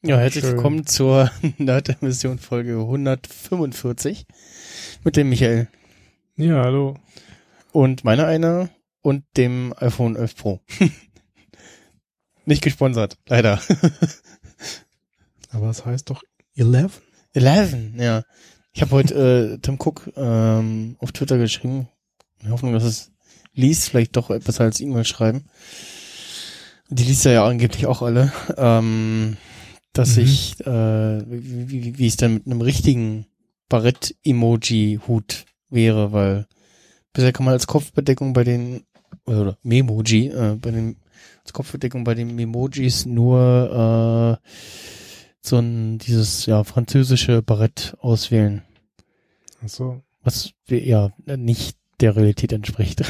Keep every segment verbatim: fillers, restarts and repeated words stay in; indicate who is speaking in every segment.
Speaker 1: Ja, herzlich
Speaker 2: Schön.
Speaker 1: willkommen zur Nerd-Emission Folge hundertfünfundvierzig mit dem Michael.
Speaker 2: Ja, hallo.
Speaker 1: Und meiner einer und dem iPhone elf Pro. Nicht gesponsert, leider.
Speaker 2: Aber es heißt doch elf?
Speaker 1: elf, ja. Ich habe heute äh, Tim Cook ähm, auf Twitter geschrieben, in Hoffnung, dass es liest, vielleicht doch besser als E-Mail schreiben. Die liest er ja angeblich auch alle. Ähm, dass
Speaker 2: Mhm.
Speaker 1: ich, äh, wie, wie, wie es dann mit einem richtigen Barett-Emoji-Hut wäre, weil bisher kann man als Kopfbedeckung bei den, oder Memoji, äh, bei den, als Kopfbedeckung bei den Memojis nur, äh, so ein, dieses, ja, französische Barett auswählen.
Speaker 2: Ach so.
Speaker 1: Was, ja, nicht der Realität entspricht.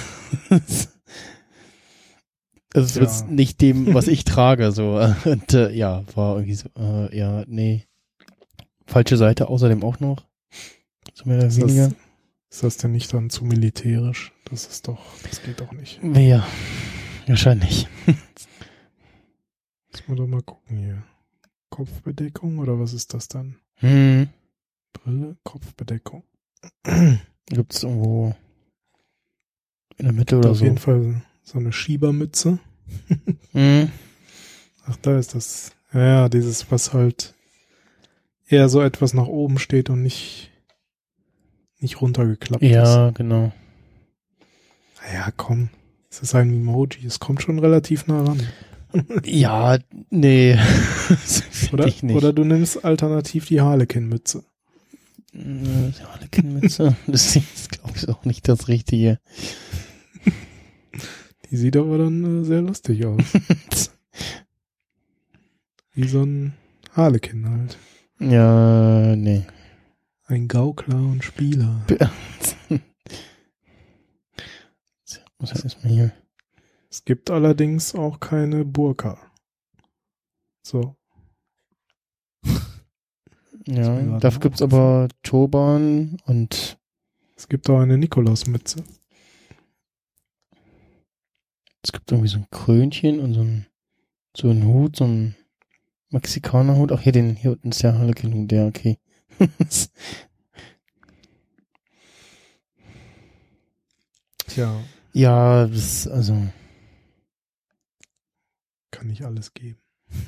Speaker 1: Also es
Speaker 2: Ja.
Speaker 1: ist nicht dem, was ich trage, so. Und äh, ja, war irgendwie so, äh, ja, nee. Falsche Seite außerdem auch noch. So mehr oder
Speaker 2: Ist
Speaker 1: weniger.
Speaker 2: das, ist das denn nicht dann zu militärisch? Das ist doch, das geht doch nicht.
Speaker 1: Ja, wahrscheinlich.
Speaker 2: Muss man doch mal gucken hier. Kopfbedeckung oder was ist das dann?
Speaker 1: Hm.
Speaker 2: Brille, Kopfbedeckung.
Speaker 1: Gibt's irgendwo in der Mitte
Speaker 2: Hat
Speaker 1: oder
Speaker 2: auf
Speaker 1: so.
Speaker 2: jeden Fall so eine Schiebermütze.
Speaker 1: Hm.
Speaker 2: Ach, da ist das. Ja, ja, dieses, was halt eher so etwas nach oben steht und nicht, nicht runtergeklappt ist.
Speaker 1: Ja, genau.
Speaker 2: Ja, komm. Es ist ein Emoji. Es kommt schon relativ nah ran.
Speaker 1: Ja, nee. Das find
Speaker 2: Oder,
Speaker 1: ich nicht.
Speaker 2: oder du nimmst alternativ die Harlequin-Mütze.
Speaker 1: Äh, die Harlequin-Mütze. Das ist, glaube ich, auch nicht das Richtige.
Speaker 2: Die sieht aber dann äh, sehr lustig aus. Wie so ein Harlequin halt.
Speaker 1: Ja, nee.
Speaker 2: Ein Gaukler und Spieler.
Speaker 1: Muss ja erstmal hier.
Speaker 2: Es gibt allerdings auch keine Burka. So.
Speaker 1: Ja,
Speaker 2: mir
Speaker 1: dafür
Speaker 2: gerade
Speaker 1: gibt's aber Turban und
Speaker 2: Es gibt auch eine Nikolausmütze.
Speaker 1: es gibt irgendwie so ein Krönchen und so ein, so ein Hut, so ein Mexikanerhut. Ach, hier, den, hier unten ist der Harlequin-Hut, ja, okay.
Speaker 2: Tja,
Speaker 1: Ja, das, also,
Speaker 2: kann nicht alles geben.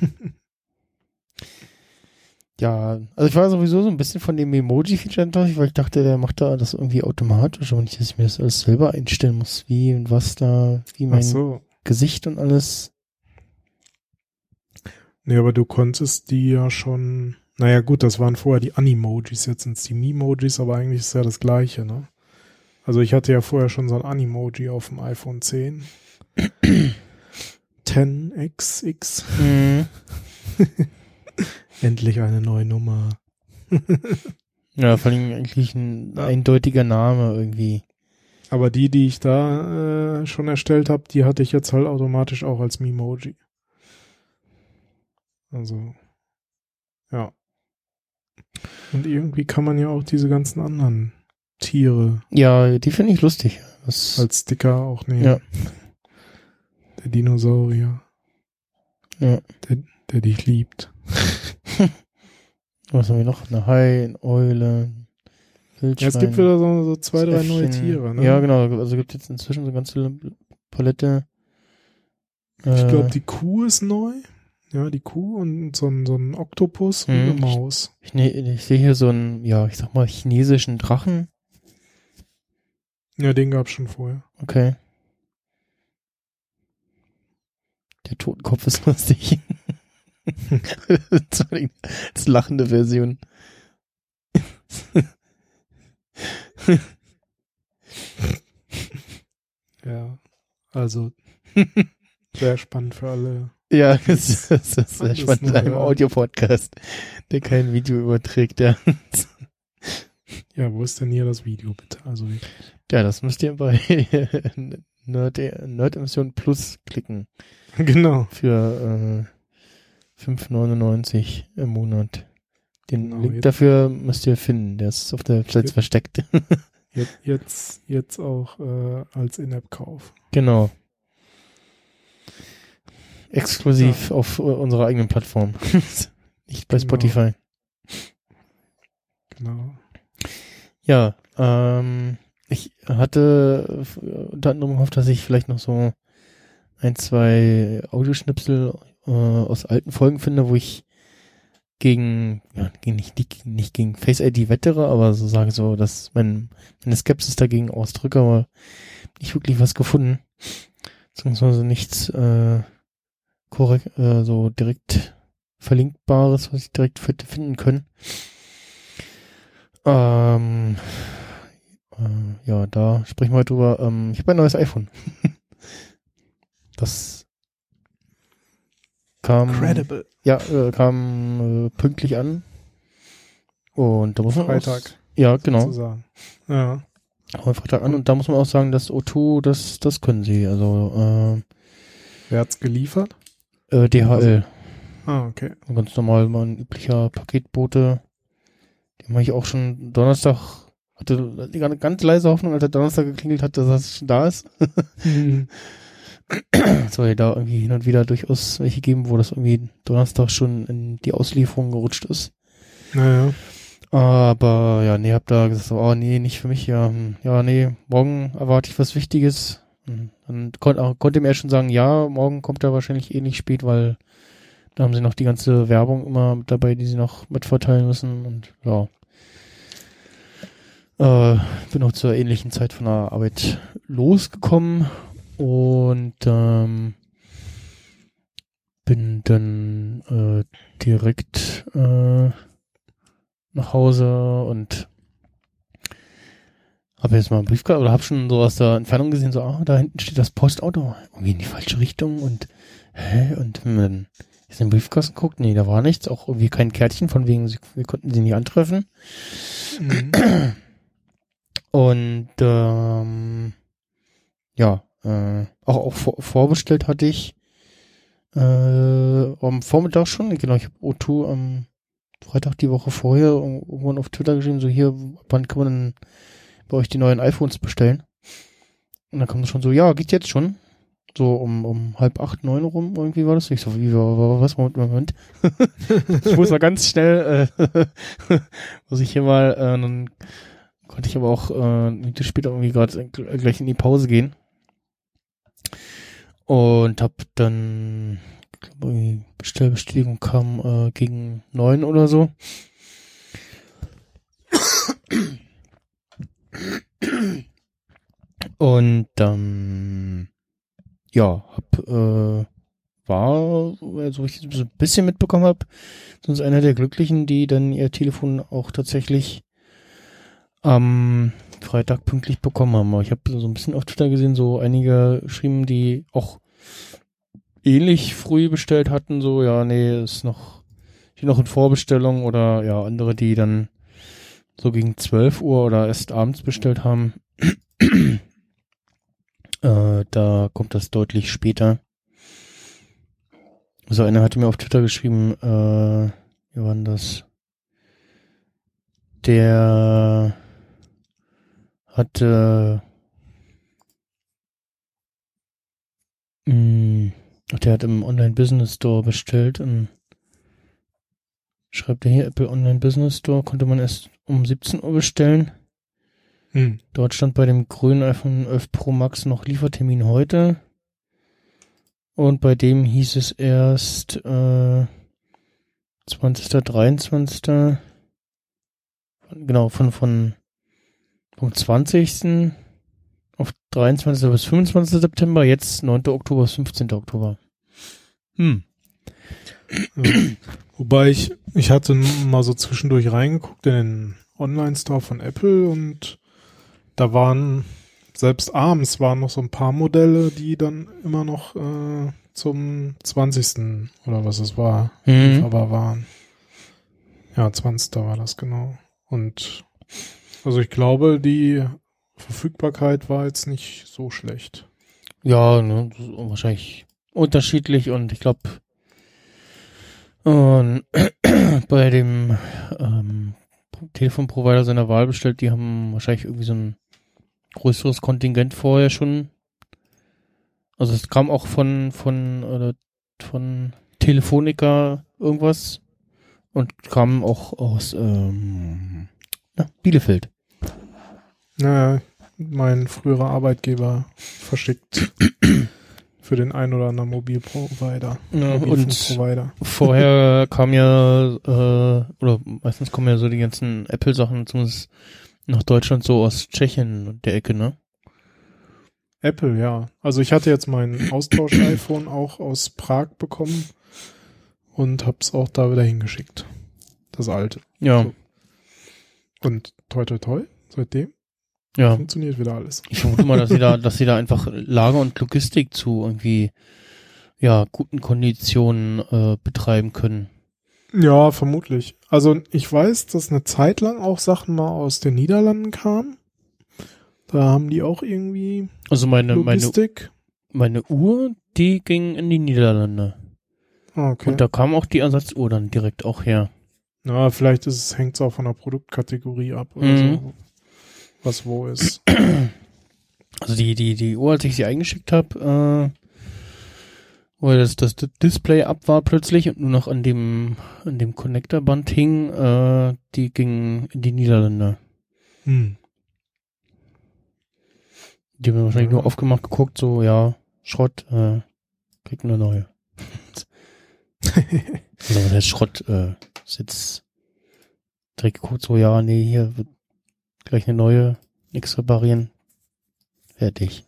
Speaker 1: ja, also ich war sowieso so ein bisschen von dem Emoji-Feature enttäuscht, weil ich dachte, der macht da das irgendwie automatisch, aber nicht, dass ich mir das alles selber einstellen muss, wie und was da, wie
Speaker 2: Ach
Speaker 1: mein
Speaker 2: so.
Speaker 1: Gesicht und alles.
Speaker 2: Nee, aber du konntest die ja schon. Naja, gut, das waren vorher die Animojis, jetzt sind es die Memojis, aber eigentlich ist ja das Gleiche, ne? Also ich hatte ja vorher schon so ein Animoji auf dem iPhone zehn. zehn X X.
Speaker 1: Mhm.
Speaker 2: Endlich eine neue Nummer.
Speaker 1: Ja, vor allem eigentlich ein
Speaker 2: Ja.
Speaker 1: eindeutiger Name irgendwie.
Speaker 2: Aber die, die ich da äh, schon erstellt habe, die hatte ich jetzt halt automatisch auch als Memoji. Also, ja. Und irgendwie kann man ja auch diese ganzen anderen Tiere
Speaker 1: Ja, die finde ich lustig. Das,
Speaker 2: als Sticker auch nehmen.
Speaker 1: Ja.
Speaker 2: Der Dinosaurier,
Speaker 1: ja.
Speaker 2: der, der dich liebt.
Speaker 1: Was haben wir noch? Eine Hai, eine Eule, ein Wildschwein.
Speaker 2: Ja, es gibt wieder so, so zwei, drei neue
Speaker 1: Äffchen.
Speaker 2: Tiere, ne?
Speaker 1: Ja, genau. Also gibt jetzt inzwischen so eine ganze Palette.
Speaker 2: Ich
Speaker 1: Äh,
Speaker 2: glaube, die Kuh ist neu. Ja, die Kuh und so ein, so ein Oktopus und
Speaker 1: Hm,
Speaker 2: eine Maus.
Speaker 1: ich, ne, ich sehe hier so einen, ja, ich sag mal, chinesischen Drachen.
Speaker 2: Ja, den gab's schon vorher.
Speaker 1: Okay. Der Totenkopf ist lustig. Das war die das lachende Version.
Speaker 2: Ja, also sehr spannend für alle.
Speaker 1: Ja, das, das ist sehr
Speaker 2: Alles
Speaker 1: spannend in
Speaker 2: nur
Speaker 1: einem
Speaker 2: hören.
Speaker 1: Audio-Podcast, der kein Video überträgt, ja.
Speaker 2: Ja, wo ist denn hier das Video, bitte? Also,
Speaker 1: Ja, das müsst ihr bei Nerd, Nerd-Emission Plus klicken.
Speaker 2: genau.
Speaker 1: Für äh, fünf neunundneunzig im Monat. Den
Speaker 2: Genau,
Speaker 1: Link
Speaker 2: jetzt-
Speaker 1: dafür müsst ihr finden. Der ist auf der Website
Speaker 2: Jetzt-
Speaker 1: versteckt.
Speaker 2: Jetzt, jetzt, jetzt auch äh, als In-App-Kauf.
Speaker 1: Genau. Exklusiv auf äh, unserer eigenen Plattform. Nicht bei
Speaker 2: Genau.
Speaker 1: Spotify.
Speaker 2: Genau.
Speaker 1: Ja, ähm, ich hatte äh, unter anderem gehofft, dass ich vielleicht noch so ein, zwei Audioschnipsel äh, aus alten Folgen finde, wo ich gegen, ja, gegen nicht, nicht, nicht gegen Face I D wettere, aber so sage so, dass mein, meine Skepsis dagegen ausdrücke, aber nicht wirklich was gefunden. Beziehungsweise nichts äh, korrekt, äh, so direkt Verlinkbares, was ich direkt hätte finden können. Ähm, äh, ja, da sprechen wir heute drüber. Ähm, ich habe ein neues iPhone. Das kam,
Speaker 2: Credible.
Speaker 1: ja, äh, kam äh, pünktlich an. Und da muss man
Speaker 2: Freitag.
Speaker 1: Auch, ja, genau.
Speaker 2: Sozusagen. Ja.
Speaker 1: Am Freitag an. Und da muss man auch sagen, dass O zwei, das, das können sie. Also,
Speaker 2: Wer hat's geliefert?
Speaker 1: äh, äh D H L.
Speaker 2: Ah, okay.
Speaker 1: Ganz normal, mal ein üblicher Paketbote. Den habe ich auch schon Donnerstag, hatte die ganz leise Hoffnung, als er Donnerstag geklingelt hat, dass das schon da ist.
Speaker 2: Mhm.
Speaker 1: Es soll ja da irgendwie hin und wieder durchaus welche geben, wo das irgendwie Donnerstag schon in die Auslieferung gerutscht ist.
Speaker 2: Naja.
Speaker 1: Aber ja, nee, hab da gesagt, so, oh nee, nicht für mich, ja, hm, ja, nee, morgen erwarte ich was Wichtiges. Und dann kon- konnte ihm er schon sagen, ja, morgen kommt er wahrscheinlich eh nicht spät, weil da haben sie noch die ganze Werbung immer mit dabei, die sie noch mitverteilen müssen und ja. Äh, bin auch zur ähnlichen Zeit von der Arbeit losgekommen und ähm, bin dann äh, direkt äh, nach Hause und habe jetzt mal einen Briefkasten oder habe schon so aus der Entfernung gesehen, so, ah, da hinten steht das Postauto, irgendwie in die falsche Richtung und hä, und wenn man jetzt in den Briefkasten guckt, nee, da war nichts, auch irgendwie kein Kärtchen, von wegen, sie, wir konnten sie nicht antreffen.
Speaker 2: Mhm.
Speaker 1: Und ähm, ja, äh, auch, auch vor, vorbestellt hatte ich äh, am Vormittag schon, genau, ich habe O zwei am Freitag die Woche vorher irgendwann auf Twitter geschrieben, so hier, wann kann man denn bei euch die neuen iPhones bestellen? Und dann kam das schon so, ja, geht jetzt schon. So um, um halb acht, neun rum irgendwie war das. Ich so, wie war was? Moment, Moment. Ich muss mal ganz schnell, äh, muss ich hier mal, äh, dann konnte ich aber auch äh, eine Minute später irgendwie gerade gleich in die Pause gehen. Und hab dann, ich glaube, die Bestellbestätigung kam äh, gegen neun oder so. Und ähm, ja, hab äh, war, also ich so ein bisschen mitbekommen habe, sonst einer der Glücklichen, die dann ihr Telefon auch tatsächlich am Freitag pünktlich bekommen haben. Aber ich habe so ein bisschen auf Twitter gesehen, so einige geschrieben, die auch ähnlich früh bestellt hatten, so, ja, nee, ist noch, die noch in Vorbestellung oder ja, andere, die dann so gegen zwölf Uhr oder erst abends bestellt haben. äh, da kommt das deutlich später. So, einer hatte mir auf Twitter geschrieben, äh, wie war denn das? Der hatte, mh, der hat im Online-Business-Store bestellt und schreibt er hier, Apple Online-Business-Store konnte man erst um siebzehn Uhr bestellen.
Speaker 2: Hm.
Speaker 1: Dort stand bei dem grünen iPhone elf Pro Max noch Liefertermin heute. Und bei dem hieß es erst äh, zwanzigster, dreiundzwanzigster Genau, von, von vom zwanzigsten auf dreiundzwanzigsten bis fünfundzwanzigsten September, jetzt neunten Oktober bis fünfzehnten Oktober. Hm.
Speaker 2: Ja. Wobei ich, ich hatte mal so zwischendurch reingeguckt in den Online-Store von Apple und da waren, selbst abends waren noch so ein paar Modelle, die dann immer noch äh, zum zwanzigsten oder was es war,
Speaker 1: Mhm.
Speaker 2: lieferbar waren. Ja, zwanzigster war das genau. Und also ich glaube, die Verfügbarkeit war jetzt nicht so schlecht.
Speaker 1: Ja, ne, das ist wahrscheinlich unterschiedlich und ich glaube, und bei dem ähm, Telefonprovider seiner Wahl bestellt, die haben wahrscheinlich irgendwie so ein größeres Kontingent vorher schon. Also es kam auch von von oder von Telefonica irgendwas und kam auch aus ähm, ja, Bielefeld.
Speaker 2: Naja, mein früherer Arbeitgeber verschickt für den einen oder anderen Mobilprovider.
Speaker 1: Ja, und
Speaker 2: Mobilfunkprovider.
Speaker 1: vorher kam ja, äh, oder meistens kommen ja so die ganzen Apple-Sachen zumindest nach Deutschland so aus Tschechien und der Ecke, ne?
Speaker 2: Apple, ja. Also ich hatte jetzt mein Austausch-iPhone auch aus Prag bekommen und hab's auch da wieder hingeschickt. Das alte.
Speaker 1: Ja.
Speaker 2: So. Und toi toi toi, seitdem
Speaker 1: Ja.
Speaker 2: funktioniert wieder alles.
Speaker 1: Ich vermute mal, dass sie da, dass sie da einfach Lager und Logistik zu irgendwie, ja, guten Konditionen äh, betreiben können.
Speaker 2: Ja, vermutlich. Also ich weiß, dass eine Zeit lang auch Sachen mal aus den Niederlanden kamen. Da haben die auch irgendwie
Speaker 1: Also meine, meine,
Speaker 2: Logistik.
Speaker 1: meine Uhr, die ging in die Niederlande.
Speaker 2: Ah, okay.
Speaker 1: Und da kam auch die Ersatzuhr dann direkt auch her.
Speaker 2: Na, vielleicht ist es, hängt es auch von der Produktkategorie ab oder
Speaker 1: Mhm.
Speaker 2: so. Was wo ist.
Speaker 1: Also die, die, die Uhr, als ich sie eingeschickt habe, äh, weil das, das Display ab war plötzlich und nur noch an dem, an dem Connectorband hing, äh, die ging in die Niederlande.
Speaker 2: Hm.
Speaker 1: Die haben wir wahrscheinlich
Speaker 2: Ja.
Speaker 1: nur aufgemacht, geguckt, so, ja, Schrott, äh, kriegt eine neue. Also was heißt Schrott, äh, ist jetzt direkt geguckt, so, ja, nee, hier wird gleich eine neue, nix reparieren. Fertig.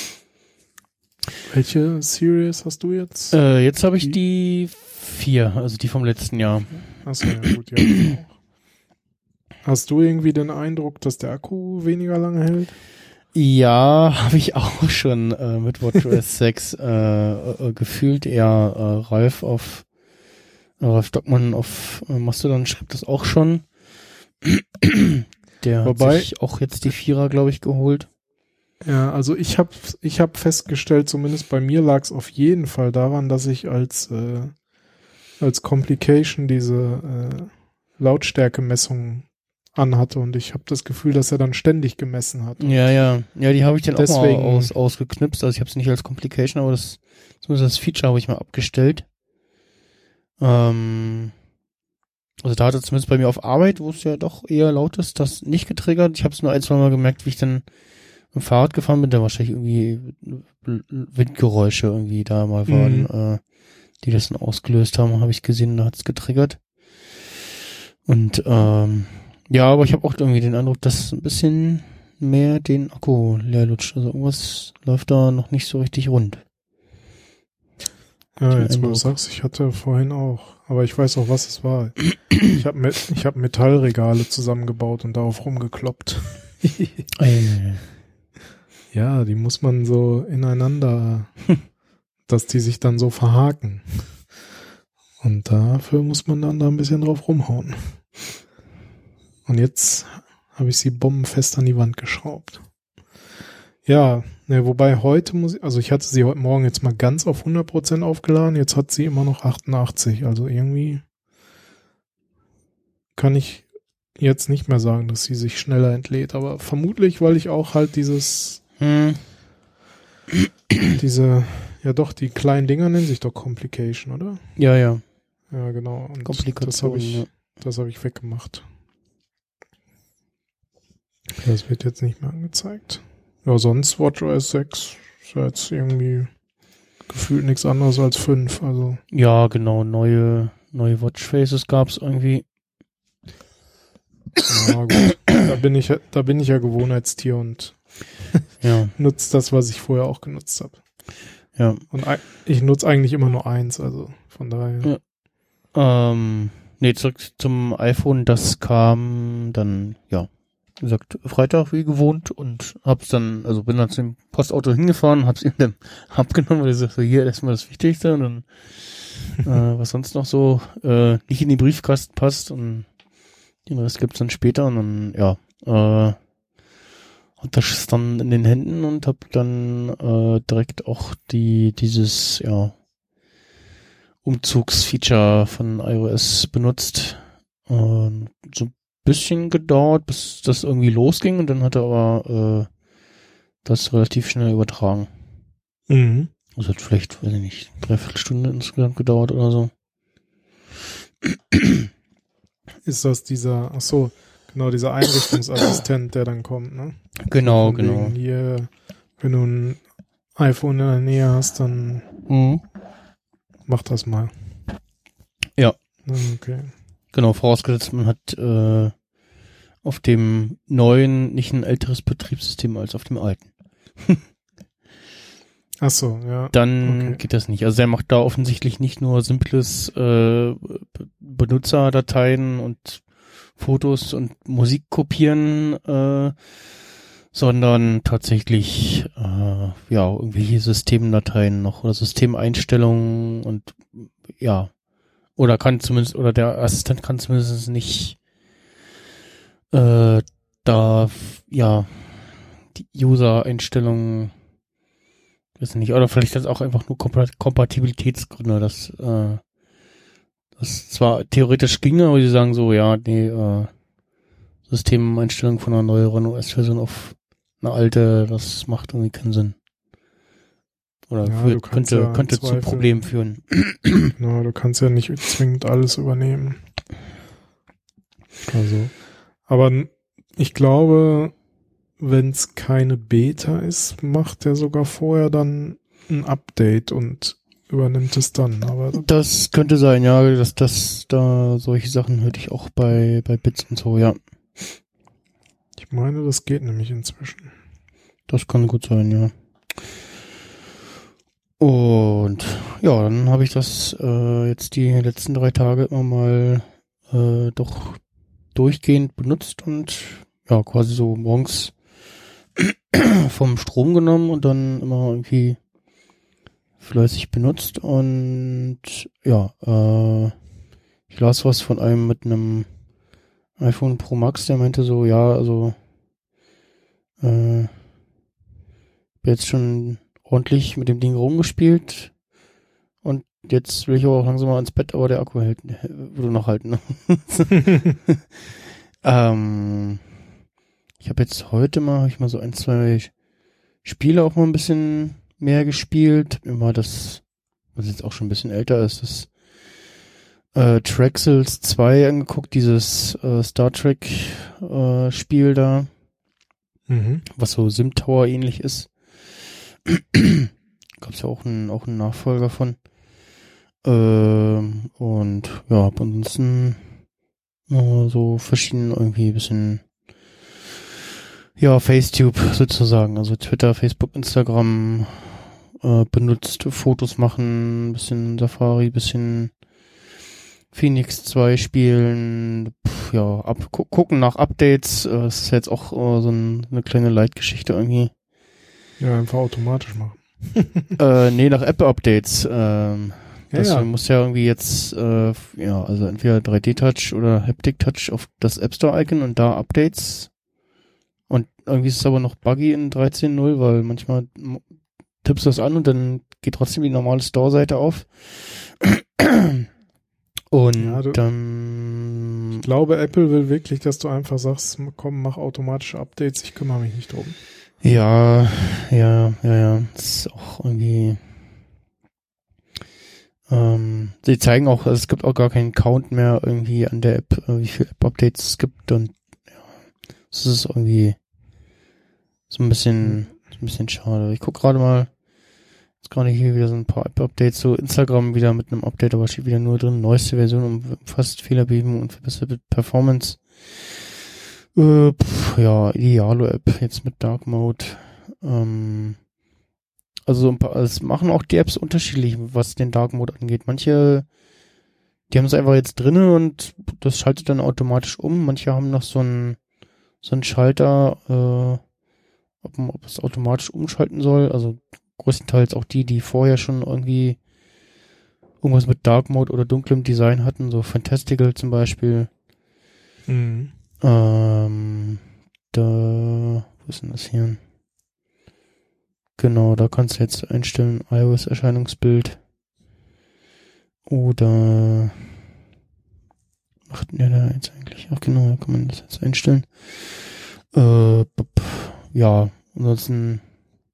Speaker 2: Welche Series hast du jetzt?
Speaker 1: Äh, jetzt habe ich
Speaker 2: Die-
Speaker 1: die vier, also die vom letzten Jahr.
Speaker 2: Achso, ja gut, ja. ich auch. Hast du irgendwie den Eindruck, dass der Akku weniger lange hält?
Speaker 1: Ja, habe ich auch schon äh, mit WatchOS sechs äh, äh, gefühlt eher äh, Ralf auf äh, Ralf Stockmann auf äh, Mastodon schreibt das auch schon. Der
Speaker 2: Wobei-
Speaker 1: hat sich auch jetzt die Vierer, glaube ich, geholt.
Speaker 2: Ja, also ich habe ich hab festgestellt, zumindest bei mir lag es auf jeden Fall daran, dass ich als äh, als Complication diese äh, Lautstärkemessung anhatte und ich habe das Gefühl, dass er dann ständig gemessen hat.
Speaker 1: Ja, ja. Ja, die habe ich dann
Speaker 2: Deswegen-
Speaker 1: auch mal aus, ausgeknipst. Also ich habe es nicht als Complication, aber das, zumindest das Feature habe ich mal abgestellt. Ähm, also da hat er zumindest bei mir auf Arbeit, wo es ja doch eher laut ist, das nicht getriggert. Ich habe es nur ein, zwei Mal gemerkt, wie ich dann mit dem Fahrrad gefahren bin, da wahrscheinlich irgendwie Windgeräusche irgendwie da mal waren,
Speaker 2: Mhm.
Speaker 1: äh, die das dann ausgelöst haben, habe ich gesehen, da hat es getriggert. Und ähm, ja, aber ich habe auch irgendwie den Eindruck, dass ein bisschen mehr den Akku leer lutscht. Also irgendwas läuft da noch nicht so richtig rund.
Speaker 2: Ja,
Speaker 1: Den
Speaker 2: jetzt wo du
Speaker 1: Eindruck.
Speaker 2: sagst, ich hatte vorhin auch, aber ich weiß auch, was es war. Ich habe ich hab Metallregale zusammengebaut und darauf rumgekloppt.
Speaker 1: Äh,
Speaker 2: Ja, die muss man so ineinander, dass die sich dann so verhaken. Und dafür muss man dann da ein bisschen drauf rumhauen. Und jetzt habe ich sie bombenfest an die Wand geschraubt. Ja, ne, wobei heute muss ich, also ich hatte sie heute Morgen jetzt mal ganz auf hundert Prozent aufgeladen, jetzt hat sie immer noch achtundachtzig, also irgendwie kann ich jetzt nicht mehr sagen, dass sie sich schneller entlädt, aber vermutlich, weil ich auch halt dieses,
Speaker 1: hm,
Speaker 2: diese, ja doch, die kleinen Dinger nennen sich doch Complication, oder?
Speaker 1: ja, ja.
Speaker 2: Ja, genau. Und das
Speaker 1: Komplikation.
Speaker 2: habe ich,
Speaker 1: Ja.
Speaker 2: das habe ich weggemacht. Das wird jetzt nicht mehr angezeigt. Ja, sonst WatchOS sechs ist ja jetzt irgendwie gefühlt nichts anderes als fünf, also.
Speaker 1: Ja, genau. Neue, neue Watchfaces gab's irgendwie.
Speaker 2: Ja, gut. Da bin ich, ja- da bin ich ja Gewohnheitstier und
Speaker 1: Ja,
Speaker 2: nutze das, was ich vorher auch genutzt habe.
Speaker 1: ja.
Speaker 2: Und ei- ich nutze eigentlich immer nur eins, also von daher.
Speaker 1: Ja. Ähm, nee, zurück zum iPhone. Das kam dann, ja, wie gesagt, Freitag wie gewohnt und hab's dann, also bin dann zum Postauto hingefahren, hab's ihm dann abgenommen, weil ich sagte, so, hier erstmal das Wichtigste und dann, äh, was sonst noch so, äh, nicht in den Briefkasten passt und den Rest gibt's dann später und dann, ja, äh, und das ist dann in den Händen und hab dann äh, direkt auch die dieses ja Umzugsfeature von iOS benutzt. Und so ein bisschen gedauert, bis das irgendwie losging und dann hat er aber äh, das relativ schnell übertragen.
Speaker 2: Mhm.
Speaker 1: Das hat vielleicht, weiß ich nicht, dreiviertel Stunde insgesamt gedauert oder so.
Speaker 2: ist das dieser, ach so, genau, dieser Einrichtungsassistent, der dann kommt, ne?
Speaker 1: Genau,
Speaker 2: Von
Speaker 1: genau.
Speaker 2: wegen hier, wenn du ein iPhone in der Nähe hast, dann
Speaker 1: Mhm.
Speaker 2: mach das mal.
Speaker 1: Ja.
Speaker 2: Okay.
Speaker 1: Genau, vorausgesetzt, man hat äh, auf dem neuen nicht ein älteres Betriebssystem als auf dem alten.
Speaker 2: Ach so, ja.
Speaker 1: Dann
Speaker 2: Okay.
Speaker 1: geht das nicht. Also er macht da offensichtlich nicht nur simples äh, Benutzerdateien und Fotos und Musik kopieren, äh, sondern tatsächlich äh, ja irgendwelche Systemdateien noch oder Systemeinstellungen und ja, oder kann zumindest, oder der Assistent kann zumindest nicht äh, da ja die User-Einstellungen, weiß nicht, oder vielleicht das auch einfach nur Kompat- Kompatibilitätsgründe, dass äh, das zwar theoretisch ginge, aber sie sagen so, ja, nee, äh, Systemeinstellung von einer neueren O S-Version auf eine alte, das macht irgendwie keinen Sinn. Oder
Speaker 2: Ja,
Speaker 1: führt,
Speaker 2: du kannst
Speaker 1: könnte,
Speaker 2: ja
Speaker 1: könnte
Speaker 2: im
Speaker 1: zu
Speaker 2: Zweifel,
Speaker 1: Problemen führen.
Speaker 2: genau, du kannst ja nicht zwingend alles übernehmen. Also, aber n- ich glaube, wenn es keine Beta ist, macht er sogar vorher dann ein Update und übernimmt es dann. Aber
Speaker 1: Das könnte sein, ja, dass das da solche Sachen hörte ich auch bei, bei Bits und so, ja.
Speaker 2: ich meine, das geht nämlich inzwischen.
Speaker 1: Das kann gut sein, ja. Und ja, dann habe ich das äh, jetzt die letzten drei Tage immer mal äh, doch durchgehend benutzt und ja, quasi so morgens vom Strom genommen und dann immer irgendwie fleißig benutzt und ja, äh, ich las was von einem mit einem iPhone Pro Max, der meinte so, ja, also äh, jetzt schon ordentlich mit dem Ding rumgespielt und jetzt will ich aber auch langsam mal ins Bett, aber der Akku hält, würde noch halten. Ne? ähm, ich habe jetzt heute mal, hab ich mal so ein, zwei Spiele auch mal ein bisschen mehr gespielt. Immer das, was jetzt auch schon ein bisschen älter ist, das äh, Traxels zwei angeguckt, dieses äh, Star Trek äh, Spiel da,
Speaker 2: Mhm.
Speaker 1: was so Sim Tower ähnlich ist. Gab's ja auch einen, auch einen Nachfolger von. Ähm, und ja, hab ansonsten äh, so verschieden irgendwie ein bisschen ja, Facetube sozusagen, also Twitter, Facebook, Instagram äh, benutzt, Fotos machen, bisschen Safari, bisschen Phoenix zwei spielen, pf, ja, ab, gu gucken nach Updates, äh, das ist jetzt auch äh, so ein, eine kleine Leitgeschichte irgendwie.
Speaker 2: Ja, einfach automatisch machen.
Speaker 1: äh, nee, nach App-Updates, ähm,
Speaker 2: Ja,
Speaker 1: das
Speaker 2: ja.
Speaker 1: muss ja irgendwie jetzt, äh, ja, also entweder drei D-Touch oder Haptic-Touch auf das App Store-Icon und da Updates. Und irgendwie ist es aber noch buggy in dreizehn Punkt null, weil manchmal tippst du das an und dann geht trotzdem die normale Store-Seite auf. Und
Speaker 2: Ja, du,
Speaker 1: dann,
Speaker 2: ich glaube, Apple will wirklich, dass du einfach sagst, komm, mach automatische Updates, ich kümmere mich nicht drum.
Speaker 1: ja, ja, ja, ja, das ist auch irgendwie, ähm, sie zeigen auch, also es gibt auch gar keinen Count mehr irgendwie an der App, äh, wie viele App-Updates es gibt und ja, das ist irgendwie so ein bisschen, so ein bisschen schade. Ich guck gerade mal, jetzt gerade hier wieder so ein paar App-Updates, so Instagram wieder mit einem Update, aber steht wieder nur drin, neueste Version umfasst Fehlerbehebung und verbesserte Performance. Äh, pf, ja, Idealo-App jetzt mit Dark Mode. Ähm, also ein paar, es machen auch die Apps unterschiedlich, was den Dark Mode angeht. Manche, die haben es einfach jetzt drinne und das schaltet dann automatisch um. Manche haben noch so einen so einen Schalter, äh, ob man ob es automatisch umschalten soll. Also größtenteils auch die, die vorher schon irgendwie irgendwas mit Dark Mode oder dunklem Design hatten, so Fantastical zum Beispiel.
Speaker 2: Mhm.
Speaker 1: Ähm, da, wo ist denn das hier? Genau, da kannst du jetzt einstellen, iOS-Erscheinungsbild. Oder, was macht denn der da jetzt eigentlich? Ach genau, da kann man das jetzt einstellen. Äh, ja, ansonsten,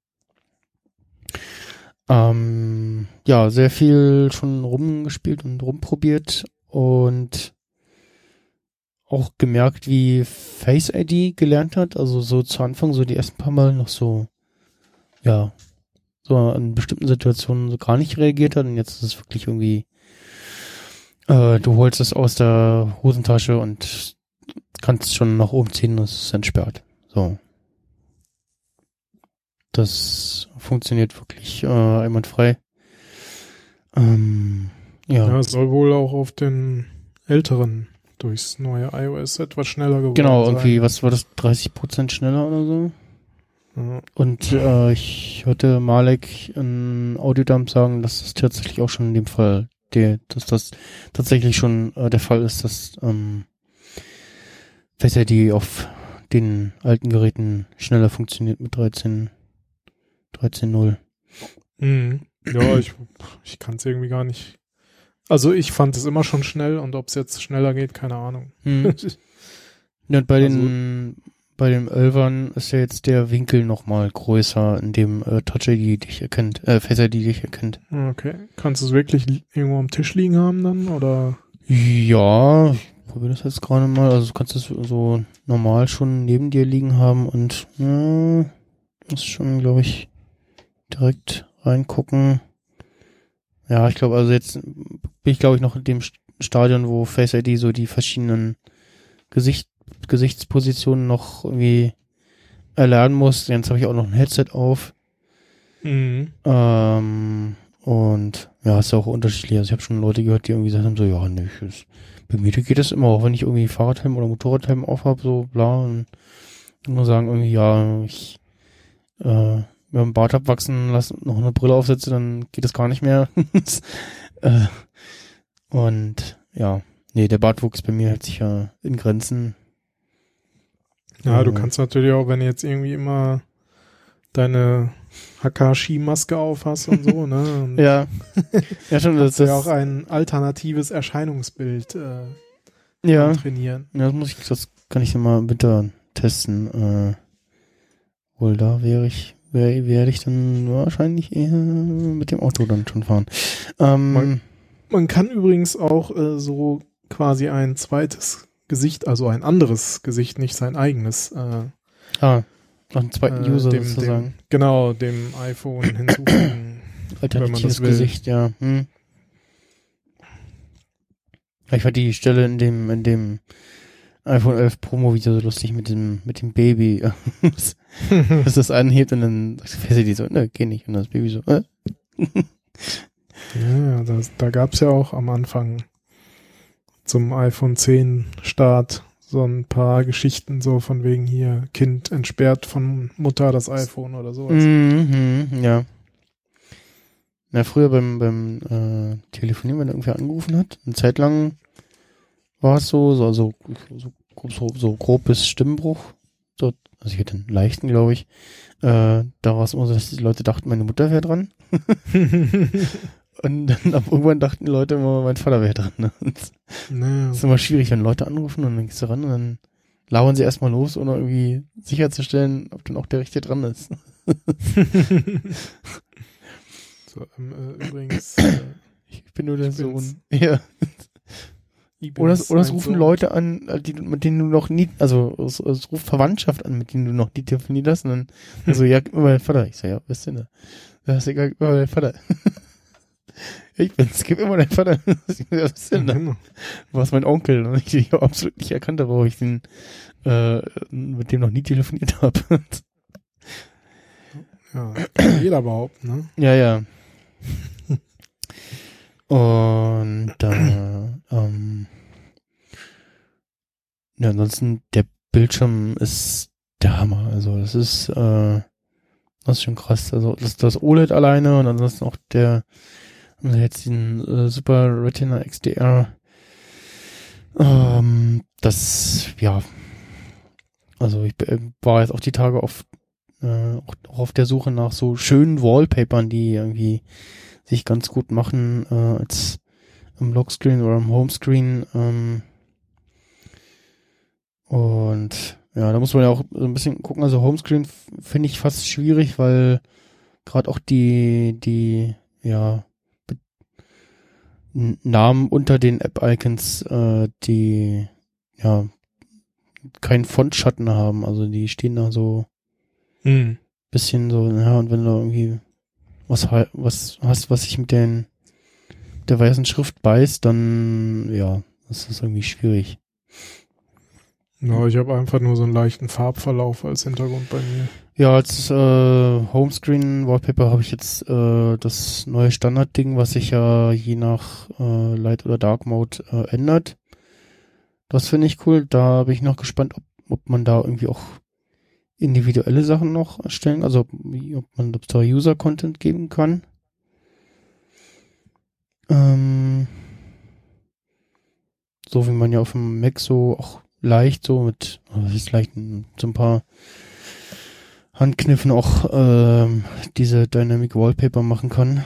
Speaker 1: ähm, ja, sehr viel schon rumgespielt und rumprobiert und auch gemerkt, wie Face I D gelernt hat. Also so zu Anfang, so die ersten paar Mal noch so, ja, so an bestimmten Situationen so gar nicht reagiert hat. Und jetzt ist es wirklich irgendwie, äh, du holst es aus der Hosentasche und kannst schon nach oben ziehen und es ist entsperrt. So. Das funktioniert wirklich äh, einwandfrei. Ähm, ja.
Speaker 2: Ja, es soll wohl auch auf den älteren durchs neue iOS etwas schneller geworden
Speaker 1: Genau,
Speaker 2: sein.
Speaker 1: irgendwie, was war das, dreißig Prozent schneller oder so?
Speaker 2: Ja.
Speaker 1: Und äh, ich hörte Malek in Audiodump sagen, dass es tatsächlich auch schon in dem Fall, der, dass das tatsächlich schon äh, der Fall ist, dass ähm, Face I D auf den alten Geräten schneller funktioniert mit dreizehn dreizehn null.
Speaker 2: Mhm. Ja, ich, ich kann es irgendwie gar nicht. Also ich fand es immer schon schnell und ob es jetzt schneller geht, keine Ahnung.
Speaker 1: Hm. Ja, und bei
Speaker 2: Also-
Speaker 1: den bei dem Elfern ist ja jetzt der Winkel nochmal größer, in dem äh, Touch I D dich erkennt, äh, Face I D dich erkennt.
Speaker 2: Okay. Kannst du es wirklich li- irgendwo am Tisch liegen haben dann? Oder?
Speaker 1: Ja, ich probiere das jetzt gerade mal. Also du kannst es so normal schon neben dir liegen haben und ja, muss schon, glaube ich, direkt reingucken. Ja, ich glaube, also jetzt bin ich, glaube ich, noch in dem St- Stadion, wo Face I D so die verschiedenen Gesicht, Gesichtspositionen noch irgendwie erlernen muss. Jetzt habe ich auch noch ein Headset auf.
Speaker 2: Mhm.
Speaker 1: Ähm, und ja, ist ja auch unterschiedlich. Also ich habe schon Leute gehört, die irgendwie gesagt haben, so, ja, nee, ist, bei mir geht das immer, auch wenn ich irgendwie Fahrradhelm oder Motorradhelm auf habe, so bla. Und nur sagen irgendwie, ja, ich äh, mir einen Bart abwachsen lassen, noch eine Brille aufsetze, dann geht das gar nicht mehr. äh, und ja, nee, der Bartwuchs bei mir hält sich ja in Grenzen.
Speaker 2: Ja, du
Speaker 1: Äh,
Speaker 2: kannst natürlich auch, wenn du jetzt irgendwie immer deine Hakashi-Maske auf hast und so, ne? Und
Speaker 1: Ja, ja schon, das
Speaker 2: kannst du
Speaker 1: ist
Speaker 2: ja auch ein alternatives Erscheinungsbild äh,
Speaker 1: ja,
Speaker 2: trainieren.
Speaker 1: ja, das muss ich, das kann ich ja mal im Winter testen. Äh, wohl da wäre ich, wär, werde ich dann wahrscheinlich eher mit dem Auto dann schon fahren. Ähm,
Speaker 2: Man- Man kann übrigens auch äh, so quasi ein zweites Gesicht, also ein anderes Gesicht, nicht sein eigenes, äh,
Speaker 1: ah, noch einen zweiten
Speaker 2: äh,
Speaker 1: User
Speaker 2: dem,
Speaker 1: sozusagen.
Speaker 2: dem, genau, dem iPhone hinzufügen.
Speaker 1: Alternatives
Speaker 2: will.
Speaker 1: Gesicht, ja. Hm. Ich fand die Stelle in dem, in dem iPhone elf Promo-Video so lustig mit dem, mit dem Baby. Dass das anhebt und dann fährt die so, ne, geh nicht. Und das Baby so, äh.
Speaker 2: Ja, das, da gab's ja auch am Anfang zum iPhone zehn Start so ein paar Geschichten so von wegen hier Kind entsperrt von Mutter das iPhone oder sowas.
Speaker 1: Mhm, ja. Na, früher beim, beim äh, Telefonieren, wenn er irgendwer angerufen hat, eine Zeit lang war es so, so, so, so, so, so grob bis Stimmbruch. So, also ich hatte einen leichten, glaube ich. Äh, da war es immer so, dass die Leute dachten, meine Mutter wäre dran. Und dann ab irgendwann dachten die Leute immer, mein Vater wäre dran. Ne? Und
Speaker 2: Naja.
Speaker 1: das ist immer schwierig, wenn Leute anrufen und dann gehst du ran und dann lauern sie erstmal los, ohne irgendwie sicherzustellen, ob dann auch der Richtige dran ist.
Speaker 2: So, ähm, äh, übrigens. Äh,
Speaker 1: Ich bin nur der
Speaker 2: Ich bin's.
Speaker 1: Sohn. Ja.
Speaker 2: ich
Speaker 1: Oder,
Speaker 2: bin's,
Speaker 1: oder es
Speaker 2: ein
Speaker 1: rufen
Speaker 2: Sohn.
Speaker 1: Leute an, äh, die, mit denen du noch nie, also es, es ruft Verwandtschaft an, mit denen du noch nie telefoniert hast und dann, also ja, gib mir mal deinen Vater. Ich so, ja, was ist denn da? Ja, ist egal, gib mir mal deinen Vater. Ich bin's, gib mir mal deinen Vater. Ja, was ist denn da?
Speaker 2: Genau.
Speaker 1: Du warst mein Onkel und ich, ich habe absolut nicht erkannt, warum ich den, äh, mit dem noch nie telefoniert habe.
Speaker 2: Ja, kann jeder behaupten, ne?
Speaker 1: Ja, ja. Und äh, ähm, ja, ansonsten der Bildschirm ist der Hammer. Also das ist äh, das ist schon krass. Also das, das O L E D alleine und ansonsten auch der also jetzt den äh, Super Retina X D R. Ähm, das ja. Also ich äh, war jetzt auch die Tage auf äh, auch, auch auf der Suche nach so schönen Wallpapern, die irgendwie sich ganz gut machen äh, als im Lockscreen oder im Homescreen. Ähm, und ja, da muss man ja auch so ein bisschen gucken. Also Homescreen f- finde ich fast schwierig, weil gerade auch die, die, ja, Be- N- Namen unter den App-Icons, äh, die, ja, keinen Fontschatten haben. Also die stehen da so
Speaker 2: Mhm.
Speaker 1: bisschen so, ja, und wenn du irgendwie was, was hast, was sich mit den, der weißen Schrift beißt, dann, ja, das ist irgendwie schwierig.
Speaker 2: Ja, ich habe einfach nur so einen leichten Farbverlauf als Hintergrund bei mir.
Speaker 1: Ja, als äh, Homescreen-Wallpaper habe ich jetzt äh, das neue Standardding, was sich ja je nach äh, Light- oder Dark-Mode äh, ändert. Das finde ich cool. Da bin ich noch gespannt, ob, ob man da irgendwie auch individuelle Sachen noch erstellen, also ob, ob man ob da User-Content geben kann. Ähm, so wie man ja auf dem Mac so auch leicht so mit, was ist leicht, so ein paar Handkniffen auch ähm, diese Dynamic Wallpaper machen kann.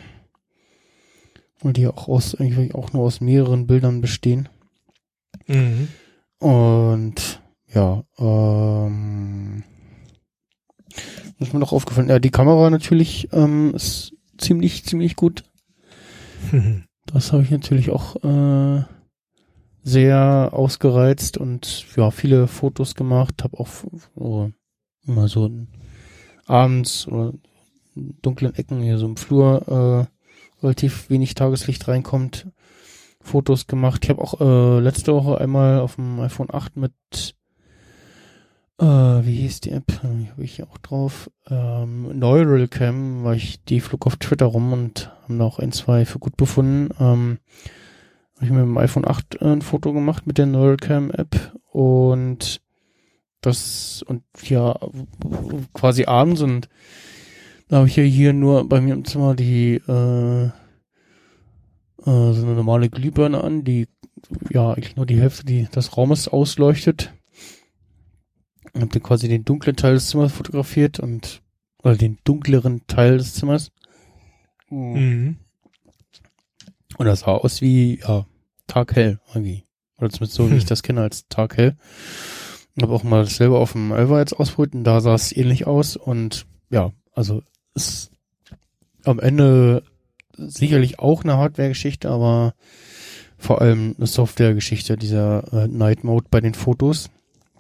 Speaker 1: Und die auch aus, eigentlich auch nur aus mehreren Bildern bestehen.
Speaker 2: Mhm.
Speaker 1: Und ja, ähm, ist mir noch aufgefallen. Ja, die Kamera natürlich ähm, ist ziemlich, ziemlich gut. Das habe ich natürlich auch äh, sehr ausgereizt und ja, viele Fotos gemacht. Habe auch oh, immer so abends oder in dunklen Ecken hier so im Flur äh, relativ wenig Tageslicht reinkommt, Fotos gemacht. Ich habe auch äh, letzte Woche einmal auf dem iPhone acht mit äh, wie hieß die App? Die habe ich auch drauf. Ähm, Neural Cam, weil ich die flog auf Twitter rum und haben da auch ein, zwei für gut befunden. Ähm, habe ich mit dem iPhone acht äh, ein Foto gemacht mit der Neural Cam App und das und ja quasi abends und da habe ich ja hier nur bei mir im Zimmer die äh, äh, so eine normale Glühbirne an, die ja eigentlich nur die Hälfte die, des Raumes ausleuchtet. Und habe dann quasi den dunklen Teil des Zimmers fotografiert und oder den dunkleren Teil des Zimmers.
Speaker 2: Mhm.
Speaker 1: Und das sah aus wie ja, taghell irgendwie. Oder zumindest so, wie ich das kenne als taghell. Ich habe auch mal dasselbe auf dem Elva jetzt ausprobiert und da sah es ähnlich aus. Und ja, also ist am Ende sicherlich auch eine Hardware-Geschichte, aber vor allem eine Software-Geschichte, dieser äh, Night Mode bei den Fotos.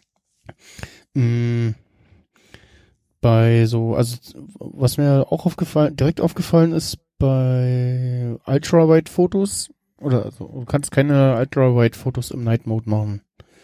Speaker 1: Mm, bei so, also was mir auch aufgefallen, direkt aufgefallen ist, bei Ultra-Wide-Fotos, oder also, du kannst keine Ultra-Wide-Fotos im Night Mode machen.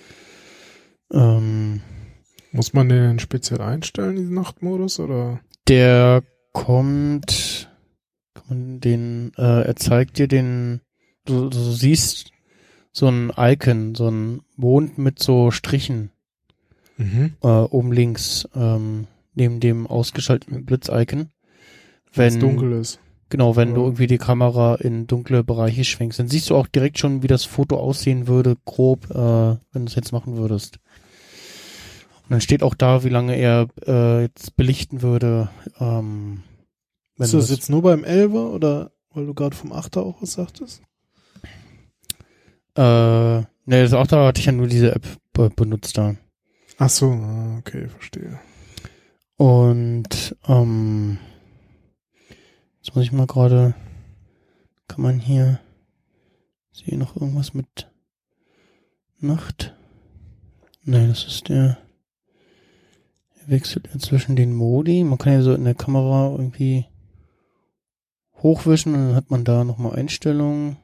Speaker 1: Ähm,
Speaker 2: Muss man den speziell einstellen, diesen Nachtmodus, oder?
Speaker 1: der kommt, kann man den, äh, er zeigt dir den, du, du siehst so ein Icon, so ein Mond mit so Strichen
Speaker 2: Mhm.
Speaker 1: äh, oben links, ähm, neben dem ausgeschalteten Blitz-Icon.
Speaker 2: Wenn es
Speaker 1: Wenn
Speaker 2: dunkel ist.
Speaker 1: Genau, wenn du
Speaker 2: Ja.
Speaker 1: irgendwie die Kamera in dunkle Bereiche schwenkst, dann siehst du auch direkt schon, wie das Foto aussehen würde, grob, äh, wenn du es jetzt machen würdest. Und dann steht auch da, wie lange er äh, jetzt belichten würde. Ähm, wenn
Speaker 2: Ist das
Speaker 1: das
Speaker 2: jetzt nur beim Elfer oder weil du gerade vom Achter auch was sagtest?
Speaker 1: äh, ne, das auch da hatte ich ja nur diese App be- benutzt da.
Speaker 2: Ach so, ah, okay, verstehe.
Speaker 1: Und ähm, jetzt muss ich mal gerade, kann man hier, ist hier noch irgendwas mit Nacht? Nein, das ist der, er wechselt ja zwischen den Modi. Man kann ja so in der Kamera irgendwie hochwischen und dann hat man da nochmal Einstellungen.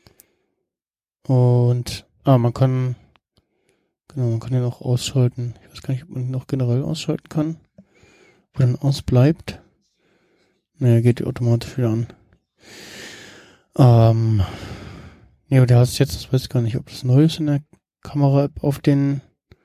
Speaker 1: Und, ah, man kann, genau, man kann den auch ausschalten. Ich weiß gar nicht, ob man ihn noch generell ausschalten kann. Wo dann ausbleibt. Naja, geht die automatisch wieder an. Ähm, nee, aber der hat es jetzt, das weiß ich gar nicht, ob das neu ist in der Kamera-App auf den,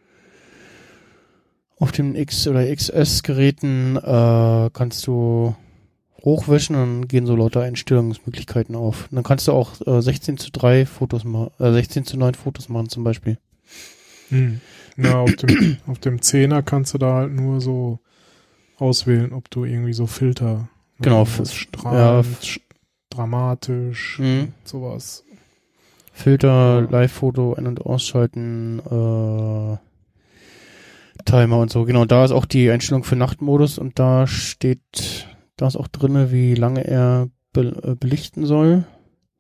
Speaker 1: auf den X- oder X S-Geräten, äh, kannst du hochwischen und dann gehen so lauter Einstellungsmöglichkeiten auf. Und dann kannst du auch äh, sechzehn zu drei Fotos machen, äh, sechzehn zu neun Fotos machen zum Beispiel.
Speaker 2: Hm. Ja, auf dem, auf dem Zehner kannst du da halt nur so auswählen, ob du irgendwie so Filter,
Speaker 1: Genau,
Speaker 2: was
Speaker 1: f-
Speaker 2: strahlend,
Speaker 1: ja,
Speaker 2: sch- dramatisch,
Speaker 1: Mhm.
Speaker 2: sowas.
Speaker 1: Filter,
Speaker 2: Ja.
Speaker 1: Live-Foto ein- und ausschalten, äh, Timer und so. Genau, da ist auch die Einstellung für Nachtmodus und da steht, da ist auch drinne, wie lange er be äh, belichten soll.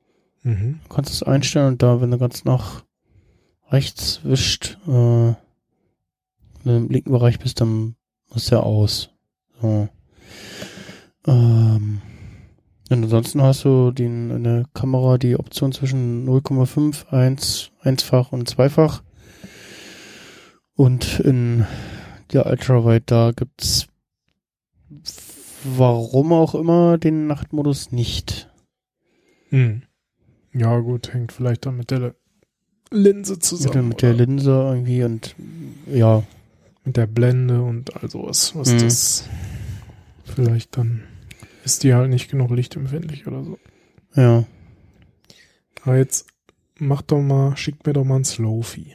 Speaker 2: Mhm.
Speaker 1: Du kannst es einstellen und da, wenn du ganz nach rechts wischt, äh, wenn du im linken Bereich bist, dann ist er aus. So. Ähm, und ansonsten hast du den, in der Kamera die Option zwischen null Komma fünf, eins, einfach und zweifach. Und in der Ultrawide, da gibt's warum auch immer den Nachtmodus nicht.
Speaker 2: Hm. Ja gut, hängt vielleicht dann mit der Linse zusammen.
Speaker 1: Mit der
Speaker 2: oder?
Speaker 1: Linse irgendwie und ja.
Speaker 2: Mit der Blende und all sowas, was
Speaker 1: Mhm.
Speaker 2: das vielleicht dann ist die halt nicht genug lichtempfindlich oder so.
Speaker 1: Ja.
Speaker 2: Aber jetzt mach doch mal, schick mir doch mal ein Slowfie.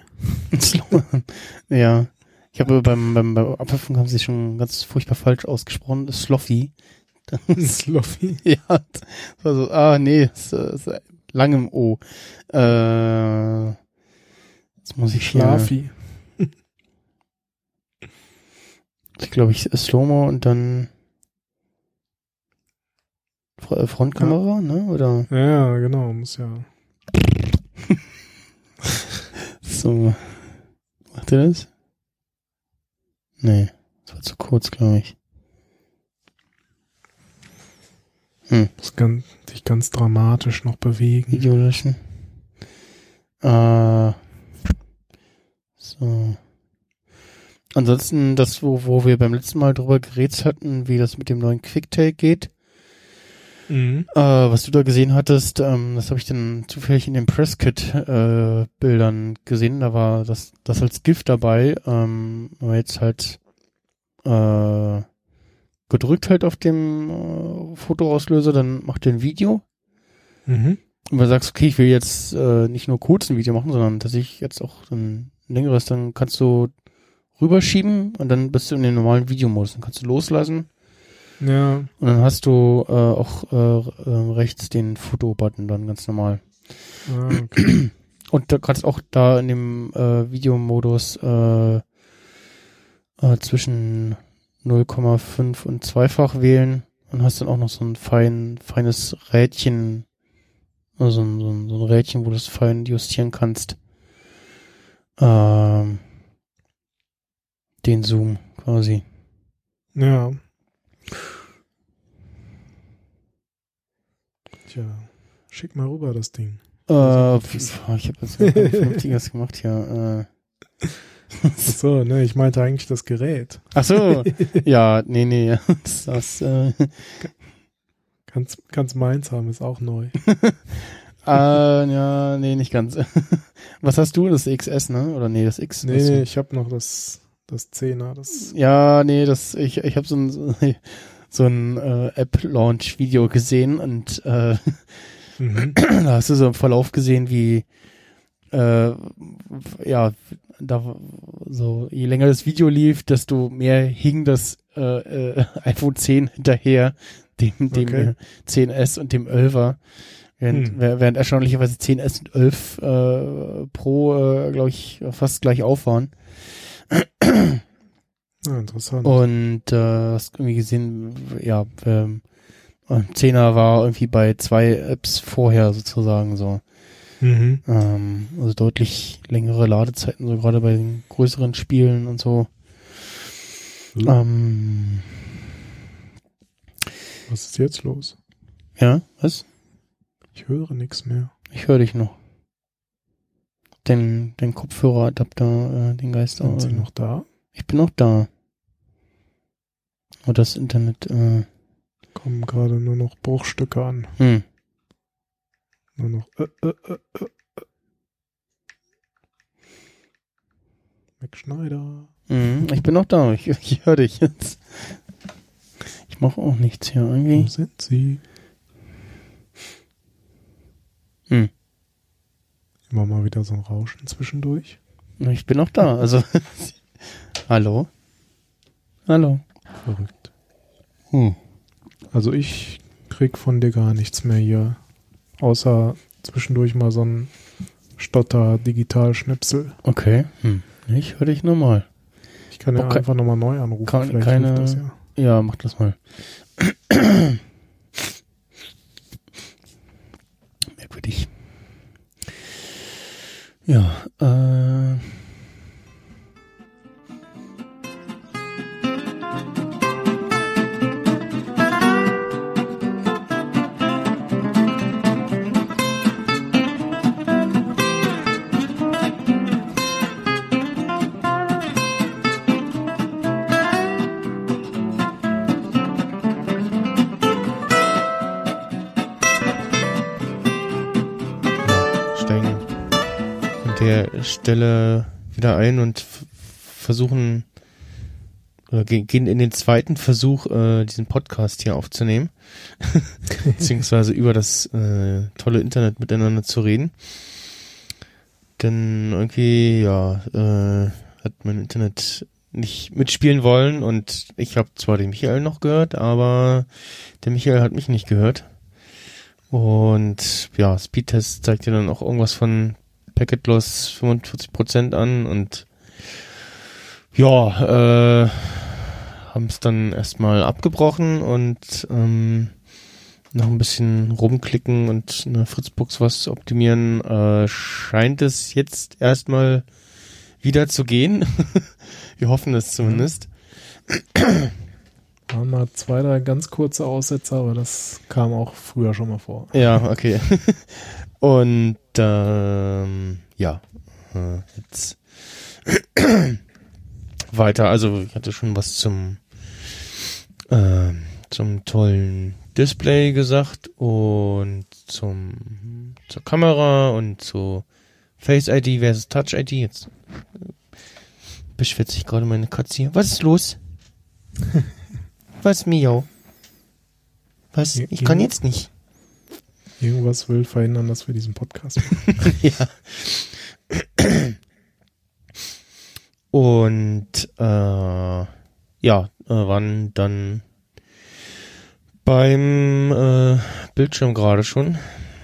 Speaker 1: Ja. Ich habe beim, beim, beim Abhören haben sie schon ganz furchtbar falsch ausgesprochen. Das ist Sloffy.
Speaker 2: Slowfie?
Speaker 1: Ja. Das war so, ah, nee, das ist lang im O. Äh, jetzt muss ich hier,
Speaker 2: Schlafi.
Speaker 1: ich glaube, ich Slow-Mo und dann Fr- Frontkamera, ja. Ne? Oder?
Speaker 2: Ja, genau, muss ja.
Speaker 1: So. Macht ihr das? Nee, das war zu kurz, glaube ich. Hm.
Speaker 2: Muss ganz, dich ganz dramatisch noch bewegen.
Speaker 1: Video löschen. Äh, so. Ansonsten, das, wo, wo wir beim letzten Mal drüber geredet hatten, wie das mit dem neuen Quicktake geht,
Speaker 2: Mhm.
Speaker 1: äh, was du da gesehen hattest, ähm, das habe ich dann zufällig in den Presskit-Bildern gesehen. Da war das, das als GIF dabei, ähm, aber jetzt halt äh, gedrückt halt auf dem äh, Fotoauslöser, dann macht er ein Video.
Speaker 2: Mhm.
Speaker 1: Und wenn du sagst, okay, ich will jetzt äh, nicht nur kurz ein Video machen, sondern tatsächlich jetzt auch ein längeres, dann kannst du rüberschieben und dann bist du in den normalen Videomodus. Dann kannst du loslassen
Speaker 2: Ja.
Speaker 1: und dann hast du äh, auch äh, äh, rechts den Foto-Button dann ganz normal.
Speaker 2: Ah, okay.
Speaker 1: Und da kannst auch da in dem äh, Videomodus äh, äh, zwischen null Komma fünf und zweifach wählen und hast dann auch noch so ein fein, feines Rädchen, also ein, so, ein, so ein Rädchen, wo du es fein justieren kannst. Ähm, den Zoom quasi.
Speaker 2: Ja. Tja, schick mal rüber das Ding.
Speaker 1: Äh, ich habe jetzt noch kein Vernünftiges gemacht hier. Äh.
Speaker 2: So, ne, ich meinte eigentlich das Gerät.
Speaker 1: Ach so, ja, nee, nee, das, das äh,
Speaker 2: Kannst, kannst meins haben, ist auch neu.
Speaker 1: äh, ja, nee, nicht ganz. Was hast du? Das X S, ne? Oder nee, das X?
Speaker 2: Nee,
Speaker 1: das,
Speaker 2: nee, ich habe noch das, das Zehner, das.
Speaker 1: Ja, nee, das, ich, ich habe so ein, so ein äh, App-Launch-Video gesehen und äh,
Speaker 2: Mhm.
Speaker 1: da hast du so im Verlauf gesehen, wie äh, ja, da so, je länger das Video lief, desto mehr hing das äh, äh, iPhone zehn hinterher, dem, dem
Speaker 2: Okay.
Speaker 1: zehn S und dem elfer. Während,
Speaker 2: Hm.
Speaker 1: während erstaunlicherweise zehn S und elf äh, Pro, äh, glaube ich, fast gleich auf waren.
Speaker 2: Ah, interessant.
Speaker 1: Und äh, hast irgendwie gesehen, ja, ähm, zehner war irgendwie bei zwei Apps vorher sozusagen so.
Speaker 2: Mhm.
Speaker 1: Ähm, also deutlich längere Ladezeiten, so gerade bei den größeren Spielen und so.
Speaker 2: Mhm.
Speaker 1: Ähm,
Speaker 2: Was ist jetzt los?
Speaker 1: ja, was?
Speaker 2: Ich höre nichts mehr.
Speaker 1: Ich höre dich noch. Den, den Kopfhöreradapter, äh, den Geist.
Speaker 2: Sind Sie
Speaker 1: äh,
Speaker 2: noch da?
Speaker 1: Ich bin noch da. Und das Internet, äh,
Speaker 2: Kommen gerade nur noch Bruchstücke an.
Speaker 1: hm.
Speaker 2: Nur noch. Äh, äh, äh, äh. Mac Schneider.
Speaker 1: Mhm, ich bin noch da. Ich, ich höre dich jetzt. Ich mache auch nichts hier
Speaker 2: Wo
Speaker 1: irgendwie.
Speaker 2: sind Sie?
Speaker 1: Hm.
Speaker 2: Immer mal wieder so ein Rauschen zwischendurch.
Speaker 1: Ich bin noch da. Also, hallo? Hallo?
Speaker 2: Verrückt.
Speaker 1: Hm.
Speaker 2: Also ich krieg von dir gar nichts mehr hier. Außer zwischendurch mal so ein Stotter-Digital-Schnipsel.
Speaker 1: Okay. Hm. Ich höre dich nochmal.
Speaker 2: Ich kann ja
Speaker 1: Okay.
Speaker 2: einfach nochmal neu anrufen.
Speaker 1: Kann-
Speaker 2: Vielleicht
Speaker 1: keine-
Speaker 2: hilft das ja.
Speaker 1: Ja, mach das mal. Merkwürdig. Ja, äh. der Stelle wieder ein und f- versuchen oder ge- gehen in den zweiten Versuch, äh, diesen Podcast hier aufzunehmen. Beziehungsweise über das äh, tolle Internet miteinander zu reden. Denn irgendwie, ja, äh, hat mein Internet nicht mitspielen wollen und ich habe zwar den Michael noch gehört, aber der Michael hat mich nicht gehört. Und ja, Speedtest zeigt ja dann auch irgendwas von Packet Loss fünfundvierzig Prozent an und ja, äh, haben es dann erstmal abgebrochen und ähm, noch ein bisschen rumklicken und in der Fritzbox was optimieren, äh, scheint es jetzt erstmal wieder zu gehen. Wir hoffen es zumindest.
Speaker 2: Waren mal zwei, drei ganz kurze Aussetzer, aber das kam auch früher schon mal vor.
Speaker 1: Ja, okay. Und ähm, ja, äh, jetzt weiter. Also ich hatte schon was zum äh, zum tollen Display gesagt und zum zur Kamera und zu Face I D versus Touch I D. Jetzt beschwert sich gerade meine Katze hier. Was ist los? Was, Miau? Was? Ich kann jetzt nicht.
Speaker 2: Irgendwas will verhindern, dass wir diesen Podcast machen.
Speaker 1: Ja. Und äh, ja, äh, waren dann beim äh, Bildschirm gerade schon,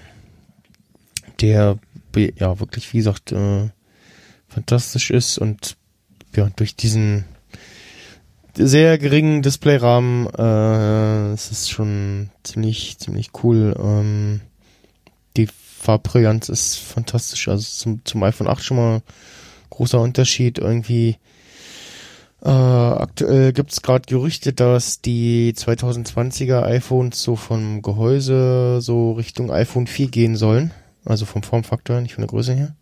Speaker 1: der ja wirklich, wie gesagt, äh, fantastisch ist und ja, durch diesen sehr geringen Displayrahmen äh, es ist schon ziemlich, ziemlich cool. Ähm, die Farbbrillanz ist fantastisch, also zum, zum iPhone acht schon mal großer Unterschied irgendwie. Äh, aktuell gibt es gerade Gerüchte, dass die zwanzig zwanziger iPhones so vom Gehäuse so Richtung iPhone vier gehen sollen. Also vom Formfaktor, nicht von der Größe her.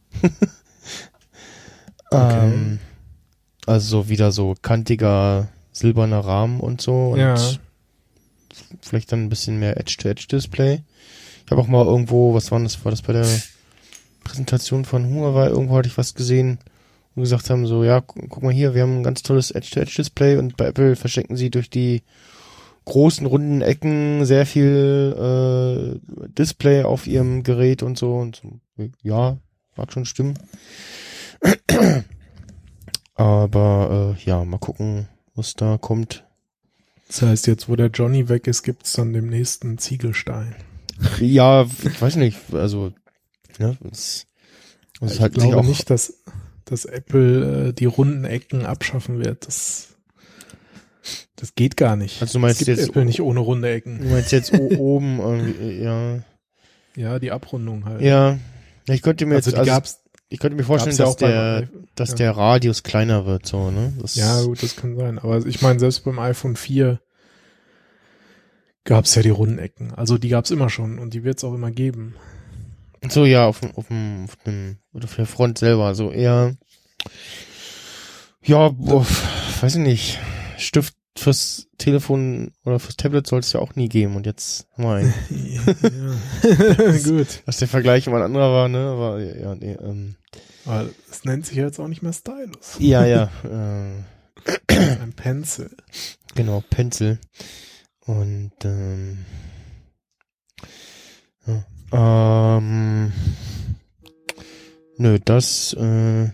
Speaker 2: Okay.
Speaker 1: ähm, also wieder so kantiger, silberner Rahmen und so. Und
Speaker 2: Ja.
Speaker 1: vielleicht dann ein bisschen mehr Edge-to-Edge-Display. Ich habe auch mal irgendwo, was war das? War das bei der Präsentation von Huawei? Irgendwo hatte ich was gesehen, und gesagt haben, so, ja, gu- guck mal hier, wir haben ein ganz tolles Edge-to-Edge-Display und bei Apple verschenken sie durch die großen, runden Ecken sehr viel äh, Display auf ihrem Gerät und so. Und so. Ja, mag schon stimmen. Aber äh, ja, mal gucken, was da kommt.
Speaker 2: Das heißt, jetzt wo der Johnny weg ist, gibt's dann demnächst einen Ziegelstein.
Speaker 1: Ja, ich weiß nicht, also, ne, es, es
Speaker 2: ich
Speaker 1: halt sich
Speaker 2: glaube
Speaker 1: auch
Speaker 2: nicht, dass, dass Apple äh, die runden Ecken abschaffen wird. Das, das geht gar nicht.
Speaker 1: Also du meinst
Speaker 2: es gibt
Speaker 1: jetzt-
Speaker 2: Apple nicht ohne runde Ecken.
Speaker 1: Du meinst jetzt o- oben irgendwie, ja.
Speaker 2: Ja, die Abrundung halt.
Speaker 1: Ja. Ja, ich könnte mir
Speaker 2: also
Speaker 1: jetzt,
Speaker 2: die
Speaker 1: also
Speaker 2: gab's,
Speaker 1: ich könnte mir vorstellen,
Speaker 2: gab's ja
Speaker 1: dass
Speaker 2: auch beim
Speaker 1: der,
Speaker 2: iPhone.
Speaker 1: dass
Speaker 2: ja.
Speaker 1: der Radius kleiner wird, so, ne? Das,
Speaker 2: Ja, gut, das kann sein. Aber ich meine, selbst beim iPhone vier gab's ja die runden Ecken. Also die gab's immer schon und die wird's auch immer geben.
Speaker 1: so, ja, auf dem, auf dem, auf dem, oder auf der Front selber, so eher, ja, boah, weiß ich nicht. Stift fürs Telefon oder fürs Tablet soll es ja auch nie geben und jetzt haben wir einen.
Speaker 2: ja. Gut.
Speaker 1: Was der Vergleich immer ein anderer war, ne? Aber, ja, nee, ähm,
Speaker 2: Aber es nennt sich ja jetzt auch nicht mehr Stylus.
Speaker 1: ja, ja, äh,
Speaker 2: Ein Pencil.
Speaker 1: genau, Pencil. Und ähm, ja, ähm, nö, das, äh,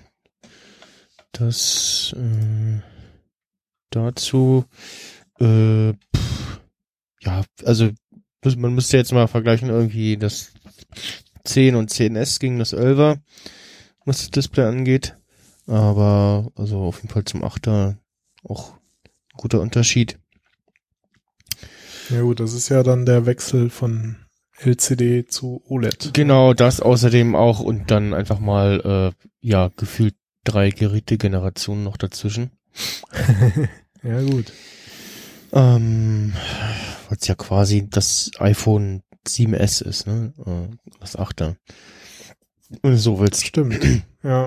Speaker 1: das, äh, dazu, äh, pff, ja, also muss- man müsste jetzt mal vergleichen irgendwie das zehn und zehn S gegen das elfer, was das Display angeht. Aber also auf jeden Fall zum achter auch ein guter Unterschied.
Speaker 2: Ja gut, das ist ja dann der Wechsel von L C D zu O L E D.
Speaker 1: Genau, das außerdem auch und dann einfach mal, äh, ja, gefühlt drei Gerätegenerationen noch dazwischen.
Speaker 2: Ja gut.
Speaker 1: Ähm, weil es ja quasi das iPhone sieben S ist, ne? Äh, das achter. Wenn du so willst.
Speaker 2: Stimmt. Ja.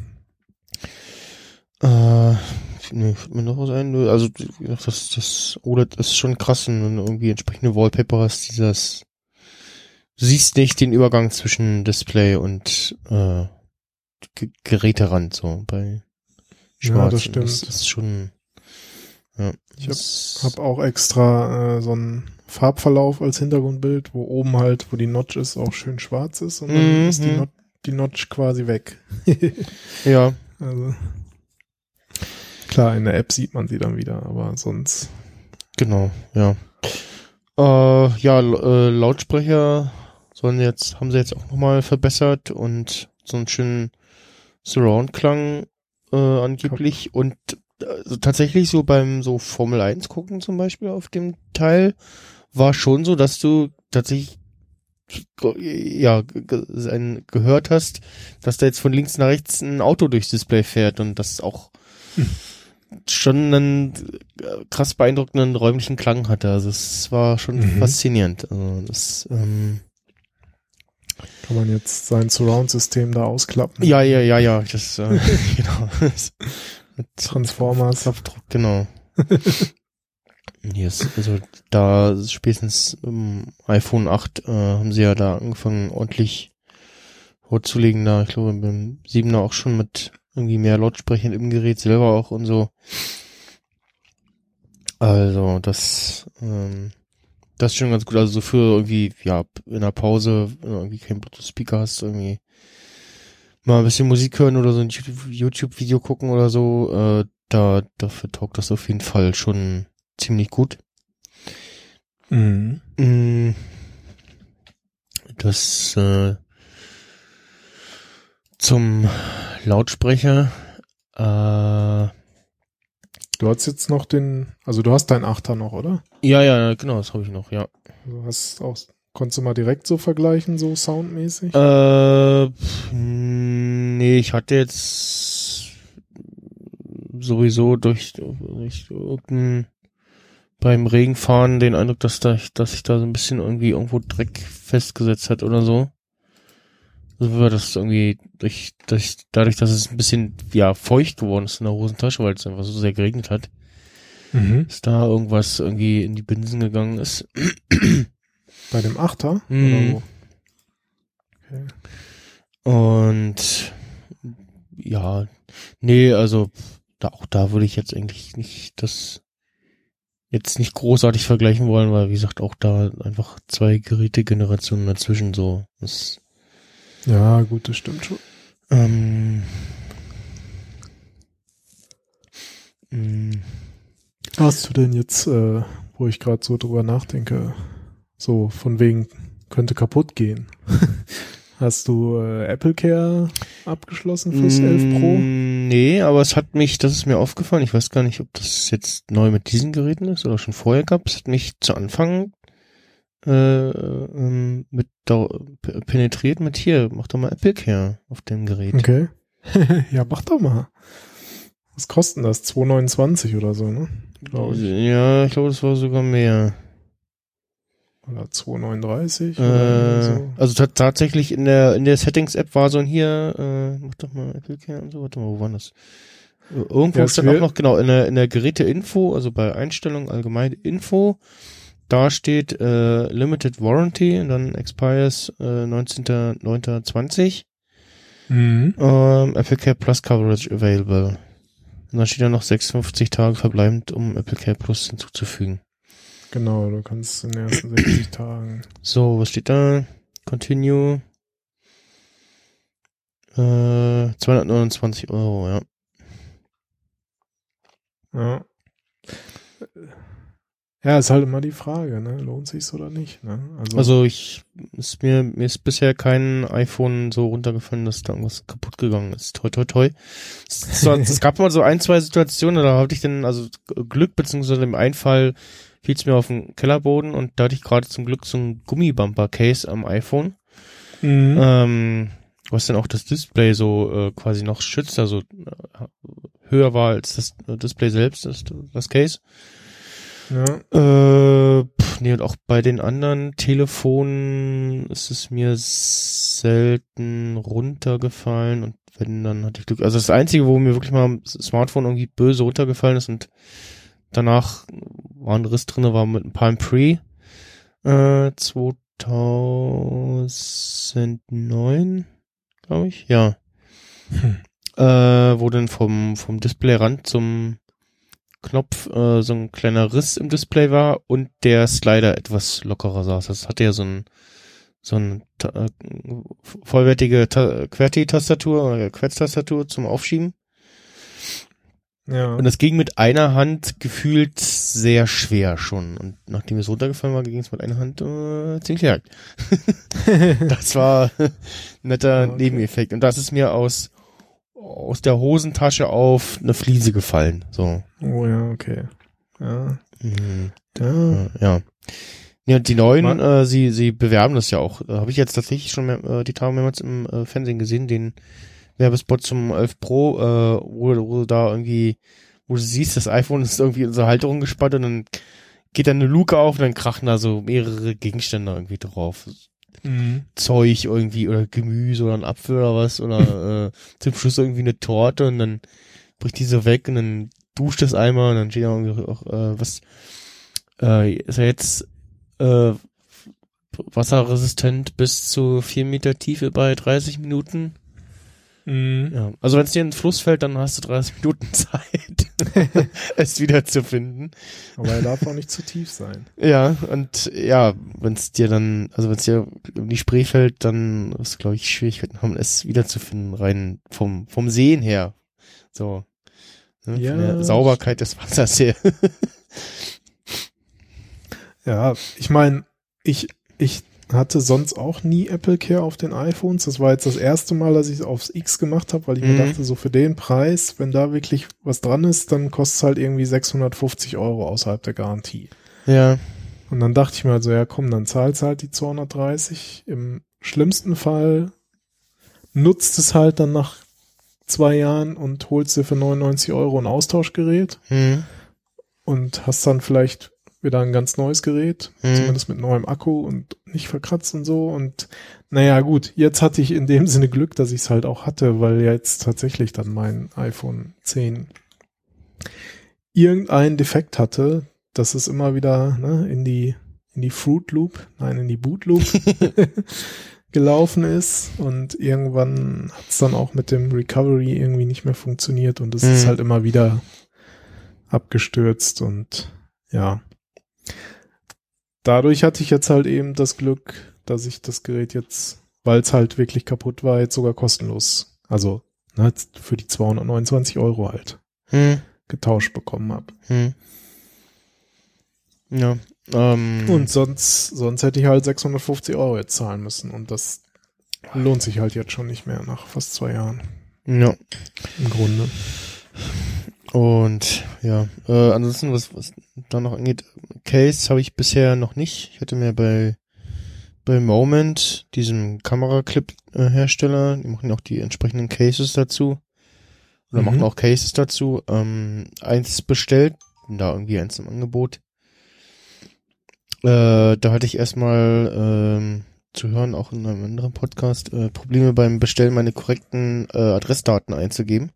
Speaker 1: Äh, nee, fällt mir noch was ein. Also, wie gesagt, das, das O L E D ist schon krass, wenn du irgendwie entsprechende Wallpaper hast, dieses, du siehst nicht den Übergang zwischen Display und, äh, G- Geräterand so bei Schwarz.
Speaker 2: Ja, das stimmt.
Speaker 1: Das ist schon, ja.
Speaker 2: Ich habe hab auch extra äh, so einen Farbverlauf als Hintergrundbild, wo oben halt, wo die Notch ist, auch schön schwarz ist und dann
Speaker 1: Mhm.
Speaker 2: ist die, Not, die Notch quasi weg.
Speaker 1: Ja,
Speaker 2: Also klar, in der App sieht man sie dann wieder, aber sonst.
Speaker 1: genau, ja. Äh, ja, L- äh, Lautsprecher sollen jetzt, haben sie jetzt auch nochmal verbessert und so einen schönen Surround-Klang äh, angeblich und also tatsächlich so beim so Formel eins gucken zum Beispiel auf dem Teil war schon so, dass du tatsächlich ja ge- ein, gehört hast, dass da jetzt von links nach rechts ein Auto durchs Display fährt und das auch
Speaker 2: Hm.
Speaker 1: schon einen äh, krass beeindruckenden räumlichen Klang hatte. Also es war schon
Speaker 2: Mhm.
Speaker 1: faszinierend. Also das, ähm,
Speaker 2: Kann man jetzt sein Surround-System da ausklappen.
Speaker 1: ja, ja, ja, ja, das äh, genau. Mit
Speaker 2: Transformers.
Speaker 1: Knopfdruck, genau. Yes, also da spätestens im iPhone acht äh, haben sie ja da angefangen ordentlich vorzulegen, da ich glaube beim siebener auch schon mit irgendwie mehr Lautsprechern im Gerät selber auch und so. Also das ähm, das ist schon ganz gut, also so für irgendwie, ja, in der Pause, wenn du irgendwie keinen Bluetooth-Speaker hast, irgendwie mal ein bisschen Musik hören oder so ein YouTube-Video gucken oder so, äh, da dafür taugt das auf jeden Fall schon ziemlich gut.
Speaker 2: Mhm.
Speaker 1: Mm, Das äh, zum Lautsprecher. Äh,
Speaker 2: Du hast jetzt noch den, also du hast deinen Achter noch, oder?
Speaker 1: ja, ja, genau, das habe ich noch, ja.
Speaker 2: Du hast auch, konntest du mal direkt so vergleichen, so soundmäßig?
Speaker 1: Äh, pf, nee, ich hatte jetzt sowieso durch, durch irgendein beim Regenfahren den Eindruck, dass da, dass sich da so ein bisschen irgendwie irgendwo Dreck festgesetzt hat oder so. Also war das irgendwie durch, durch, dadurch, dass es ein bisschen, ja, feucht geworden ist in der Hosentasche, weil es einfach so sehr geregnet hat,
Speaker 2: Mhm.
Speaker 1: dass da irgendwas irgendwie in die Binsen gegangen ist.
Speaker 2: Bei dem Achter?
Speaker 1: Mhm.
Speaker 2: Oder wo? Okay.
Speaker 1: Und ja, nee, also da, auch da würde ich jetzt eigentlich nicht das jetzt nicht großartig vergleichen wollen, weil wie gesagt auch da einfach zwei Gerätegenerationen dazwischen so. Das,
Speaker 2: Ja, gut, das stimmt schon.
Speaker 1: ähm, mh,
Speaker 2: Hast du denn jetzt, äh, wo ich gerade so drüber nachdenke, so von wegen könnte kaputt gehen? Hast du äh, Apple Care abgeschlossen fürs elf Pro?
Speaker 1: Nee, aber es hat mich, das ist mir aufgefallen, ich weiß gar nicht, ob das jetzt neu mit diesen Geräten ist oder schon vorher gab, es hat mich zu Anfang äh, ähm, mit da, p- penetriert mit hier, mach doch mal Apple Care auf dem Gerät.
Speaker 2: Okay. Ja, mach doch mal. Was kostet denn das? zwei neunundzwanzig oder so, ne? Glaube ich.
Speaker 1: Ja, ich glaube, das war sogar mehr.
Speaker 2: Oder zwei neununddreißig oder
Speaker 1: Äh,
Speaker 2: so.
Speaker 1: also ta- tatsächlich in der in der Settings-App war so ein hier, äh, mach doch mal Apple Care und so, warte mal, wo war das? Äh, Irgendwo
Speaker 2: Ja, es
Speaker 1: stand
Speaker 2: wird-
Speaker 1: auch noch, genau, in der in der Geräte-Info, also bei Einstellungen allgemein Info, da steht äh, Limited Warranty und dann expires äh, neunzehnter neunter zwanzig.
Speaker 2: Mhm.
Speaker 1: Ähm, Apple Care Plus Coverage available. Und dann steht da noch sechsundfünfzig Tage verbleibend, um Apple Care Plus hinzuzufügen.
Speaker 2: Genau, du kannst in den ersten sechzig Tagen.
Speaker 1: So, was steht da? Continue. Äh, zweihundertneunundzwanzig Euro, ja.
Speaker 2: Ja. Ja, ist halt immer die Frage, ne? Lohnt sich's oder nicht, ne? Also,
Speaker 1: Also ich, ist mir, mir ist bisher kein iPhone so runtergefallen, dass da irgendwas kaputt gegangen ist. Toi, toi, toi. Es, es, es gab mal so ein, zwei Situationen, da hatte ich dann also Glück, beziehungsweise im Einfall fiel es mir auf den Kellerboden und da hatte ich gerade zum Glück so ein Gummibumper-Case am iPhone,
Speaker 2: mhm.
Speaker 1: ähm, was dann auch das Display so äh, quasi noch schützt, also äh, höher war als das äh, Display selbst, das, das Case.
Speaker 2: ja.
Speaker 1: Äh, pff, nee, und auch bei den anderen Telefonen ist es mir selten runtergefallen und wenn, dann hatte ich Glück. Also das Einzige, wo mir wirklich mal das Smartphone irgendwie böse runtergefallen ist und danach war ein Riss drinne, war mit einem Palm Pre äh, zweitausendneun, glaube ich, ja.
Speaker 2: Hm.
Speaker 1: äh, wo dann vom, vom Displayrand zum Knopf äh, so ein kleiner Riss im Display war und der Slider etwas lockerer saß. Das hatte ja so ein so eine äh, vollwertige Ta- QWERTY-Tastatur oder Quetz-Tastatur zum Aufschieben.
Speaker 2: Ja.
Speaker 1: Und das ging mit einer Hand gefühlt sehr schwer schon. Und nachdem es runtergefallen war, ging es mit einer Hand äh, ziemlich leicht. Das war ein netter
Speaker 2: Okay.
Speaker 1: Nebeneffekt. Und das ist mir aus aus der Hosentasche auf eine Fliese gefallen. So.
Speaker 2: Oh ja, okay. Ja.
Speaker 1: Mhm.
Speaker 2: Ja.
Speaker 1: Ja, ja. Ja, die neuen,
Speaker 2: Man-
Speaker 1: äh, sie sie bewerben das ja auch. Äh, Habe ich jetzt tatsächlich schon mehr, äh, die Tage mehrmals im äh, Fernsehen gesehen, den Werbespot zum elf Pro, äh, wo, wo du da irgendwie, wo du siehst, das iPhone ist irgendwie in so Halterung gespannt und dann geht da eine Luke auf und dann krachen da so mehrere Gegenstände irgendwie drauf.
Speaker 2: Mhm.
Speaker 1: Zeug irgendwie oder Gemüse oder ein Apfel oder was oder äh, zum Schluss irgendwie eine Torte und dann bricht die so weg und dann duscht das einmal und dann steht da irgendwie auch, äh, was, äh, ist er jetzt äh, wasserresistent bis zu vier Meter Tiefe bei dreißig Minuten.
Speaker 2: Mhm.
Speaker 1: Ja, also wenn es dir in den Fluss fällt, dann hast du dreißig Minuten Zeit, es wieder zu finden.
Speaker 2: Aber er darf auch nicht zu tief sein.
Speaker 1: Ja, und ja, wenn es dir dann, also wenn es dir in die Spree fällt, dann ist, glaube ich, Schwierigkeiten haben, es wiederzufinden, rein vom vom Sehen her. So. Ne,
Speaker 2: Ja,
Speaker 1: von der Sauberkeit des Wassers her.
Speaker 2: Ja, ich meine, ich, ich hatte sonst auch nie Apple Care auf den iPhones. Das war jetzt das erste Mal, dass ich es aufs X gemacht habe, weil ich
Speaker 1: Mhm.
Speaker 2: mir dachte, so für den Preis, wenn da wirklich was dran ist, dann kostet es halt irgendwie sechshundertfünfzig Euro außerhalb der Garantie.
Speaker 1: Ja.
Speaker 2: Und dann dachte ich mir also, ja komm, dann zahlst halt die zweihundertdreißig. Im schlimmsten Fall nutzt es halt dann nach zwei Jahren und holst dir für neunundneunzig Euro ein Austauschgerät
Speaker 1: Mhm.
Speaker 2: und hast dann vielleicht wieder ein ganz neues Gerät,
Speaker 1: Mhm.
Speaker 2: zumindest mit neuem Akku und nicht verkratzt und so. Und naja, gut, jetzt hatte ich in dem Sinne Glück, dass ich es halt auch hatte, weil jetzt tatsächlich dann mein iPhone zehn irgendeinen Defekt hatte, dass es immer wieder ne, in die in die Fruit Loop, nein, in die Boot Loop gelaufen ist und irgendwann hat es dann auch mit dem Recovery irgendwie nicht mehr funktioniert und es
Speaker 1: Mhm.
Speaker 2: ist halt immer wieder abgestürzt und ja. Dadurch hatte ich jetzt halt eben das Glück, dass ich das Gerät jetzt, weil es halt wirklich kaputt war, jetzt sogar kostenlos, also ne, für die zweihundertneunundzwanzig Euro halt
Speaker 1: Mhm.
Speaker 2: getauscht bekommen habe.
Speaker 1: Mhm. Ja. Ähm,
Speaker 2: Und sonst, sonst hätte ich halt sechshundertfünfzig Euro jetzt zahlen müssen und das lohnt sich halt jetzt schon nicht mehr nach fast zwei Jahren
Speaker 1: ja.
Speaker 2: im Grunde.
Speaker 1: Und ja, äh, ansonsten, was, was da noch angeht, Case habe ich bisher noch nicht. Ich hatte mir bei bei Moment, diesem Kameraclip-Hersteller, die machen auch die entsprechenden Cases dazu. Oder
Speaker 2: Mhm.
Speaker 1: machen auch Cases dazu. Ähm, eins bestellt, da irgendwie eins im Angebot. Äh, da hatte ich erstmal ähm, zu hören, auch in einem anderen Podcast, äh, Probleme beim Bestellen, meine korrekten äh, Adressdaten einzugeben.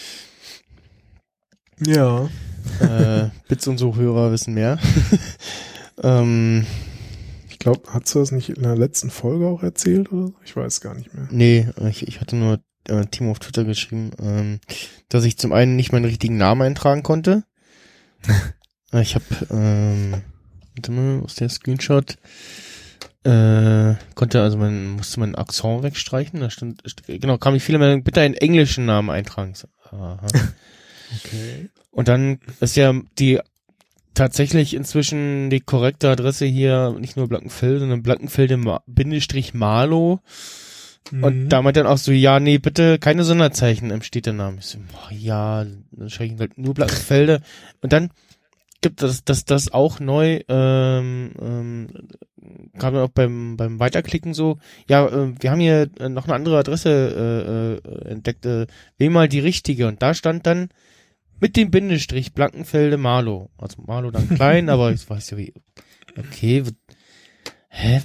Speaker 2: Ja.
Speaker 1: äh, Bits und so Hörer wissen mehr. ähm,
Speaker 2: Ich glaube, hast du das nicht in der letzten Folge auch erzählt oder so? Ich weiß gar nicht mehr.
Speaker 1: nee, ich, ich hatte nur äh, Timo auf Twitter geschrieben, ähm, dass ich zum einen nicht meinen richtigen Namen eintragen konnte. Äh, ich habe, ähm, warte mal, aus der Screenshot, äh, konnte also man musste meinen Akzent wegstreichen. Da stand, st- genau, kam ich viele mehr, bitte einen englischen Namen eintragen. Ich so, aha.
Speaker 2: Okay.
Speaker 1: Und dann ist ja die tatsächlich inzwischen die korrekte Adresse hier nicht nur Blankenfelde, sondern Blankenfelde Ma- Bindestrich Marlow. Und
Speaker 2: Mhm.
Speaker 1: da meint dann auch so, ja, nee, bitte keine Sonderzeichen im steht der Name. Ich so, boah, ja, dann schreibe ich halt nur Blankenfelde. Und dann gibt es das, das auch neu, ähm, ähm, kam dann auch beim, beim Weiterklicken so, ja, äh, wir haben hier äh, noch eine andere Adresse äh, äh, entdeckt, äh, wähl mal die richtige. Und da stand dann mit dem Bindestrich Blankenfelde Marlow. Also Marlow dann klein, aber ich weiß ja wie, okay, w- hä?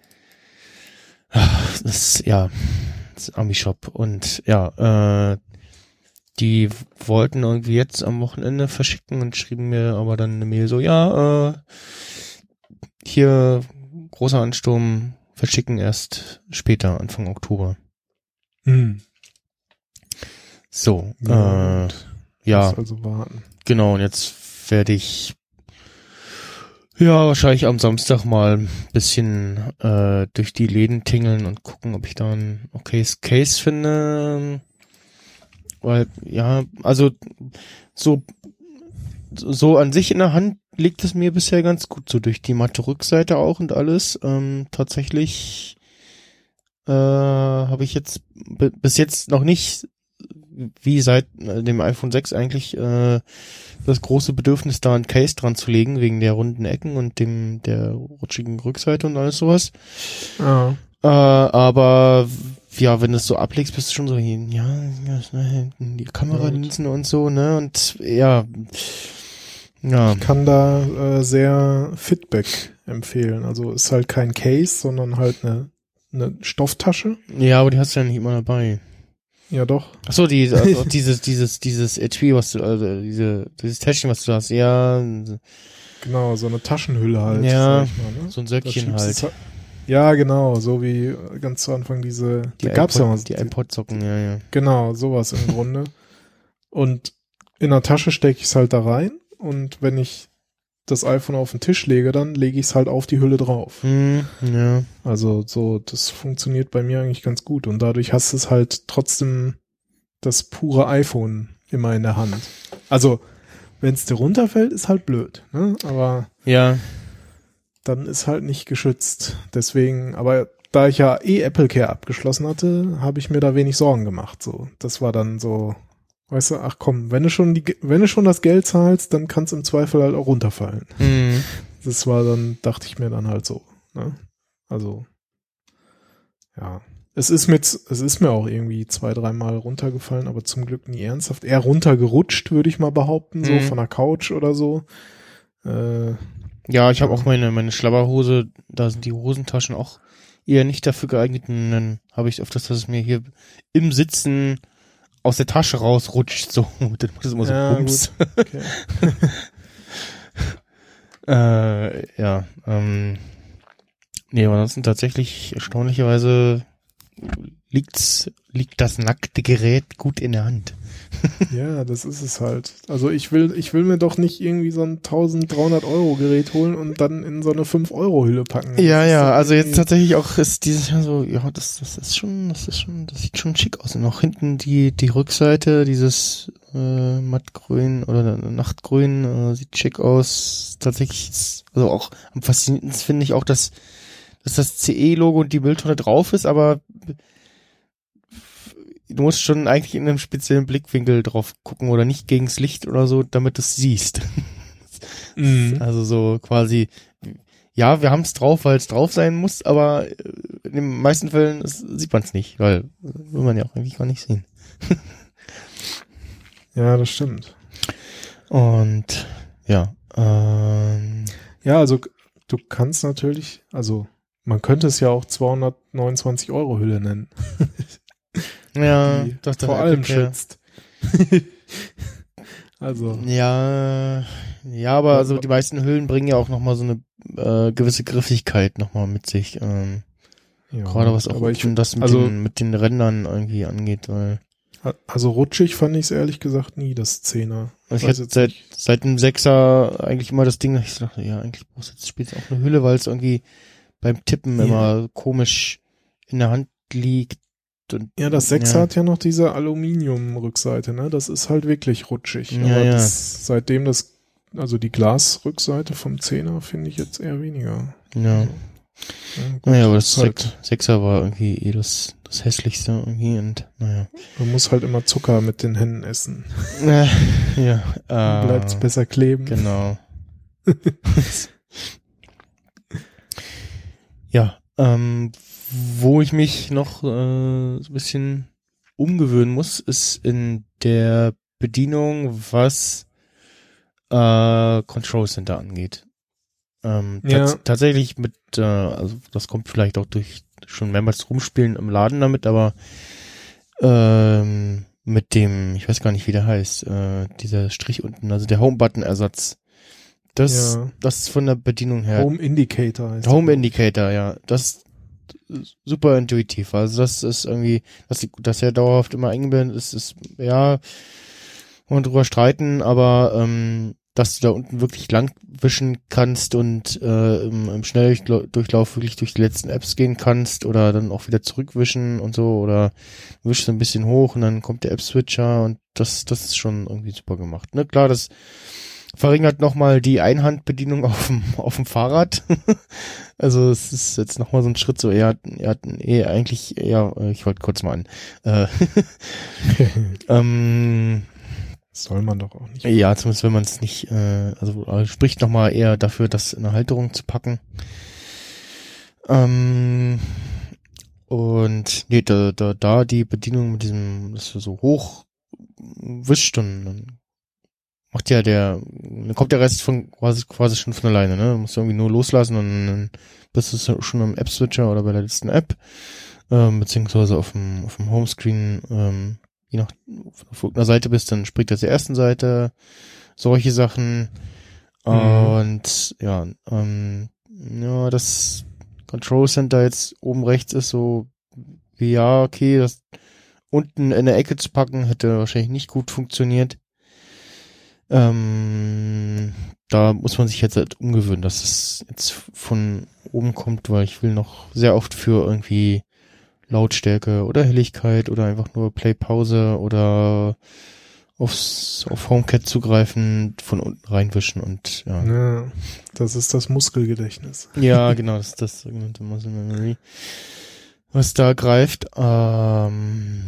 Speaker 1: Ach, das ist, ja, das ist Ami-Shop. Und ja, äh, die wollten irgendwie jetzt am Wochenende verschicken und schrieben mir aber dann eine Mail so, ja, äh, hier großer Ansturm, verschicken erst später, Anfang Oktober.
Speaker 2: Mhm.
Speaker 1: So,
Speaker 2: Ja,
Speaker 1: äh, ja,
Speaker 2: muss also warten.
Speaker 1: genau, und jetzt werde ich ja wahrscheinlich am Samstag mal ein bisschen äh, durch die Läden tingeln und gucken, ob ich da ein okayes Case finde. Weil, ja, also so so an sich in der Hand liegt es mir bisher ganz gut, so durch die matte Rückseite auch und alles. Ähm, tatsächlich äh, habe ich jetzt b- bis jetzt noch nicht, wie seit äh, dem iPhone sechs eigentlich, äh, das große Bedürfnis, da ein Case dran zu legen, wegen der runden Ecken und dem der rutschigen Rückseite und alles sowas.
Speaker 2: Ja.
Speaker 1: Äh, aber ja, wenn du es so ablegst, bist du schon so, ja, ja die Kameralinsen und so, ne? Und ja, ja.
Speaker 2: Ich kann da äh, sehr Fitback empfehlen. Also ist halt kein Case, sondern halt eine, eine Stofftasche.
Speaker 1: Ja, aber die hast du ja nicht immer dabei.
Speaker 2: Ja, doch.
Speaker 1: Ach so, die, also dieses, dieses, dieses H P, was du, also diese, dieses Täschchen, was du hast, ja.
Speaker 2: Genau, so eine Taschenhülle halt.
Speaker 1: Ja,
Speaker 2: sag ich mal, ne?
Speaker 1: so ein Söckchen
Speaker 2: Da
Speaker 1: halt.
Speaker 2: schiebst du's halt. Ja, genau, so wie ganz zu Anfang diese,
Speaker 1: Die
Speaker 2: da gab's ja mal
Speaker 1: iPod, die iPod-Socken, ja, ja.
Speaker 2: Genau, sowas im Grunde. Und in der Tasche stecke ich es halt da rein und wenn ich das iPhone auf den Tisch lege, dann lege ich es halt auf die Hülle drauf.
Speaker 1: Hm, ja.
Speaker 2: Also so, das funktioniert bei mir eigentlich ganz gut und dadurch hast du es halt trotzdem das pure iPhone immer in der Hand. Also, wenn es dir runterfällt, ist halt blöd, ne? Aber
Speaker 1: Ja.
Speaker 2: dann ist halt nicht geschützt. Deswegen, aber da ich ja eh Apple Care abgeschlossen hatte, habe ich mir da wenig Sorgen gemacht. So, das war dann so, weißt du, ach komm, wenn du schon die, wenn du schon das Geld zahlst, dann kann es im Zweifel halt auch runterfallen.
Speaker 1: Mhm.
Speaker 2: Das war dann, dachte ich mir dann halt so. Ne? Also, ja. Es ist mit, es ist mir auch irgendwie zwei, dreimal runtergefallen, aber zum Glück nie ernsthaft. Eher runtergerutscht, würde ich mal behaupten, so
Speaker 1: Mhm.
Speaker 2: von der Couch oder so. Äh,
Speaker 1: Ja, ich habe
Speaker 2: Ja.
Speaker 1: auch meine, meine Schlabberhose, da sind die Hosentaschen auch eher nicht dafür geeignet. Und dann habe ich öfters, dass es mir hier im Sitzen aus der Tasche rausrutscht. So, dann macht es immer so
Speaker 2: Ja,
Speaker 1: Bums.
Speaker 2: okay.
Speaker 1: äh, ja, ähm, nee, aber ansonsten tatsächlich erstaunlicherweise liegt's, liegt das nackte Gerät gut in der Hand.
Speaker 2: Ja, das ist es halt. Also ich will, ich will mir doch nicht irgendwie so ein dreizehnhundert Euro Gerät holen und dann in so eine fünf Euro Hülle packen. Das
Speaker 1: Ja,
Speaker 2: ist
Speaker 1: ja,
Speaker 2: doch
Speaker 1: also jetzt
Speaker 2: irgendwie-
Speaker 1: tatsächlich auch ist dieses Jahr so, ja, das, das ist schon, das ist schon, das sieht schon schick aus. Und auch hinten die, die Rückseite, dieses äh, mattgrün oder nachtgrün, äh, sieht schick aus. Tatsächlich ist, also auch am faszinierendsten finde ich auch, dass, dass das C E-Logo und die Mülltonne drauf ist, aber du musst schon eigentlich in einem speziellen Blickwinkel drauf gucken oder nicht gegens Licht oder so, damit du es siehst.
Speaker 2: Mhm.
Speaker 1: Also so quasi, ja, wir haben es drauf, weil es drauf sein muss, aber in den meisten Fällen ist, sieht man es nicht, weil will man ja auch eigentlich gar nicht sehen.
Speaker 2: Ja, das stimmt.
Speaker 1: Und ja, ähm,
Speaker 2: Ja, also du kannst natürlich, also man könnte es ja auch zweihundertneunundzwanzig Euro Hülle nennen,
Speaker 1: ja,
Speaker 2: die
Speaker 1: doch,
Speaker 2: vor allem schützt. Also,
Speaker 1: Ja, ja, aber also die meisten Hüllen bringen ja auch nochmal so eine äh, gewisse Griffigkeit nochmal mit sich. Ähm,
Speaker 2: ja,
Speaker 1: gerade was auch
Speaker 2: aber ich,
Speaker 1: das mit,
Speaker 2: also,
Speaker 1: den, mit den Rändern irgendwie angeht, weil
Speaker 2: also rutschig fand ich es ehrlich gesagt nie, das Zehner.
Speaker 1: also ich
Speaker 2: Weiß
Speaker 1: hatte
Speaker 2: jetzt
Speaker 1: seit,
Speaker 2: nicht.
Speaker 1: seit dem Sechser eigentlich immer das Ding, dass ich dachte, ja, eigentlich brauchst du jetzt später auch eine Hülle, weil es irgendwie beim Tippen
Speaker 2: Ja.
Speaker 1: immer komisch in der Hand liegt. Und,
Speaker 2: Ja, das Sechser
Speaker 1: ja.
Speaker 2: hat ja noch diese Aluminium-Rückseite, ne? Das ist halt wirklich rutschig.
Speaker 1: Ja,
Speaker 2: aber
Speaker 1: ja.
Speaker 2: Das, seitdem das, also die Glasrückseite vom Zehner finde ich jetzt eher weniger.
Speaker 1: Ja.
Speaker 2: Also, ja, gut,
Speaker 1: Naja, aber das
Speaker 2: ist halt,
Speaker 1: Sech- Sechser war irgendwie eh das, das hässlichste irgendwie und naja.
Speaker 2: man muss halt immer Zucker mit den Händen essen.
Speaker 1: Äh, ja.
Speaker 2: Dann bleibt's
Speaker 1: Äh,
Speaker 2: besser kleben.
Speaker 1: genau. Ja, ähm, wo ich mich noch äh, so ein bisschen umgewöhnen muss, ist in der Bedienung, was äh, Control Center angeht. Ähm,
Speaker 2: Ja.
Speaker 1: tats- tatsächlich mit, äh, also das kommt vielleicht auch durch schon mehrmals rumspielen im Laden damit, aber ähm, mit dem, ich weiß gar nicht, wie der heißt, äh, dieser Strich unten, also der Home-Button-Ersatz. Das,
Speaker 2: Ja.
Speaker 1: das ist von der Bedienung her.
Speaker 2: Home Indicator heißt
Speaker 1: Home
Speaker 2: das.
Speaker 1: Indicator, ja. Das, super intuitiv. Also das ist irgendwie, dass, die, dass er dauerhaft immer eingeblendet ist, ist, ja, und drüber streiten, aber ähm, dass du da unten wirklich lang wischen kannst und äh, im, im Schnelldurchlauf wirklich durch die letzten Apps gehen kannst oder dann auch wieder zurückwischen und so oder wischst ein bisschen hoch und dann kommt der App-Switcher und das das ist schon irgendwie super gemacht. Ne, klar, das verringert nochmal die Einhandbedienung auf dem auf dem Fahrrad. Also es ist jetzt nochmal so ein Schritt so, er hat, er hat eh eigentlich, ja, ich wollte kurz mal an. Äh, ähm,
Speaker 2: Soll man doch auch nicht.
Speaker 1: Ja, zumindest wenn man es nicht, äh, also äh, spricht nochmal eher dafür, das in eine Halterung zu packen. Ähm, und nee, da, da, da die Bedienung mit diesem, dass du so hoch wischt und dann macht ja der, dann kommt der Rest von quasi, quasi schon von alleine, ne? Du musst irgendwie nur loslassen und dann bist du schon am App-Switcher oder bei der letzten App, ähm, beziehungsweise auf dem, auf dem Homescreen, ähm, je nach, auf irgendeiner Seite bist, dann springt er zur ersten Seite, solche Sachen. Mhm. Und ja, ähm, ja, das Control Center jetzt oben rechts ist so, wie ja, okay, das unten in der Ecke zu packen, hätte wahrscheinlich nicht gut funktioniert. Ähm, da muss man sich jetzt halt umgewöhnen, dass es jetzt von oben kommt, weil ich will noch sehr oft für irgendwie Lautstärke oder Helligkeit oder einfach nur Play-Pause oder aufs, auf HomeKit zugreifen, von unten reinwischen und ja.
Speaker 2: Ja, das ist das Muskelgedächtnis.
Speaker 1: Ja, genau, das ist das sogenannte Muscle Memory, was da greift. Ähm,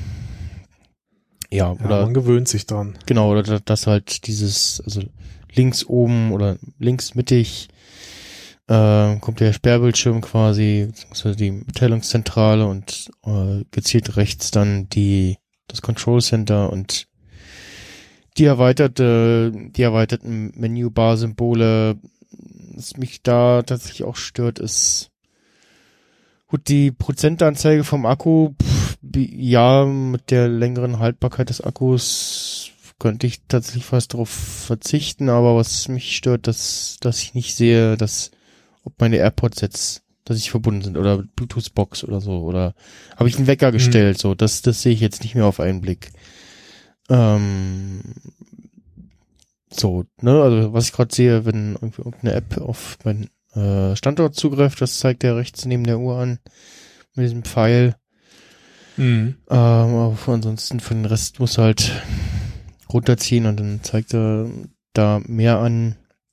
Speaker 1: ja,
Speaker 2: ja,
Speaker 1: oder
Speaker 2: man gewöhnt sich dran.
Speaker 1: Genau, oder das halt dieses, also links oben oder links mittig äh, kommt der Sperrbildschirm quasi, beziehungsweise die Mitteilungszentrale und äh, gezielt rechts dann die das Control Center und die erweiterte, die erweiterten Menübar-Symbole. Was mich da tatsächlich auch stört, ist gut, die Prozentanzeige vom Akku, pff, ja, mit der längeren Haltbarkeit des Akkus könnte ich tatsächlich fast darauf verzichten, aber was mich stört, dass, dass ich nicht sehe, dass, ob meine AirPods jetzt, dass sie verbunden sind oder Bluetooth-Box oder so, oder habe ich einen Wecker gestellt, mhm. so, das, das sehe ich jetzt nicht mehr auf einen Blick. Ähm, so, ne, also was ich gerade sehe, wenn irgendwie irgendeine App auf meinen äh, Standort zugreift, das zeigt er rechts neben der Uhr an, mit diesem Pfeil. Mhm. Ähm, aber ansonsten für den Rest muss halt runterziehen und dann zeigt er da mehr an.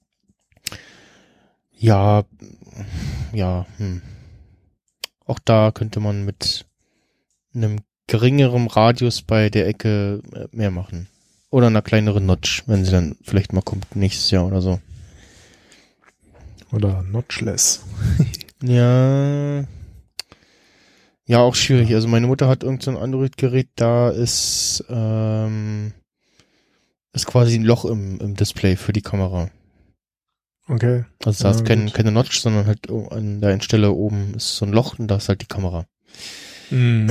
Speaker 1: Ja, ja, hm. Auch da könnte man mit einem geringeren Radius bei der Ecke mehr machen. Oder einer kleineren Notch, wenn sie dann vielleicht mal kommt nächstes Jahr oder so.
Speaker 2: Oder Notchless.
Speaker 1: Ja. Ja, auch schwierig. Also meine Mutter hat irgend so ein Android-Gerät, da ist, ähm, ist quasi ein Loch im, im Display für die Kamera.
Speaker 2: Okay.
Speaker 1: Also da ja, ist kein, keine Notch, sondern halt an der einen Stelle oben ist so ein Loch und da ist halt die Kamera.
Speaker 2: Mm.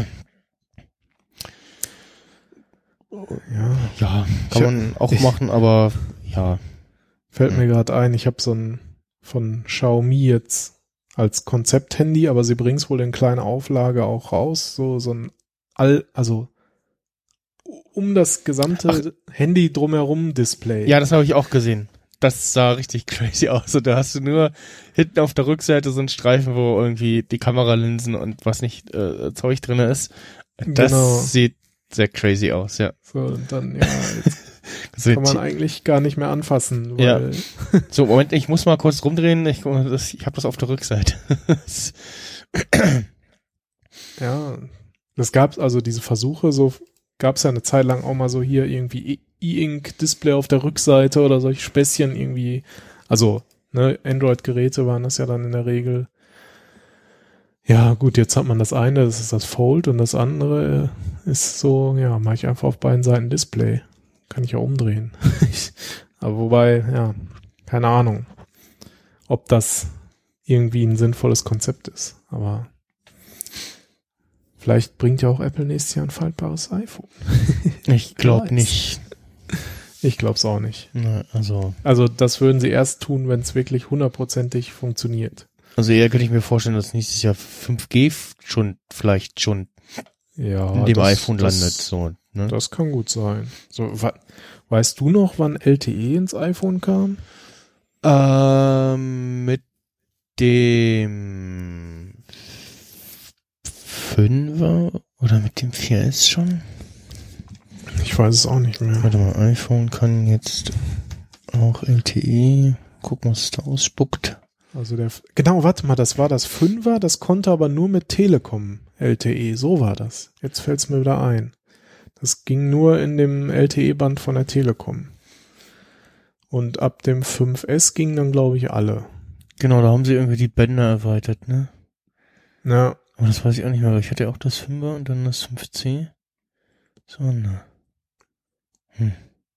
Speaker 1: Ja, ja, kann man auch ich, machen, aber ja.
Speaker 2: Fällt mir gerade ein, ich habe so ein von Xiaomi jetzt als Konzept-Handy, aber sie bringen es wohl in kleiner Auflage auch raus, so so ein all, also um das gesamte Ach. Handy drumherum Display.
Speaker 1: Ja, das habe ich auch gesehen. Das sah richtig crazy aus. Und da hast du nur hinten auf der Rückseite so einen Streifen, wo irgendwie die Kameralinsen und was nicht äh, Zeug drin ist. Das genau. Sieht sehr crazy aus, ja.
Speaker 2: So, und dann, ja, jetzt kann man eigentlich gar nicht mehr anfassen. Weil
Speaker 1: ja. So, Moment, ich muss mal kurz rumdrehen. Ich, das, ich habe das auf der Rückseite.
Speaker 2: Ja, das gab's also diese Versuche, so gab's ja eine Zeit lang auch mal so hier irgendwie E-Ink-Display auf der Rückseite oder solche Späßchen irgendwie. Also, ne, Android-Geräte waren das ja dann in der Regel. Ja, gut, jetzt hat man das eine, das ist das Fold und das andere ist so, ja, mache ich einfach auf beiden Seiten Display. Kann ich ja umdrehen. Aber wobei, ja, keine Ahnung, ob das irgendwie ein sinnvolles Konzept ist. Aber vielleicht bringt ja auch Apple nächstes Jahr ein faltbares iPhone.
Speaker 1: Ich glaube nicht.
Speaker 2: Ich glaube es auch nicht.
Speaker 1: Na, also.
Speaker 2: Also das würden sie erst tun, wenn es wirklich hundertprozentig funktioniert.
Speaker 1: Also eher könnte ich mir vorstellen, dass nächstes Jahr fünf G schon vielleicht schon
Speaker 2: ja,
Speaker 1: in dem
Speaker 2: das,
Speaker 1: iPhone
Speaker 2: das,
Speaker 1: landet. So, ne?
Speaker 2: Das kann gut sein. So, wa- weißt du noch, wann L T E ins iPhone kam?
Speaker 1: Ähm, mit dem fünfer oder mit dem vier S schon?
Speaker 2: Ich weiß es auch nicht mehr.
Speaker 1: Warte mal, iPhone kann jetzt auch L T E. Gucken, was es da ausspuckt.
Speaker 2: Also der, genau, warte mal, das war das Fünfer, das konnte aber nur mit Telekom L T E, so war das. Jetzt fällt's mir wieder ein. Das ging nur in dem L T E-Band von der Telekom. Und ab dem fünf S ging dann, glaube ich, alle.
Speaker 1: Genau, da haben sie irgendwie die Bänder erweitert, ne?
Speaker 2: Ja.
Speaker 1: Aber das weiß ich auch nicht mehr, weil ich hatte ja auch das fünfer und dann das fünf C. So, ne. Hm.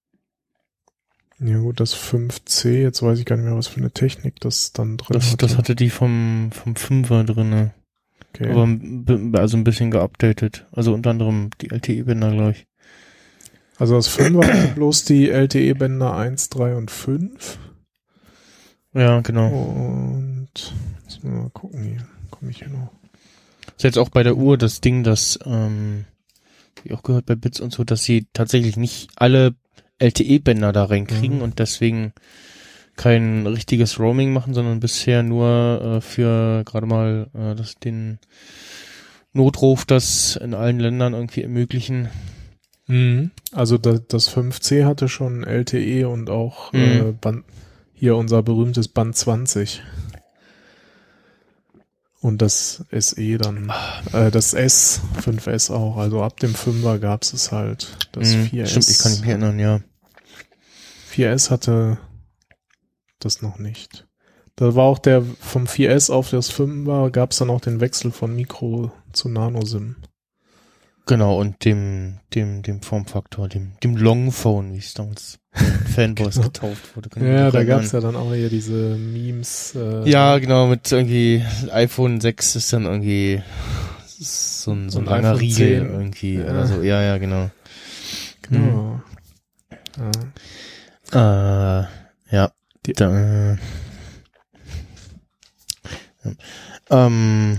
Speaker 2: Ja gut, das fünf C, jetzt weiß ich gar nicht mehr, was für eine Technik das dann drin
Speaker 1: Das,
Speaker 2: hatte.
Speaker 1: das hatte die vom, vom fünfer drinne.
Speaker 2: Okay.
Speaker 1: Aber b- also ein bisschen geupdatet. Also unter anderem die L T E-Bänder, glaube ich.
Speaker 2: Also das Fünfer hatte bloß die L T E-Bänder eins, drei und fünf.
Speaker 1: Ja, genau.
Speaker 2: Und jetzt mal gucken hier. Komme ich hier noch.
Speaker 1: Ist jetzt auch bei der Uhr das Ding, dass, ähm, wie auch gehört bei Bits und so, dass sie tatsächlich nicht alle L T E-Bänder da reinkriegen
Speaker 2: Mhm.
Speaker 1: und deswegen kein richtiges Roaming machen, sondern bisher nur äh, für gerade mal äh, das, den Notruf, das in allen Ländern irgendwie ermöglichen.
Speaker 2: Mhm. Also das, das fünf C hatte schon L T E und auch
Speaker 1: Mhm.
Speaker 2: äh, Band, hier unser berühmtes Band zwanzig. Und das S E dann, äh, das S, fünf S auch. Also ab dem Fünfer gab es halt das
Speaker 1: Mhm.
Speaker 2: vier S.
Speaker 1: Stimmt, ich kann mich erinnern, ja.
Speaker 2: vier S hatte das noch nicht. Da war auch der vom vier S auf das Fünfer gab es dann auch den Wechsel von Micro zu Nano-SIM.
Speaker 1: Genau, und dem, dem, dem Formfaktor, dem, dem Longphone, wie es damals Fanboys
Speaker 2: Genau.
Speaker 1: getauft wurde. Können
Speaker 2: Ja,
Speaker 1: Sie
Speaker 2: da
Speaker 1: sich
Speaker 2: gab es
Speaker 1: erinnern?
Speaker 2: ja dann auch hier diese Memes. Äh,
Speaker 1: Ja, genau, mit irgendwie iPhone sechs ist dann irgendwie so ein, so ein
Speaker 2: Und
Speaker 1: langer
Speaker 2: iPhone
Speaker 1: Riegel
Speaker 2: zehn.
Speaker 1: irgendwie
Speaker 2: Ja.
Speaker 1: oder so. Ja, ja, genau.
Speaker 2: Genau. Ja.
Speaker 1: Äh, ja.
Speaker 2: Die-
Speaker 1: Da, äh, ja. Ähm,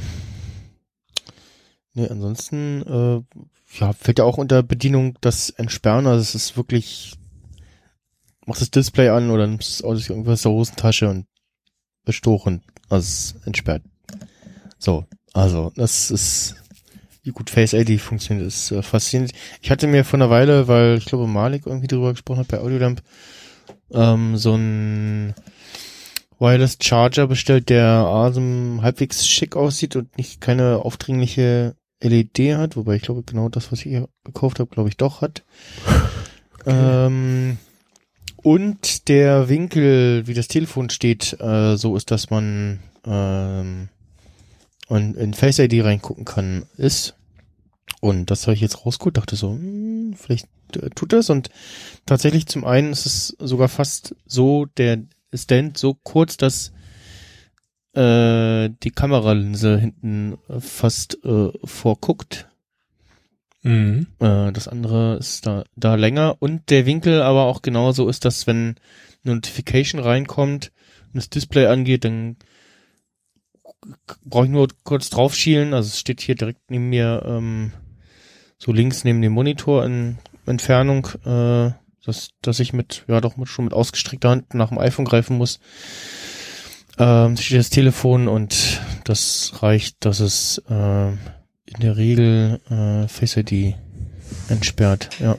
Speaker 1: nee, ansonsten, äh, ja, fällt ja auch unter Bedienung das Entsperren, also es ist wirklich, machst das Display an oder nimmst es aus irgendwas aus der Hosentasche und wischst hoch und also es ist entsperrt. So, also, das ist, wie gut Face I D funktioniert, ist äh, faszinierend. Ich hatte mir vor einer Weile, weil ich glaube Malik irgendwie drüber gesprochen hat bei Audiodump, ähm, so ein Wireless Charger bestellt, der asem halbwegs schick aussieht und nicht keine aufdringliche L E D hat, wobei ich glaube genau das, was ich hier gekauft habe, glaube ich doch hat.
Speaker 2: Okay.
Speaker 1: Ähm, und der Winkel, wie das Telefon steht, äh, so ist, dass man ähm, und in Face I D reingucken kann, ist. Und das habe ich jetzt rausgeholt, dachte so, hm, vielleicht äh, tut das. Und tatsächlich zum einen ist es sogar fast so, der Stand so kurz, dass äh, die Kameralinse hinten äh, fast äh, vorguckt.
Speaker 2: Mhm.
Speaker 1: Äh, das andere ist da, da länger. Und der Winkel aber auch genauso ist, dass wenn eine Notification reinkommt und das Display angeht, dann brauche ich nur kurz drauf schielen. Also es steht hier direkt neben mir, ähm, so links neben dem Monitor in Entfernung, äh, dass, dass ich mit, ja doch mit, schon mit ausgestreckter Hand nach dem iPhone greifen muss. Ähm, steht das Telefon und das reicht, dass es äh, in der Regel äh, Face I D entsperrt, ja.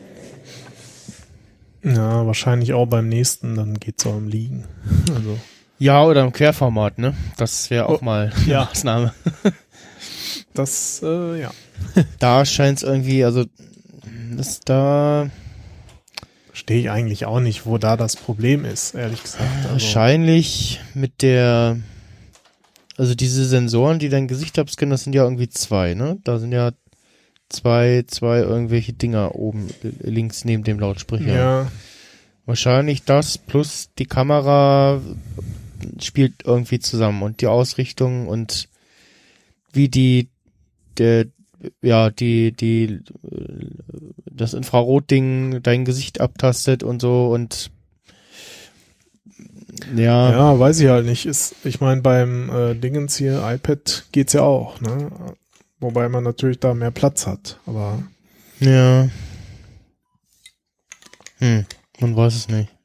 Speaker 2: Ja, wahrscheinlich auch beim nächsten, dann geht's auch im Liegen. Also.
Speaker 1: Ja, oder im Querformat, ne? Das wäre auch
Speaker 2: Oh,
Speaker 1: mal eine
Speaker 2: ja.
Speaker 1: Maßnahme.
Speaker 2: Das, äh, ja.
Speaker 1: Da scheint es irgendwie, also das da
Speaker 2: Verstehe ich eigentlich auch nicht, wo da das Problem ist, ehrlich gesagt. Also,
Speaker 1: wahrscheinlich mit der, also diese Sensoren, die dein Gesicht abscannen, das sind ja irgendwie zwei, ne? Da sind ja zwei, zwei irgendwelche Dinger oben links neben dem Lautsprecher.
Speaker 2: ja,
Speaker 1: Wahrscheinlich das plus die Kamera spielt irgendwie zusammen und die Ausrichtung und wie die, der, ja, die, die, das Infrarotding dein Gesicht abtastet und so und Ja.
Speaker 2: Ja, weiß ich halt nicht. Ist, ich meine, beim äh, Dingens hier, iPad geht's ja auch, ne? Wobei man natürlich da mehr Platz hat, aber.
Speaker 1: Ja. Hm, man weiß es nicht.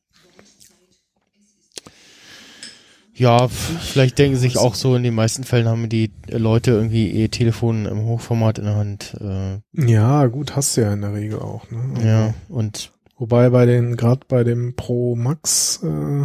Speaker 1: Ja, vielleicht denken sie sich auch so, in den meisten Fällen haben die Leute irgendwie ihr Telefon im Hochformat in der Hand. Äh,
Speaker 2: ja, gut, hast du ja in der Regel auch, ne? Also,
Speaker 1: ja, und
Speaker 2: wobei bei den, gerade bei dem Pro Max äh,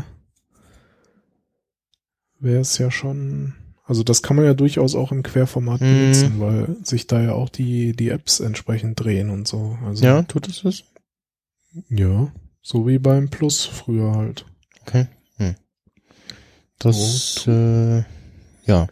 Speaker 2: wäre es ja schon, also das kann man ja durchaus auch im Querformat
Speaker 1: Mhm.
Speaker 2: benutzen, weil sich da ja auch die, die Apps entsprechend drehen und so. Also,
Speaker 1: ja, tut es das?
Speaker 2: ja, so wie beim Plus früher halt.
Speaker 1: Okay. Hm. Das,
Speaker 2: So.
Speaker 1: äh, ja.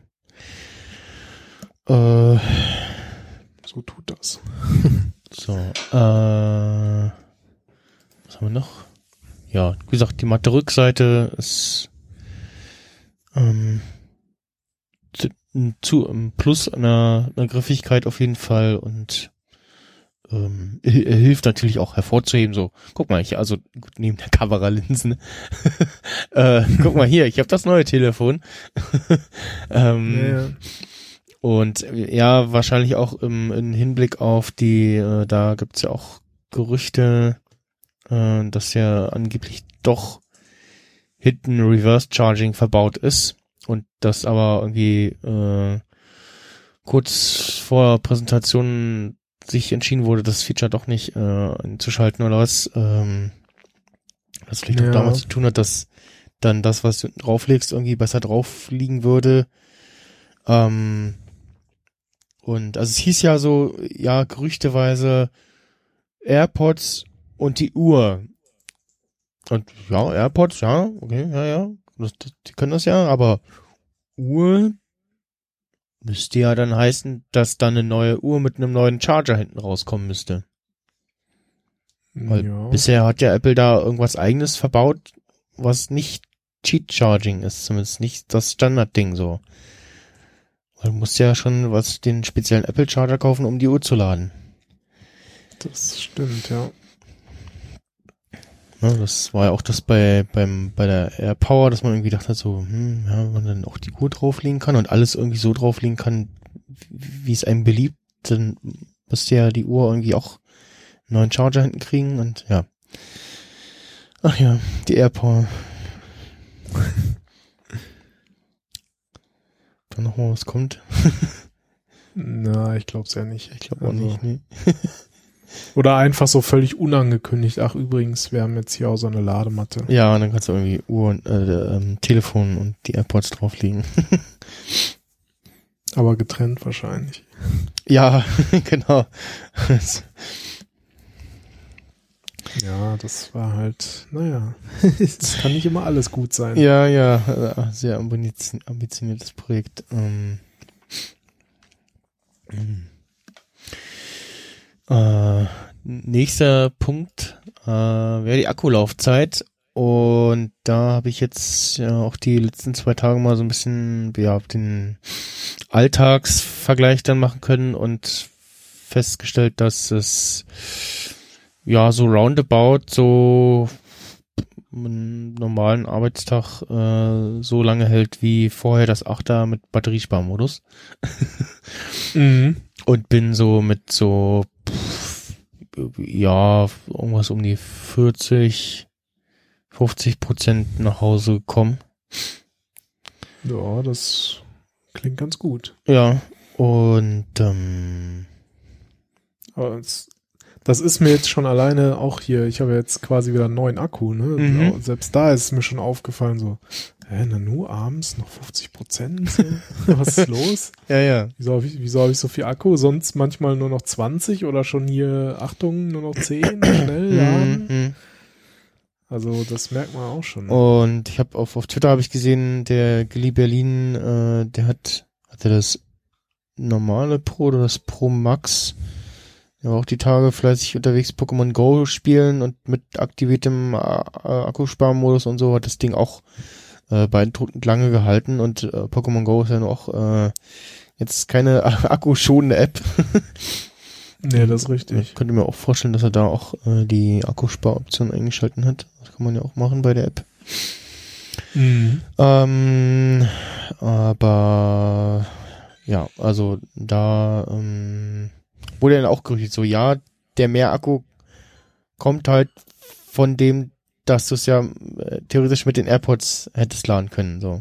Speaker 1: Äh,
Speaker 2: So tut das.
Speaker 1: so, äh, was haben wir noch? Ja, wie gesagt, die matte Rückseite ist ähm, zu, zu um Plus einer, einer Griffigkeit auf jeden Fall und ähm, hilft natürlich auch hervorzuheben. So, guck mal, ich also gut, neben der Kameralinsen. äh, guck mal hier, ich habe das neue Telefon. ähm,
Speaker 2: Ja, ja.
Speaker 1: Und ja, wahrscheinlich auch im, im Hinblick auf die, äh, da gibt's ja auch Gerüchte, äh, dass ja angeblich doch Hidden Reverse Charging verbaut ist und das aber irgendwie äh, kurz vor Präsentation sich entschieden wurde, das Feature doch nicht äh, einzuschalten oder was. Ähm, das vielleicht
Speaker 2: Ja.
Speaker 1: auch damals zu tun hat, dass dann das, was du drauflegst, irgendwie besser drauf liegen würde. Ähm, Und also es hieß ja so, ja, gerüchteweise AirPods und die Uhr. Und ja, AirPods, ja, okay, ja, ja, das, das, die können das ja, aber Uhr müsste ja dann heißen, dass dann eine neue Uhr mit einem neuen Charger hinten rauskommen müsste. Weil
Speaker 2: Ja.
Speaker 1: bisher hat ja Apple da irgendwas Eigenes verbaut, was nicht Cheat Charging ist, zumindest nicht das Standardding so. Weil du musst ja schon was den speziellen Apple Charger kaufen, um die Uhr zu laden.
Speaker 2: Das stimmt, ja.
Speaker 1: Ja, das war ja auch das bei beim bei der AirPower, dass man irgendwie gedacht hat, so, hm, ja, wenn man dann auch die Uhr drauflegen kann und alles irgendwie so drauflegen kann, wie es einem beliebt, dann müsste ja die Uhr irgendwie auch einen neuen Charger hinten kriegen und ja. Ach ja, die AirPower. Dann nochmal was kommt.
Speaker 2: Na, ich glaub's ja nicht.
Speaker 1: Ich glaube auch
Speaker 2: Also,
Speaker 1: nicht, nee.
Speaker 2: Oder einfach so völlig unangekündigt. Ach, übrigens, wir haben jetzt hier auch so eine Ladematte.
Speaker 1: Ja, und dann kannst du irgendwie Uhr und äh, ähm, Telefon und die AirPods drauflegen.
Speaker 2: Aber getrennt wahrscheinlich.
Speaker 1: Ja, genau.
Speaker 2: Ja, das war halt, naja, es kann nicht immer alles gut sein.
Speaker 1: Ja, ja, äh, sehr ambitioniert, ambitioniertes Projekt. Ähm, äh, nächster Punkt äh, wäre die Akkulaufzeit. Und da habe ich jetzt ja auch die letzten zwei Tage mal so ein bisschen ja, den Alltagsvergleich dann machen können und festgestellt, dass es ja so roundabout so einen normalen Arbeitstag äh, so lange hält wie vorher das Achter mit Batteriesparmodus.
Speaker 2: Mhm.
Speaker 1: Und bin so mit so pff, ja, irgendwas um die vierzig, fünfzig Prozent nach Hause gekommen.
Speaker 2: Ja, das klingt ganz gut.
Speaker 1: Ja, und ähm,
Speaker 2: Aber es, das ist mir jetzt schon alleine auch hier, ich habe jetzt quasi wieder einen neuen Akku, ne?
Speaker 1: Mhm.
Speaker 2: Selbst da ist mir schon aufgefallen, so, hä, Nanu, abends noch fünfzig Prozent? So? Was ist los?
Speaker 1: ja, ja.
Speaker 2: Wieso habe ich, wieso habe ich so viel Akku? Sonst manchmal nur noch zwanzig oder schon hier, Achtung, nur noch zehn, schnell laden.
Speaker 1: Mhm.
Speaker 2: Also das merkt man auch schon.
Speaker 1: Und ich habe auf auf Twitter habe ich gesehen, der Gilly Berlin, äh, der hat hatte das normale Pro oder das Pro Max. Der war auch die Tage fleißig unterwegs Pokémon Go spielen und mit aktiviertem äh, Akkusparmodus und so hat das Ding auch äh, beeindruckend lange gehalten und äh, Pokémon Go ist ja noch äh, jetzt keine akkuschonende App.
Speaker 2: Nee, das ist richtig.
Speaker 1: Ich könnte mir auch vorstellen, dass er da auch äh, die Akkusparoption eingeschalten hat. Das kann man ja auch machen bei der App.
Speaker 2: Mhm.
Speaker 1: Ähm, aber ja, also da ähm, wurde dann auch gerüchtet, so ja, der Mehr-Akku kommt halt von dem, dass du es ja äh, theoretisch mit den AirPods hättest laden können, so.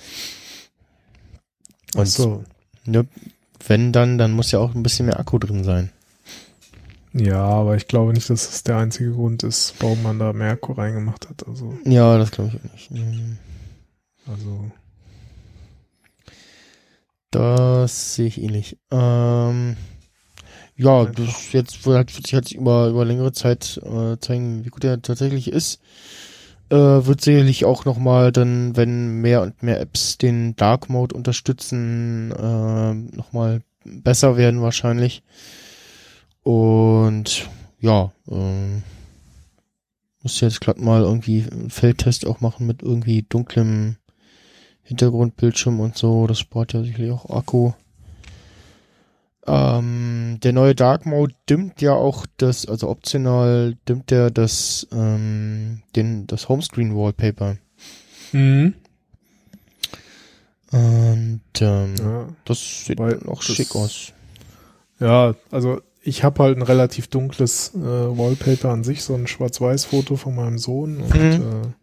Speaker 1: Und
Speaker 2: Ach so.
Speaker 1: ne, wenn dann, dann muss ja auch ein bisschen mehr Akku drin sein.
Speaker 2: Ja, aber ich glaube nicht, dass das der einzige Grund ist, warum man da mehr Akku reingemacht hat. Also,
Speaker 1: Ja, das glaube ich auch nicht. Mhm.
Speaker 2: also
Speaker 1: Das sehe ich ähnlich. Ähm, ja,
Speaker 2: Einfach.
Speaker 1: das jetzt wird, halt, wird sich halt über, über längere Zeit äh, zeigen, wie gut er tatsächlich ist. Äh, wird sicherlich auch nochmal dann, wenn mehr und mehr Apps den Dark Mode unterstützen, äh, nochmal besser werden wahrscheinlich. Und ja, äh, muss jetzt glatt mal irgendwie einen Feldtest auch machen mit irgendwie dunklem Hintergrundbildschirm und so. Das spart ja sicherlich auch Akku. Ähm, der neue Dark Mode dimmt ja auch das, also optional dimmt der das, ähm, den, das Homescreen Wallpaper.
Speaker 2: Mhm.
Speaker 1: Und ähm,
Speaker 2: Ja,
Speaker 1: das sieht
Speaker 2: weil
Speaker 1: auch
Speaker 2: das-
Speaker 1: schick aus.
Speaker 2: ja, also ich habe halt ein relativ dunkles äh, Wallpaper an sich, so ein Schwarz-Weiß-Foto von meinem Sohn und
Speaker 1: Mhm.
Speaker 2: äh,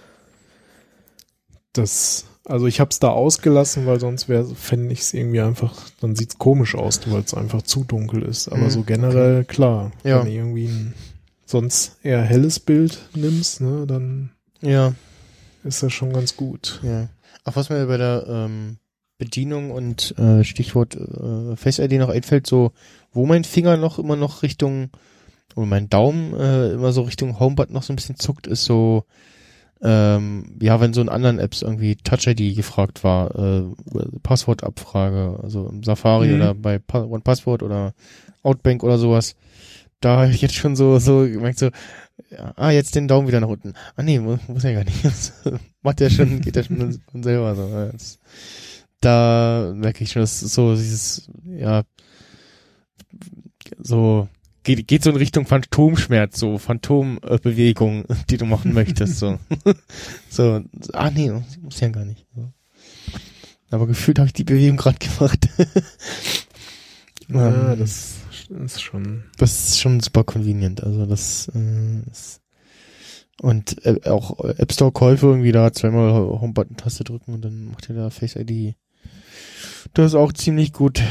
Speaker 2: das, also ich habe es da ausgelassen, weil sonst wäre, fände ich es irgendwie einfach, dann sieht's komisch aus, weil es einfach zu dunkel ist. Aber
Speaker 1: Mhm,
Speaker 2: so generell, klar,
Speaker 1: Ja.
Speaker 2: wenn du irgendwie ein sonst eher helles Bild nimmst, ne, dann
Speaker 1: Ja,
Speaker 2: ist das schon ganz gut.
Speaker 1: ja. Ach, was mir bei der ähm, Bedienung und äh, Stichwort äh, Face I D noch einfällt, so wo mein Finger noch immer noch Richtung, oder mein Daumen äh, immer so Richtung Homebutton noch so ein bisschen zuckt, ist so, ähm, ja, wenn so in anderen Apps irgendwie Touch I D gefragt war, äh, Passwortabfrage, also im Safari
Speaker 2: Mhm.
Speaker 1: oder bei pa One Password oder Outbank oder sowas, da habe ich jetzt schon so, so gemerkt, so, ja, ah, jetzt den Daumen wieder nach unten. Ah, nee, muss, muss ja gar nicht. Das macht ja schon, geht ja schon von selber so. Ja, das, da merke ich schon, dass so dieses, ja, so, geht, geht so in Richtung Phantomschmerz, so Phantombewegung, die du machen möchtest, so. So, ah, nee, muss ja gar nicht. So. Aber gefühlt habe ich die Bewegung gerade gemacht.
Speaker 2: Ja,
Speaker 1: Ähm,
Speaker 2: das ist schon.
Speaker 1: Das ist schon super convenient. Also das äh, ist und äh, auch App Store Käufe irgendwie da zweimal Home-Button-Taste drücken und dann macht er da Face I D. Das ist auch ziemlich gut.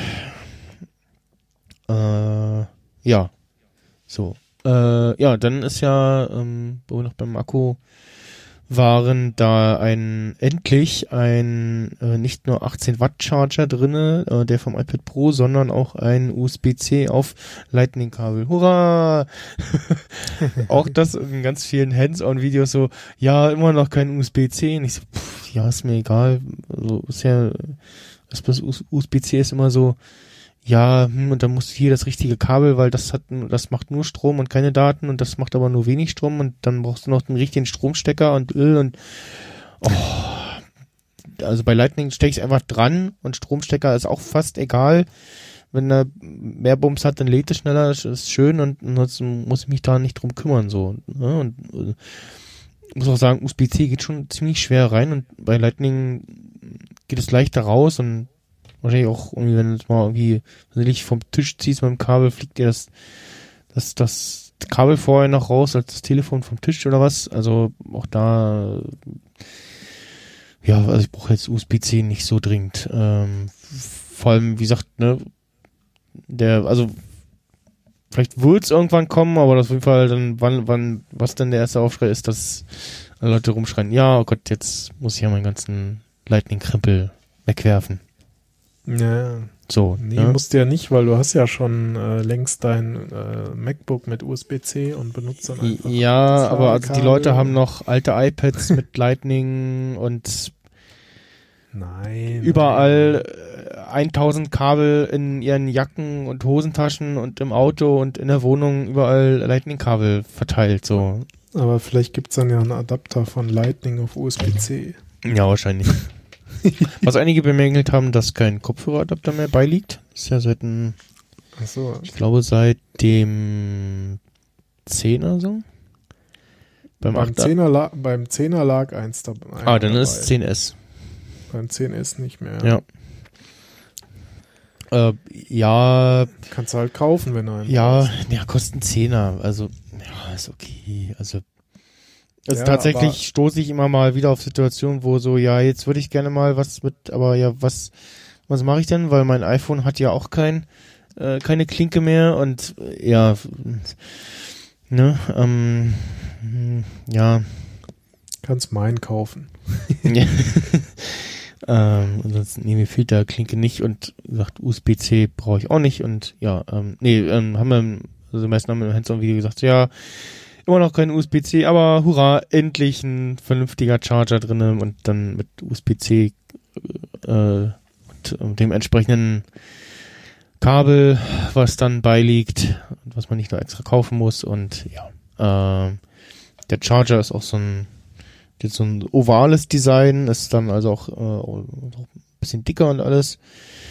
Speaker 1: Äh, ja. So. Äh, ja, dann ist ja, ähm, wo wir noch beim Akku waren, da ein endlich ein äh, nicht nur achtzehn Watt Charger drinne, äh, der vom iPad Pro, sondern auch ein U S B C auf Lightning Kabel. Hurra! Auch das in ganz vielen Hands-on-Videos so, ja, immer noch kein U S B C. Und ich so, pff, ja, ist mir egal. Also ist ja, das das U S B C ist immer so, ja, hm, und dann musst du hier das richtige Kabel, weil das hat, das macht nur Strom und keine Daten und das macht aber nur wenig Strom und dann brauchst du noch den richtigen Stromstecker und Öl und oh, also bei Lightning stecke ich einfach dran und Stromstecker ist auch fast egal. Wenn er mehr Bums hat, dann lädt er schneller, das ist schön und ansonsten muss ich mich da nicht drum kümmern, so, ne? Und äh, ich muss auch sagen, U S B C geht schon ziemlich schwer rein und bei Lightning geht es leichter raus und wahrscheinlich auch irgendwie, wenn du es mal irgendwie nicht vom Tisch ziehst mit dem Kabel, fliegt dir das, das, das Kabel vorher noch raus als das Telefon vom Tisch oder was. Also auch da, ja, also ich brauche jetzt U S B C nicht so dringend. Ähm, vor allem, wie gesagt, ne, der, also vielleicht wird es irgendwann kommen, aber auf jeden Fall dann, wann, wann, was dann der erste Aufschrei ist, dass alle Leute rumschreien, ja, oh Gott, jetzt muss ich ja meinen ganzen Lightning-Krempel wegwerfen.
Speaker 2: Ja.
Speaker 1: So.
Speaker 2: Nee,
Speaker 1: ne?
Speaker 2: musst du ja nicht, weil du hast ja schon äh, längst dein äh, MacBook mit U S B C und benutzt dann einfach
Speaker 1: Ja,
Speaker 2: das
Speaker 1: aber also die
Speaker 2: Ladekabel
Speaker 1: Leute haben
Speaker 2: und-
Speaker 1: noch alte iPads mit Lightning und
Speaker 2: Nein.
Speaker 1: überall äh, tausend Kabel in ihren Jacken und Hosentaschen und im Auto und in der Wohnung überall Lightning-Kabel verteilt, so.
Speaker 2: Aber vielleicht gibt's dann ja einen Adapter von Lightning auf U S B C.
Speaker 1: Ja, wahrscheinlich. Was einige bemängelt haben, dass kein Kopfhöreradapter mehr beiliegt. Das ist ja seit dem,
Speaker 2: Ach so.
Speaker 1: ich glaube seit dem zehner so. Beim,
Speaker 2: beim
Speaker 1: achter
Speaker 2: Zehner lag, beim Zehner lag eins dabei.
Speaker 1: Ah, dann ist zehn S.
Speaker 2: Beim zehn S nicht mehr.
Speaker 1: Ja. Äh, ja.
Speaker 2: Kannst du halt kaufen, wenn du einen
Speaker 1: Ja,
Speaker 2: brauchst.
Speaker 1: ja, kosten Zehner. Also, ja, ist okay. Also, also
Speaker 2: Ja,
Speaker 1: tatsächlich stoße ich immer mal wieder auf Situationen, wo so, ja, jetzt würde ich gerne mal was mit, aber ja, was, was mache ich denn? Weil mein iPhone hat ja auch kein, äh, keine Klinke mehr und äh, ja, ne, ähm, ja.
Speaker 2: Kannst meinen kaufen.
Speaker 1: Ja. ähm, ansonsten, nee, mir fehlt da Klinke nicht und gesagt, U S B C brauche ich auch nicht und ja, ähm, nee, ähm, haben wir, also die meisten haben im Hands-on-Video gesagt, ja, immer noch kein U S B C, aber hurra, endlich ein vernünftiger Charger drinne und dann mit U S B C äh, und, und dem entsprechenden Kabel, was dann beiliegt und was man nicht nur extra kaufen muss und ja, äh, der Charger ist auch so ein jetzt so ein ovales Design, ist dann also auch, äh, auch ein bisschen dicker und alles.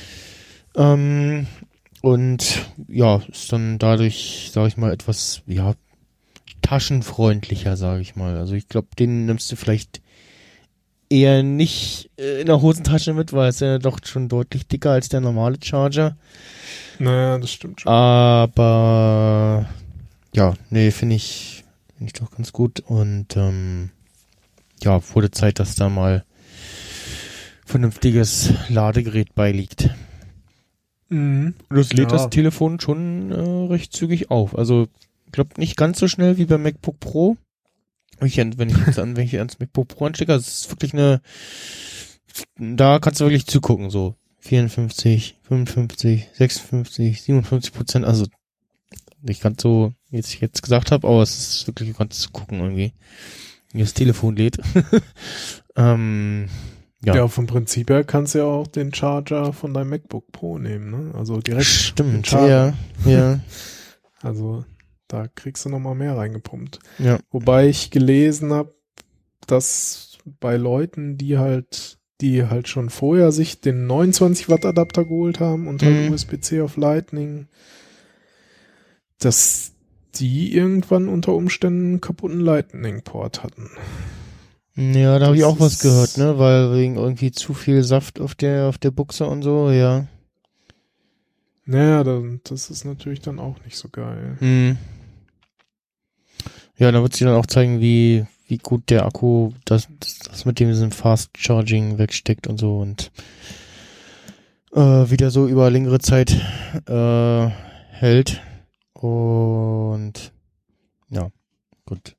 Speaker 1: Ähm, und ja, ist dann dadurch, sage ich mal, etwas, ja, taschenfreundlicher, sage ich mal. Also ich glaube, den nimmst du vielleicht eher nicht äh, in der Hosentasche mit, weil es ja doch schon deutlich dicker als der normale Charger.
Speaker 2: Naja, das stimmt schon.
Speaker 1: Aber ja, nee, finde ich, finde ich doch ganz gut und ähm, ja, wurde Zeit, dass da mal vernünftiges Ladegerät beiliegt.
Speaker 2: Mhm.
Speaker 1: Und das lädt
Speaker 2: Ja.
Speaker 1: das Telefon schon äh, recht zügig auf. Also, ich glaube nicht ganz so schnell wie beim MacBook Pro. Ich, wenn ich jetzt an, wenn ich ans MacBook Pro anstecke, also es ist wirklich eine, da kannst du wirklich zugucken, so vierundfünfzig, fünfundfünfzig, sechsundfünfzig, siebenundfünfzig Prozent, also nicht ganz so, wie ich jetzt gesagt habe, aber es ist wirklich, du kannst zugucken irgendwie, wie das Telefon lädt. ähm, ja.
Speaker 2: Ja, vom Prinzip her kannst du ja auch den Charger von deinem MacBook Pro nehmen, ne? Also direkt. den
Speaker 1: Stimmt,
Speaker 2: Charger.
Speaker 1: ja, ja,
Speaker 2: Also da kriegst du nochmal mehr reingepumpt.
Speaker 1: ja.
Speaker 2: Wobei ich gelesen habe, dass bei Leuten, die halt, die halt schon vorher sich den neunundzwanzig Watt Adapter geholt haben und halt
Speaker 1: Mhm.
Speaker 2: U S B C auf Lightning, dass die irgendwann unter Umständen einen kaputten Lightning-Port hatten.
Speaker 1: Ja, da habe ich
Speaker 2: Das
Speaker 1: auch was
Speaker 2: ist-
Speaker 1: gehört, ne, weil wegen irgendwie zu viel Saft auf der, auf der Buchse und so, ja.
Speaker 2: Naja, dann, das ist natürlich dann auch nicht so geil.
Speaker 1: Hm. Ja, da wird sie dann auch zeigen, wie, wie gut der Akku das, das, das mit dem diesem Fast Charging wegsteckt und so und äh, wie der so über längere Zeit äh, hält. Und ja, gut.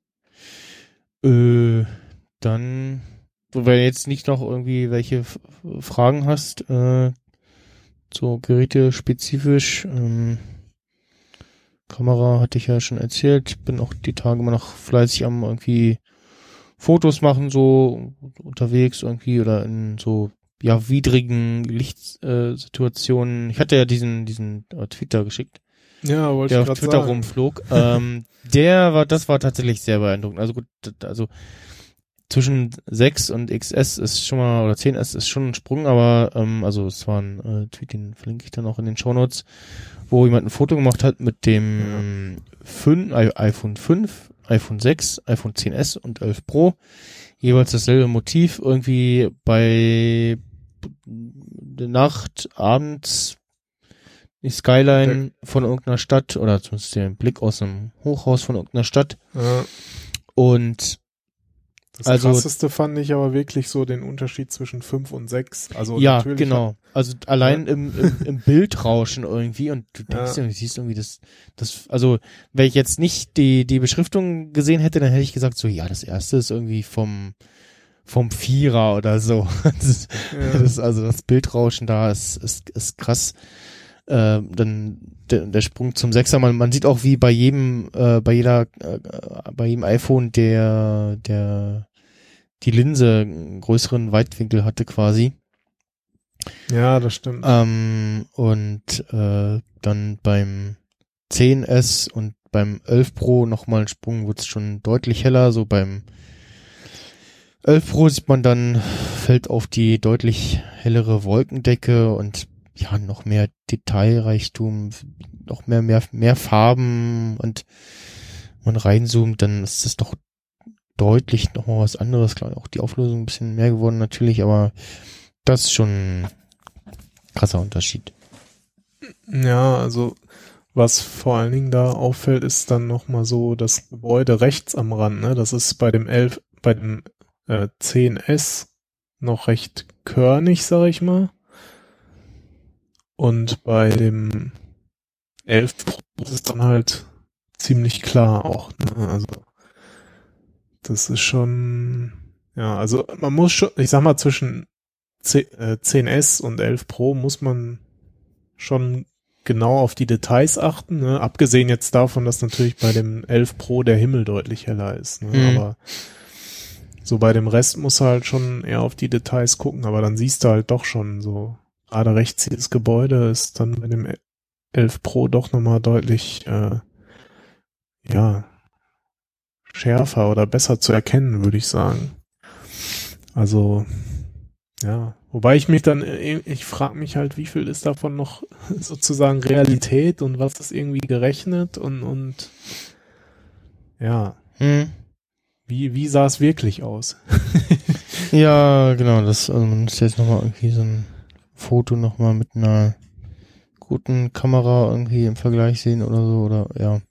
Speaker 1: Äh, dann, wenn du jetzt nicht noch irgendwie welche F Fragen hast, äh, so Geräte spezifisch, ähm, Kamera hatte ich ja schon erzählt, bin auch die Tage immer noch fleißig am irgendwie Fotos machen, so unterwegs irgendwie oder in so ja widrigen Lichtsituationen. Äh, Situationen. Ich hatte ja diesen diesen äh, Twitter geschickt,
Speaker 2: Ja, wollte
Speaker 1: der
Speaker 2: ich
Speaker 1: auf
Speaker 2: gerade
Speaker 1: Twitter
Speaker 2: sagen.
Speaker 1: rumflog. ähm, der war, das war tatsächlich sehr beeindruckend. Also gut, also zwischen sechs und X S ist schon mal, oder zehn S ist schon ein Sprung, aber ähm, also es war ein äh, Tweet, den verlinke ich dann auch in den Shownotes, wo jemand ein Foto gemacht hat mit dem fünf, iPhone fünf, iPhone sechs, iPhone X S und elf Pro. Jeweils dasselbe Motiv, irgendwie bei der Nacht, abends, die Skyline von irgendeiner Stadt oder zumindest den Blick aus einem Hochhaus von irgendeiner Stadt.
Speaker 2: Ja.
Speaker 1: Und
Speaker 2: Das
Speaker 1: Also-
Speaker 2: krasseste fand ich aber wirklich so den Unterschied zwischen fünf und sechs. Also
Speaker 1: ja,
Speaker 2: natürlich
Speaker 1: genau. Also allein im, im, im Bildrauschen irgendwie und du denkst
Speaker 2: Ja.
Speaker 1: irgendwie, siehst irgendwie das, das, also wenn ich jetzt nicht die, die Beschriftung gesehen hätte, dann hätte ich gesagt so, ja, das erste ist irgendwie vom, vom Vierer oder so. Das ist,
Speaker 2: Ja.
Speaker 1: das ist also das Bildrauschen da ist, ist, ist krass. Äh, dann der, der Sprung zum Sechser, man, man sieht auch wie bei jedem, äh, bei jeder, äh, bei jedem iPhone der, der, die Linse einen größeren Weitwinkel hatte quasi.
Speaker 2: Ja, das stimmt.
Speaker 1: Ähm, und äh, dann beim zehn S und beim elf Pro nochmal ein Sprung, wurde es schon deutlich heller. So beim elf Pro sieht man dann, fällt auf die deutlich hellere Wolkendecke und ja, noch mehr Detailreichtum, noch mehr, mehr, mehr Farben und man reinzoomt, dann ist es doch deutlich nochmal was anderes. Klar, auch die Auflösung ein bisschen mehr geworden natürlich, aber das ist schon ein krasser Unterschied.
Speaker 2: Ja, also was vor allen Dingen da auffällt, ist dann nochmal so das Gebäude rechts am Rand, ne? Das ist bei dem elf, bei dem äh, zehn S noch recht körnig, sag ich mal. Und bei dem elf Pro ist es dann halt ziemlich klar auch, ne? Also das ist schon, ja, also man muss schon, ich sag mal, zwischen zehn S und elf Pro muss man schon genau auf die Details achten, ne? Abgesehen jetzt davon, dass natürlich bei dem elf Pro der Himmel deutlich heller ist, ne?
Speaker 1: Mhm.
Speaker 2: Aber so bei dem Rest muss halt schon eher auf die Details gucken, aber dann siehst du halt doch schon so, gerade rechts dieses Gebäude ist dann bei dem elf Pro doch nochmal deutlich, äh, ja, schärfer oder besser zu erkennen, würde ich sagen. Also, ja, wobei ich mich dann, ich frage mich halt, wie viel ist davon noch sozusagen Realität und was ist irgendwie gerechnet und, und ja,
Speaker 1: Hm.
Speaker 2: wie, wie sah es wirklich aus?
Speaker 1: Ja, genau, das, also man muss jetzt nochmal irgendwie so ein Foto nochmal mit einer guten Kamera irgendwie im Vergleich sehen oder so, oder, ja.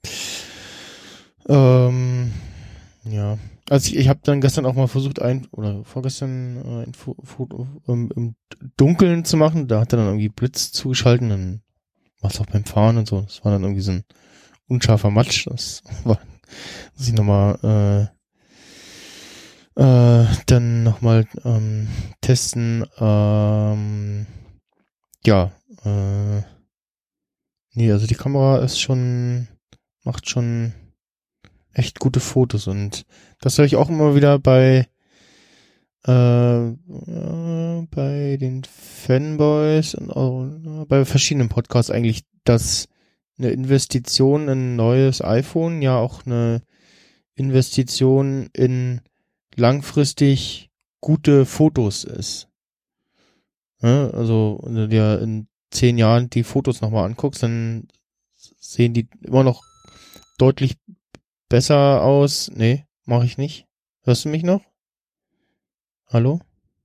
Speaker 1: Ähm, ja. Also ich, ich habe dann gestern auch mal versucht, ein, oder vorgestern äh, ein Fo- Foto ähm, im Dunkeln zu machen, da hat er dann irgendwie Blitz zugeschalten, dann war es auch beim Fahren und so, das war dann irgendwie so ein unscharfer Matsch, das war, muss ich nochmal, äh, äh, dann nochmal ähm, testen, ähm, ja, äh, nee, also die Kamera ist schon, macht schon echt gute Fotos und das höre ich auch immer wieder bei äh, äh, bei den Fanboys und auch, äh, bei verschiedenen Podcasts eigentlich, dass eine Investition in ein neues iPhone ja auch eine Investition in langfristig gute Fotos ist. Ja, also wenn du dir in zehn Jahren die Fotos nochmal anguckst, dann sehen die immer noch deutlich besser aus. Nee, mache ich nicht. Hörst du mich noch? Hallo?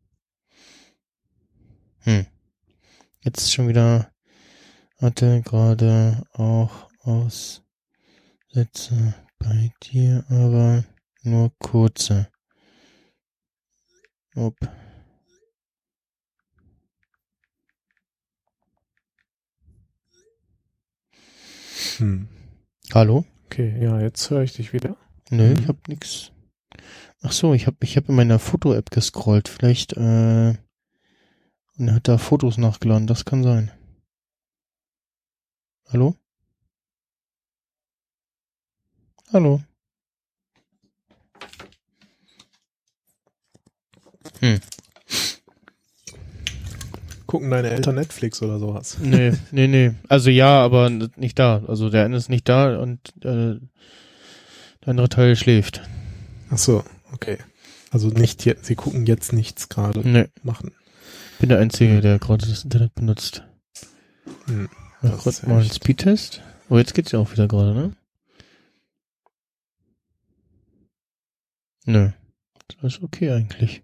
Speaker 1: Hm. Jetzt ist schon wieder, hatte gerade auch Aussätze bei dir, aber nur kurze. Upp.
Speaker 2: Hm.
Speaker 1: Hallo?
Speaker 2: Okay, ja, jetzt höre ich dich wieder.
Speaker 1: Nö,
Speaker 2: Mhm.
Speaker 1: ich hab nix. Ach so, ich hab, ich hab in meiner Foto-App gescrollt. Vielleicht, äh, und er hat da Fotos nachgeladen. Das kann sein. Hallo? Hallo? Hm.
Speaker 2: Gucken deine Eltern Netflix oder sowas?
Speaker 1: Nee, nee, nee. Also ja, aber nicht da. Also der eine ist nicht da und äh, der andere Teil schläft.
Speaker 2: Ach so, okay. Also nicht jetzt, sie gucken jetzt nichts gerade
Speaker 1: Nee.
Speaker 2: machen.
Speaker 1: Bin der Einzige, der gerade das Internet benutzt.
Speaker 2: Hm.
Speaker 1: Ja,
Speaker 2: Das
Speaker 1: gerade
Speaker 2: ist
Speaker 1: mal einen
Speaker 2: echt-
Speaker 1: Speedtest. Oh, jetzt geht's ja auch wieder gerade, ne? Nö. Das ist okay eigentlich.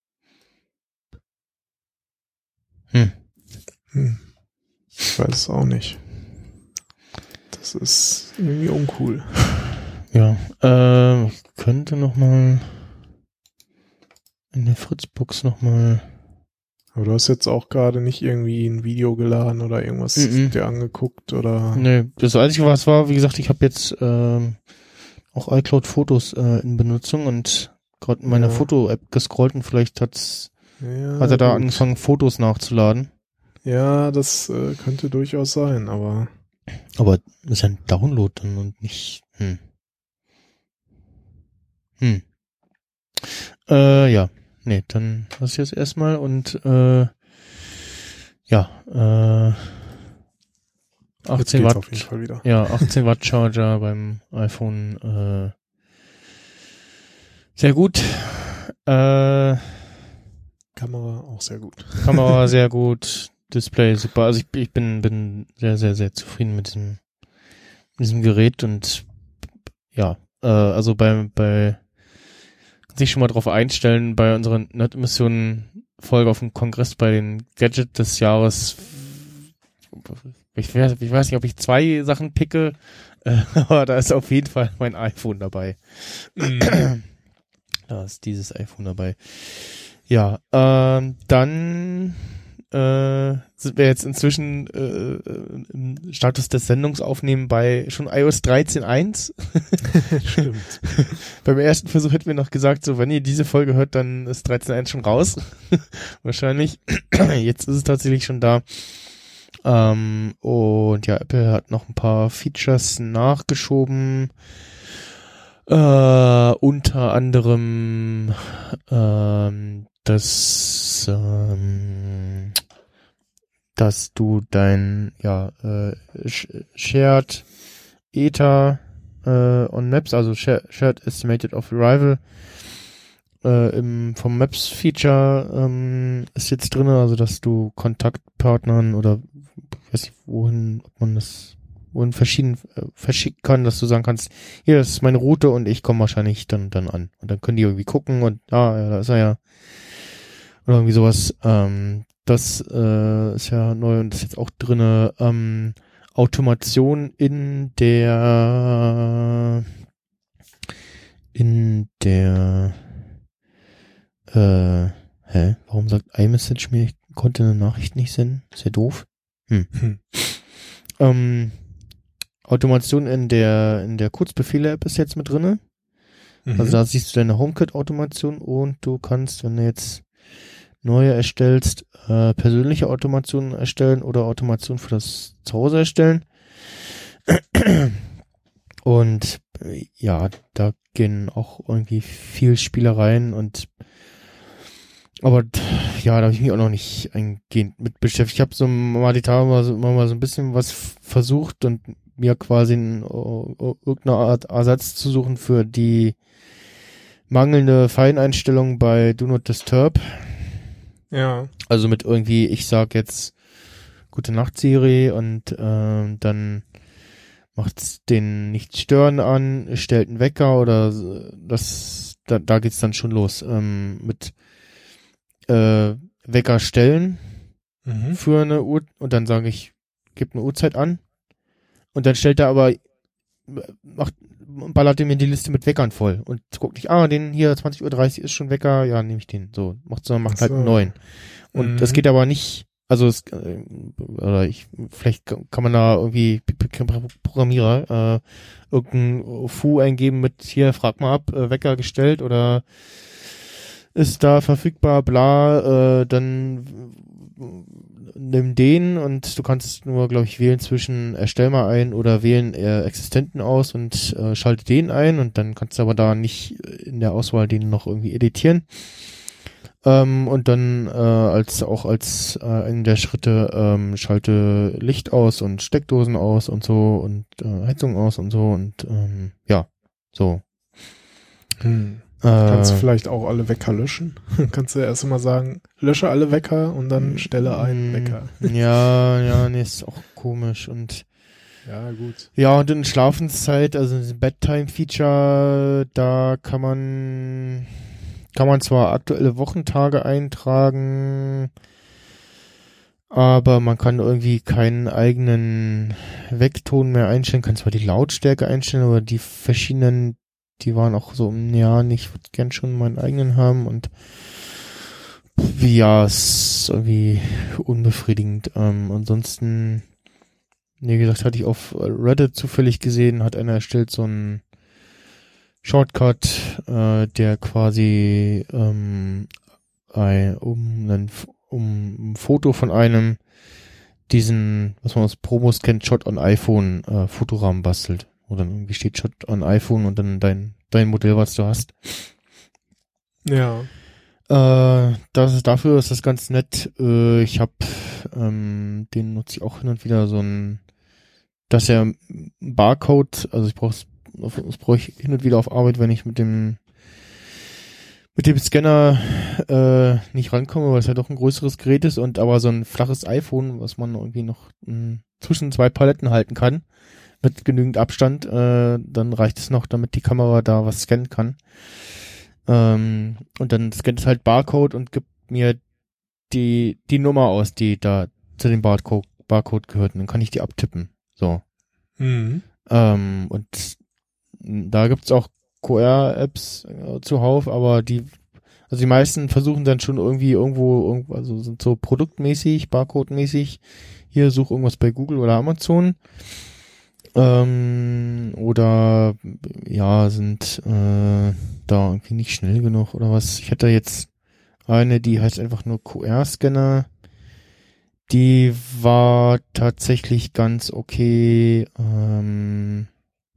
Speaker 1: Hm.
Speaker 2: Hm. Ich weiß es auch nicht. Das ist irgendwie uncool.
Speaker 1: Ja. Ähm, ich könnte noch mal in der Fritzbox noch mal.
Speaker 2: Aber du hast jetzt auch gerade nicht irgendwie ein Video geladen oder irgendwas
Speaker 1: Mhm.
Speaker 2: dir angeguckt oder...
Speaker 1: Nee, das Einzige, was war, wie gesagt, ich habe jetzt ähm, auch iCloud-Fotos äh, in Benutzung und gerade in meiner
Speaker 2: Ja.
Speaker 1: Foto-App gescrollt und vielleicht hat's,
Speaker 2: Ja,
Speaker 1: hat er da
Speaker 2: gut.
Speaker 1: angefangen, Fotos nachzuladen.
Speaker 2: Ja, das äh, könnte durchaus sein, aber...
Speaker 1: Aber das ist ja ein Download dann und nicht... Hm. Hm. Äh, ja. Nee, dann lass ich jetzt erstmal und äh, ja, äh, achtzehn
Speaker 2: Jetzt geht's
Speaker 1: Watt.
Speaker 2: auf jeden Fall wieder.
Speaker 1: Ja, achtzehn Watt Charger beim iPhone. Äh, sehr gut. Äh,
Speaker 2: Kamera auch sehr gut.
Speaker 1: Kamera sehr gut. Display super. Also ich, ich bin bin sehr sehr sehr zufrieden mit diesem mit diesem Gerät und ja, äh, also bei bei sich schon mal drauf einstellen bei unseren Nerd-Emissionen-Folge auf dem Kongress bei den Gadget des Jahres. Ich weiß, ich weiß nicht, ob ich zwei Sachen picke, äh, aber da ist auf jeden Fall mein iPhone dabei. Mhm. Da ist dieses iPhone dabei. Ja, ähm, dann äh, sind wir jetzt inzwischen äh, im Status des Sendungsaufnehmen bei schon iOS dreizehn Punkt eins.
Speaker 2: Stimmt.
Speaker 1: Beim ersten Versuch hätten wir noch gesagt, so wenn ihr diese Folge hört, dann ist dreizehn Punkt eins schon raus. Wahrscheinlich. Jetzt ist es tatsächlich schon da. Ähm, und ja, Apple hat noch ein paar Features nachgeschoben. Äh, unter anderem ähm, das ähm, dass du dein ja äh, Shared Ether äh, on Maps, also Shared, Shared Estimated of Arrival äh, im vom Maps Feature ähm, ist jetzt drin, also dass du Kontaktpartnern oder ich weiß nicht wohin, ob man das wohin verschieden äh, verschicken kann, dass du sagen kannst, hier, das ist meine Route und ich komme wahrscheinlich dann dann an. Und dann können die irgendwie gucken und ah, ja, da ist er ja. Oder irgendwie sowas. Ähm, das äh, ist ja neu und ist jetzt auch drinne. Ähm, Automation in der in der äh, hä? Warum sagt iMessage mir, ich konnte eine Nachricht nicht senden? Ist ja doof. Hm. hm. Ähm, Automation in der in der Kurzbefehle-App ist jetzt mit drinne. Mhm. Also da siehst du deine HomeKit-Automation und du kannst, wenn du jetzt neue erstellst, äh, persönliche Automationen erstellen oder Automation für das Zuhause erstellen. Und äh, ja, da gehen auch irgendwie viel Spielereien und aber ja, da habe ich mich auch noch nicht eingehend mit beschäftigt. Ich habe so mal die Tage mal so, immer mal so ein bisschen was versucht und mir quasi ein, irgendeine Art Ersatz zu suchen für die mangelnde Feineinstellung bei Do Not Disturb.
Speaker 2: Ja.
Speaker 1: Also mit irgendwie, ich sag jetzt Gute Nacht Siri und äh, dann macht's den Nicht-Stören an, stellt einen Wecker oder das, da, da geht's dann schon los ähm, mit äh, Wecker stellen mhm. für eine Uhr und dann sage ich, gib eine Uhrzeit an und dann stellt er aber macht, ballert er mir die Liste mit Weckern voll und guckt nicht, ah, den hier zwanzig Uhr dreißig ist schon Wecker, ja, nehme ich den, so, macht, sondern macht so. Halt einen neuen. Und mhm. das geht aber nicht, also es, äh, oder ich, vielleicht kann man da irgendwie Programmierer, äh, irgendein Fu eingeben mit, hier, frag mal ab, äh, Wecker gestellt oder ist da verfügbar, bla, äh, dann nimm den und du kannst nur, glaube ich, wählen zwischen erstell mal ein oder wählen äh, Existenten aus und äh, schalte den ein und dann kannst du aber da nicht in der Auswahl den noch irgendwie editieren. Ähm, und dann äh, als auch als äh, einen der Schritte ähm, schalte Licht aus und Steckdosen aus und so und äh, Heizung aus und so und ähm, ja, so.
Speaker 2: Hm. Kannst du vielleicht auch alle Wecker löschen? Kannst du erst mal sagen, lösche alle Wecker und dann stelle einen Wecker.
Speaker 1: Ja, ja, nee, ist auch komisch und
Speaker 2: ja, gut.
Speaker 1: Ja, und in Schlafenszeit, also das Bedtime-Feature, da kann man kann man zwar aktuelle Wochentage eintragen, aber man kann irgendwie keinen eigenen Weckton mehr einstellen, kann zwar die Lautstärke einstellen, aber die verschiedenen die waren auch so, ja, ich würde gern schon meinen eigenen haben und ja, ist irgendwie unbefriedigend. Ähm, ansonsten, wie gesagt, hatte ich auf Reddit zufällig gesehen, hat einer erstellt so einen Shortcut, äh, der quasi ähm, ein, um, ein, um ein Foto von einem diesen, was man aus Promos kennt, Shot on iPhone äh, Fotorahmen bastelt. Wo dann irgendwie steht Shot on iPhone und dann dein dein Modell, was du hast.
Speaker 2: Ja.
Speaker 1: Äh, das ist, dafür ist das ganz nett. Äh, ich habe, ähm, den nutze ich auch hin und wieder so ein, dass er Barcode, also ich brauche das brauche ich hin und wieder auf Arbeit, wenn ich mit dem mit dem Scanner äh, nicht rankomme, weil es ja doch ein größeres Gerät ist und aber so ein flaches iPhone, was man irgendwie noch mh, zwischen zwei Paletten halten kann, mit genügend Abstand, äh, dann reicht es noch, damit die Kamera da was scannen kann. Ähm, und dann scannt es halt Barcode und gibt mir die, die Nummer aus, die da zu dem Barcode, Barcode gehört. Und dann kann ich die abtippen. So.
Speaker 2: Mhm.
Speaker 1: Ähm, und da gibt's auch Q R-Apps äh, zuhauf, aber die, also die meisten versuchen dann schon irgendwie irgendwo, irgendwo, also sind so produktmäßig, Barcode-mäßig, hier such irgendwas bei Google oder Amazon. Ähm, oder ja, sind äh, da irgendwie nicht schnell genug oder was. Ich hatte jetzt eine, die heißt einfach nur Q R-Scanner. Die war tatsächlich ganz okay. Ähm,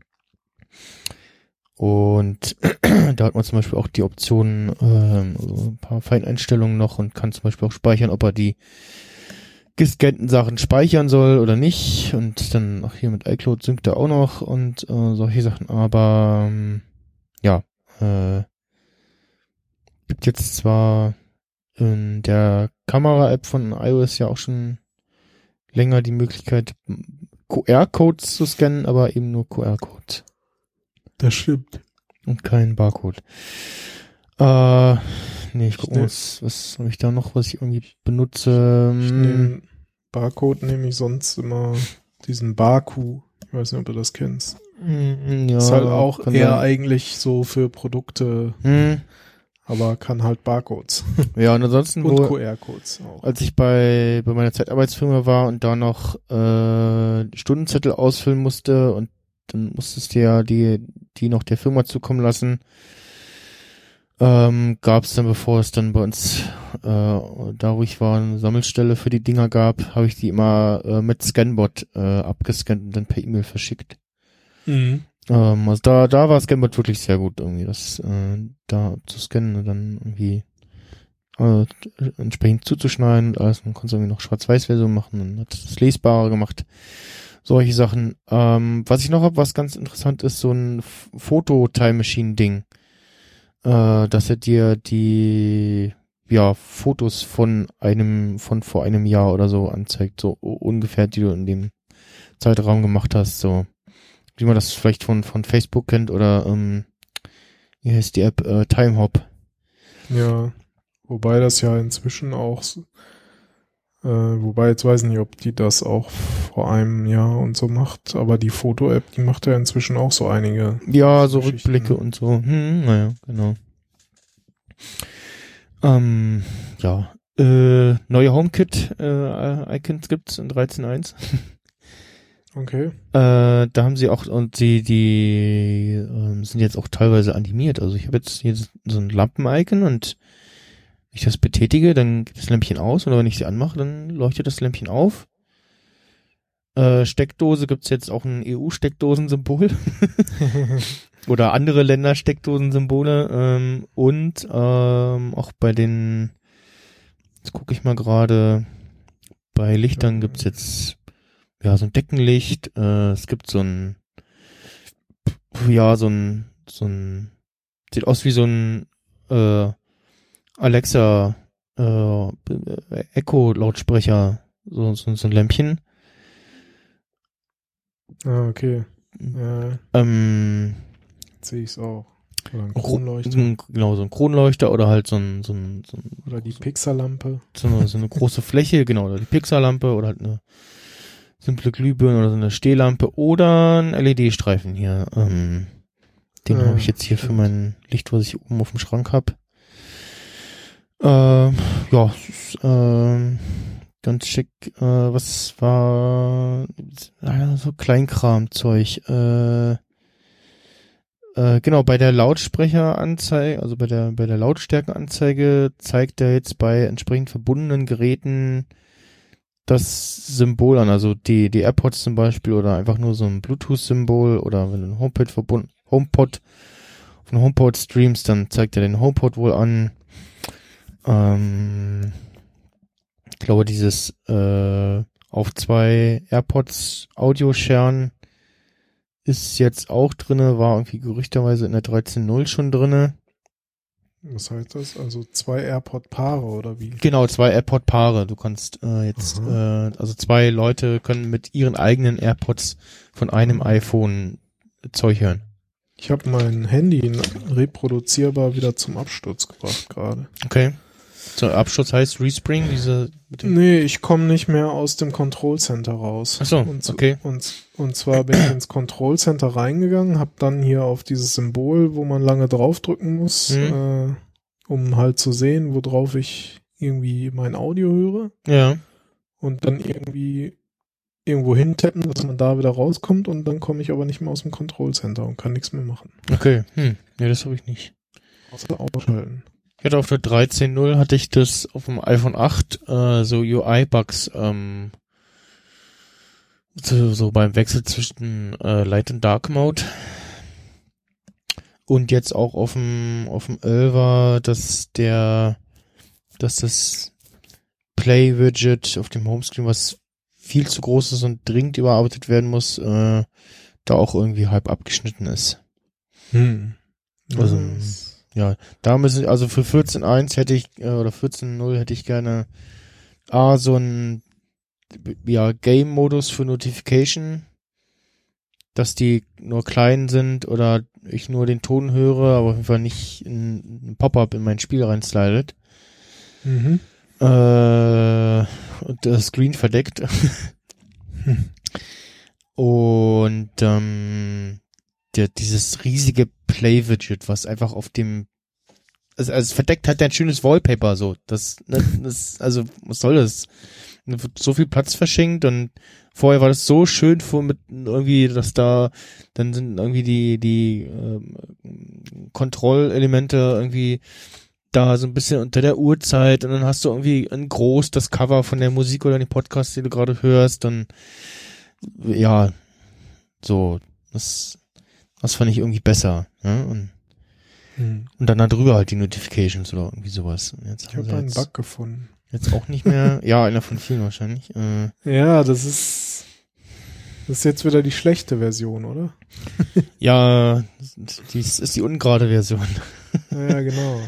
Speaker 1: und da hat man zum Beispiel auch die Option, ähm, also ein paar Feineinstellungen noch und kann zum Beispiel auch speichern, ob er die gescannten Sachen speichern soll oder nicht. Und dann auch hier mit iCloud synkt er auch noch und äh, solche Sachen. Aber ähm, ja, äh, gibt jetzt zwar in der Kamera-App von iOS ja auch schon länger die Möglichkeit, Q R-Codes zu scannen, aber eben nur Q R-Codes.
Speaker 2: Das stimmt.
Speaker 1: Und kein Barcode. Äh, nee, ich guck mal, was, was habe ich da noch, was ich irgendwie benutze.
Speaker 2: Ich nehm, Barcode nehme ich sonst immer diesen Baku. Ich weiß nicht, ob du das kennst.
Speaker 1: Ja,
Speaker 2: ist halt auch eher
Speaker 1: sein.
Speaker 2: eigentlich so für Produkte,
Speaker 1: Hm.
Speaker 2: aber kann halt Barcodes.
Speaker 1: Ja, und ansonsten,
Speaker 2: und
Speaker 1: wo,
Speaker 2: Q R-Codes auch.
Speaker 1: als ich bei, bei meiner Zeitarbeitsfirma war und da noch äh, Stundenzettel ausfüllen musste und dann musstest du ja die, die noch der Firma zukommen lassen, ähm, gab es dann, bevor es dann bei uns äh, da, wo ich war, eine Sammelstelle für die Dinger gab, habe ich die immer äh, mit Scanbot äh, abgescannt und dann per E-Mail verschickt.
Speaker 2: Mhm.
Speaker 1: Ähm, also da, da war Scanbot wirklich sehr gut irgendwie, das äh, da zu scannen und dann irgendwie äh, entsprechend zuzuschneiden und alles. Man konnte irgendwie noch Schwarz-Weiß-Version machen und hat das lesbarer gemacht. Solche Sachen. Ähm, was ich noch habe, was ganz interessant ist, so ein Foto-Time-Machine-Ding. Äh, dass er dir die ja Fotos von einem, von vor einem Jahr oder so anzeigt, so ungefähr, die du in dem Zeitraum gemacht hast, so wie man das vielleicht von von Facebook kennt oder ähm, wie heißt die App, äh, Timehop.
Speaker 2: Ja, wobei das ja inzwischen auch Äh, wobei, jetzt weiß ich nicht, ob die das auch vor einem Jahr und so macht, aber die Foto-App, die macht ja inzwischen auch so einige.
Speaker 1: Ja, so
Speaker 2: Geschichten.
Speaker 1: Rückblicke und so. Hm, naja, genau. Ähm, ja. Äh, neue HomeKit-Icons gibt's in dreizehn Punkt eins.
Speaker 2: Okay.
Speaker 1: Äh, da haben sie auch, und die, die ähm, sind jetzt auch teilweise animiert. Also ich habe jetzt hier so ein Lampen-Icon und wenn ich das betätige, dann geht das Lämpchen aus, oder wenn ich sie anmache, dann leuchtet das Lämpchen auf. Äh, Steckdose gibt's jetzt auch ein E U-Steckdosensymbol. Oder andere Länder Steckdosensymbole. Ähm, und ähm, auch bei den, jetzt gucke ich mal gerade, bei Lichtern gibt's jetzt ja so ein Deckenlicht. Äh, es gibt so ein, ja, so ein, so ein, sieht aus wie so ein äh, Alexa äh, Echo-Lautsprecher, so, so, so ein Lämpchen.
Speaker 2: Ah, okay. Ja,
Speaker 1: Ähm,
Speaker 2: jetzt sehe ich es auch. Oder ein Kronleuchter.
Speaker 1: Ein, genau, so ein Kronleuchter oder halt so ein, so ein, so ein
Speaker 2: oder die Pixarlampe.
Speaker 1: So eine, so eine große Fläche, genau, oder die Pixarlampe oder halt eine simple Glühbirne oder so eine Stehlampe oder ein L E D-Streifen hier. Ähm, den
Speaker 2: Ah,
Speaker 1: habe ich jetzt hier
Speaker 2: stimmt.
Speaker 1: für mein Licht, was ich oben auf dem Schrank habe. Ähm, ja, es ist, ähm, ganz schick. Äh, was war äh, so Kleinkram-Zeug. Äh, äh, genau, bei der Lautsprecheranzeige, also bei der bei der Lautstärkenanzeige zeigt er jetzt bei entsprechend verbundenen Geräten das Symbol an, also die die AirPods zum Beispiel oder einfach nur so ein Bluetooth-Symbol oder wenn du ein HomePod verbunden HomePod von HomePod streamst, dann zeigt er den HomePod wohl an. Ähm, ich glaube, dieses äh, auf zwei AirPods Audio-Sharen ist jetzt auch drinne, war irgendwie gerüchterweise in der dreizehn Punkt null schon drinne.
Speaker 2: Was heißt das? Also zwei AirPod-Paare oder wie?
Speaker 1: Genau, zwei AirPod-Paare. Du kannst äh, jetzt, äh, also zwei Leute können mit ihren eigenen AirPods von einem
Speaker 2: Mhm.
Speaker 1: iPhone Zeug hören.
Speaker 2: Ich habe mein Handy reproduzierbar wieder zum Absturz gebracht gerade.
Speaker 1: Okay. So, Absturz heißt Respring, diese... Mit dem
Speaker 2: Nee, ich komme nicht mehr aus dem Control Center raus.
Speaker 1: Ach so,
Speaker 2: und, zu-
Speaker 1: okay.
Speaker 2: Und, und zwar bin ich ins Control Center reingegangen, habe dann hier auf dieses Symbol, wo man lange draufdrücken muss,
Speaker 1: Mhm.
Speaker 2: äh, um halt zu sehen, worauf ich irgendwie mein Audio höre.
Speaker 1: Ja.
Speaker 2: Und dann irgendwie irgendwo hintappen, dass man da wieder rauskommt und dann komme ich aber nicht mehr aus dem Control Center und kann nichts mehr machen.
Speaker 1: Okay. Hm. Ja, das habe ich nicht.
Speaker 2: Außer ausschalten.
Speaker 1: Ich hatte auf der dreizehn Punkt null hatte ich das auf dem iPhone acht, äh, so U I-Bugs, ähm, so, so beim Wechsel zwischen äh, Light und Dark Mode. Und jetzt auch auf dem, auf dem elfer, dass der, dass das Play-Widget auf dem Homescreen, was viel zu groß ist und dringend überarbeitet werden muss, äh, da auch irgendwie halb abgeschnitten ist.
Speaker 2: Hm.
Speaker 1: Also,
Speaker 2: Das-
Speaker 1: ja, da müssen, also für vierzehn Punkt eins hätte ich, äh, oder vierzehn Punkt null hätte ich gerne A, so ein, ja, Game-Modus für Notification, dass die nur klein sind oder ich nur den Ton höre, aber auf jeden Fall nicht ein, ein Pop-up in mein Spiel reinslidet.
Speaker 2: Mhm.
Speaker 1: Äh, und das Screen verdeckt.
Speaker 2: Hm.
Speaker 1: Und ähm, der, dieses riesige Play-Widget, was einfach auf dem, also, also es verdeckt halt ein schönes Wallpaper, so. Das, ne, das, also, was soll das? Da wird so viel Platz verschenkt und vorher war das so schön vor mit irgendwie, dass da, dann sind irgendwie die, die ähm, Kontrollelemente irgendwie da so ein bisschen unter der Uhrzeit und dann hast du irgendwie in groß das Cover von der Musik oder den Podcast, den du gerade hörst, dann, ja, so, das, das fand ich irgendwie besser, ja, und,
Speaker 2: Hm.
Speaker 1: und dann da drüber halt die Notifications oder irgendwie sowas. Jetzt
Speaker 2: Ich
Speaker 1: haben
Speaker 2: habe
Speaker 1: sie
Speaker 2: einen
Speaker 1: jetzt,
Speaker 2: Bug gefunden.
Speaker 1: jetzt auch nicht mehr, ja, einer von vielen wahrscheinlich, äh,
Speaker 2: Ja, das ist das ist jetzt wieder die schlechte Version, oder?
Speaker 1: ja, dies ist die ungerade Version.
Speaker 2: Ja, genau.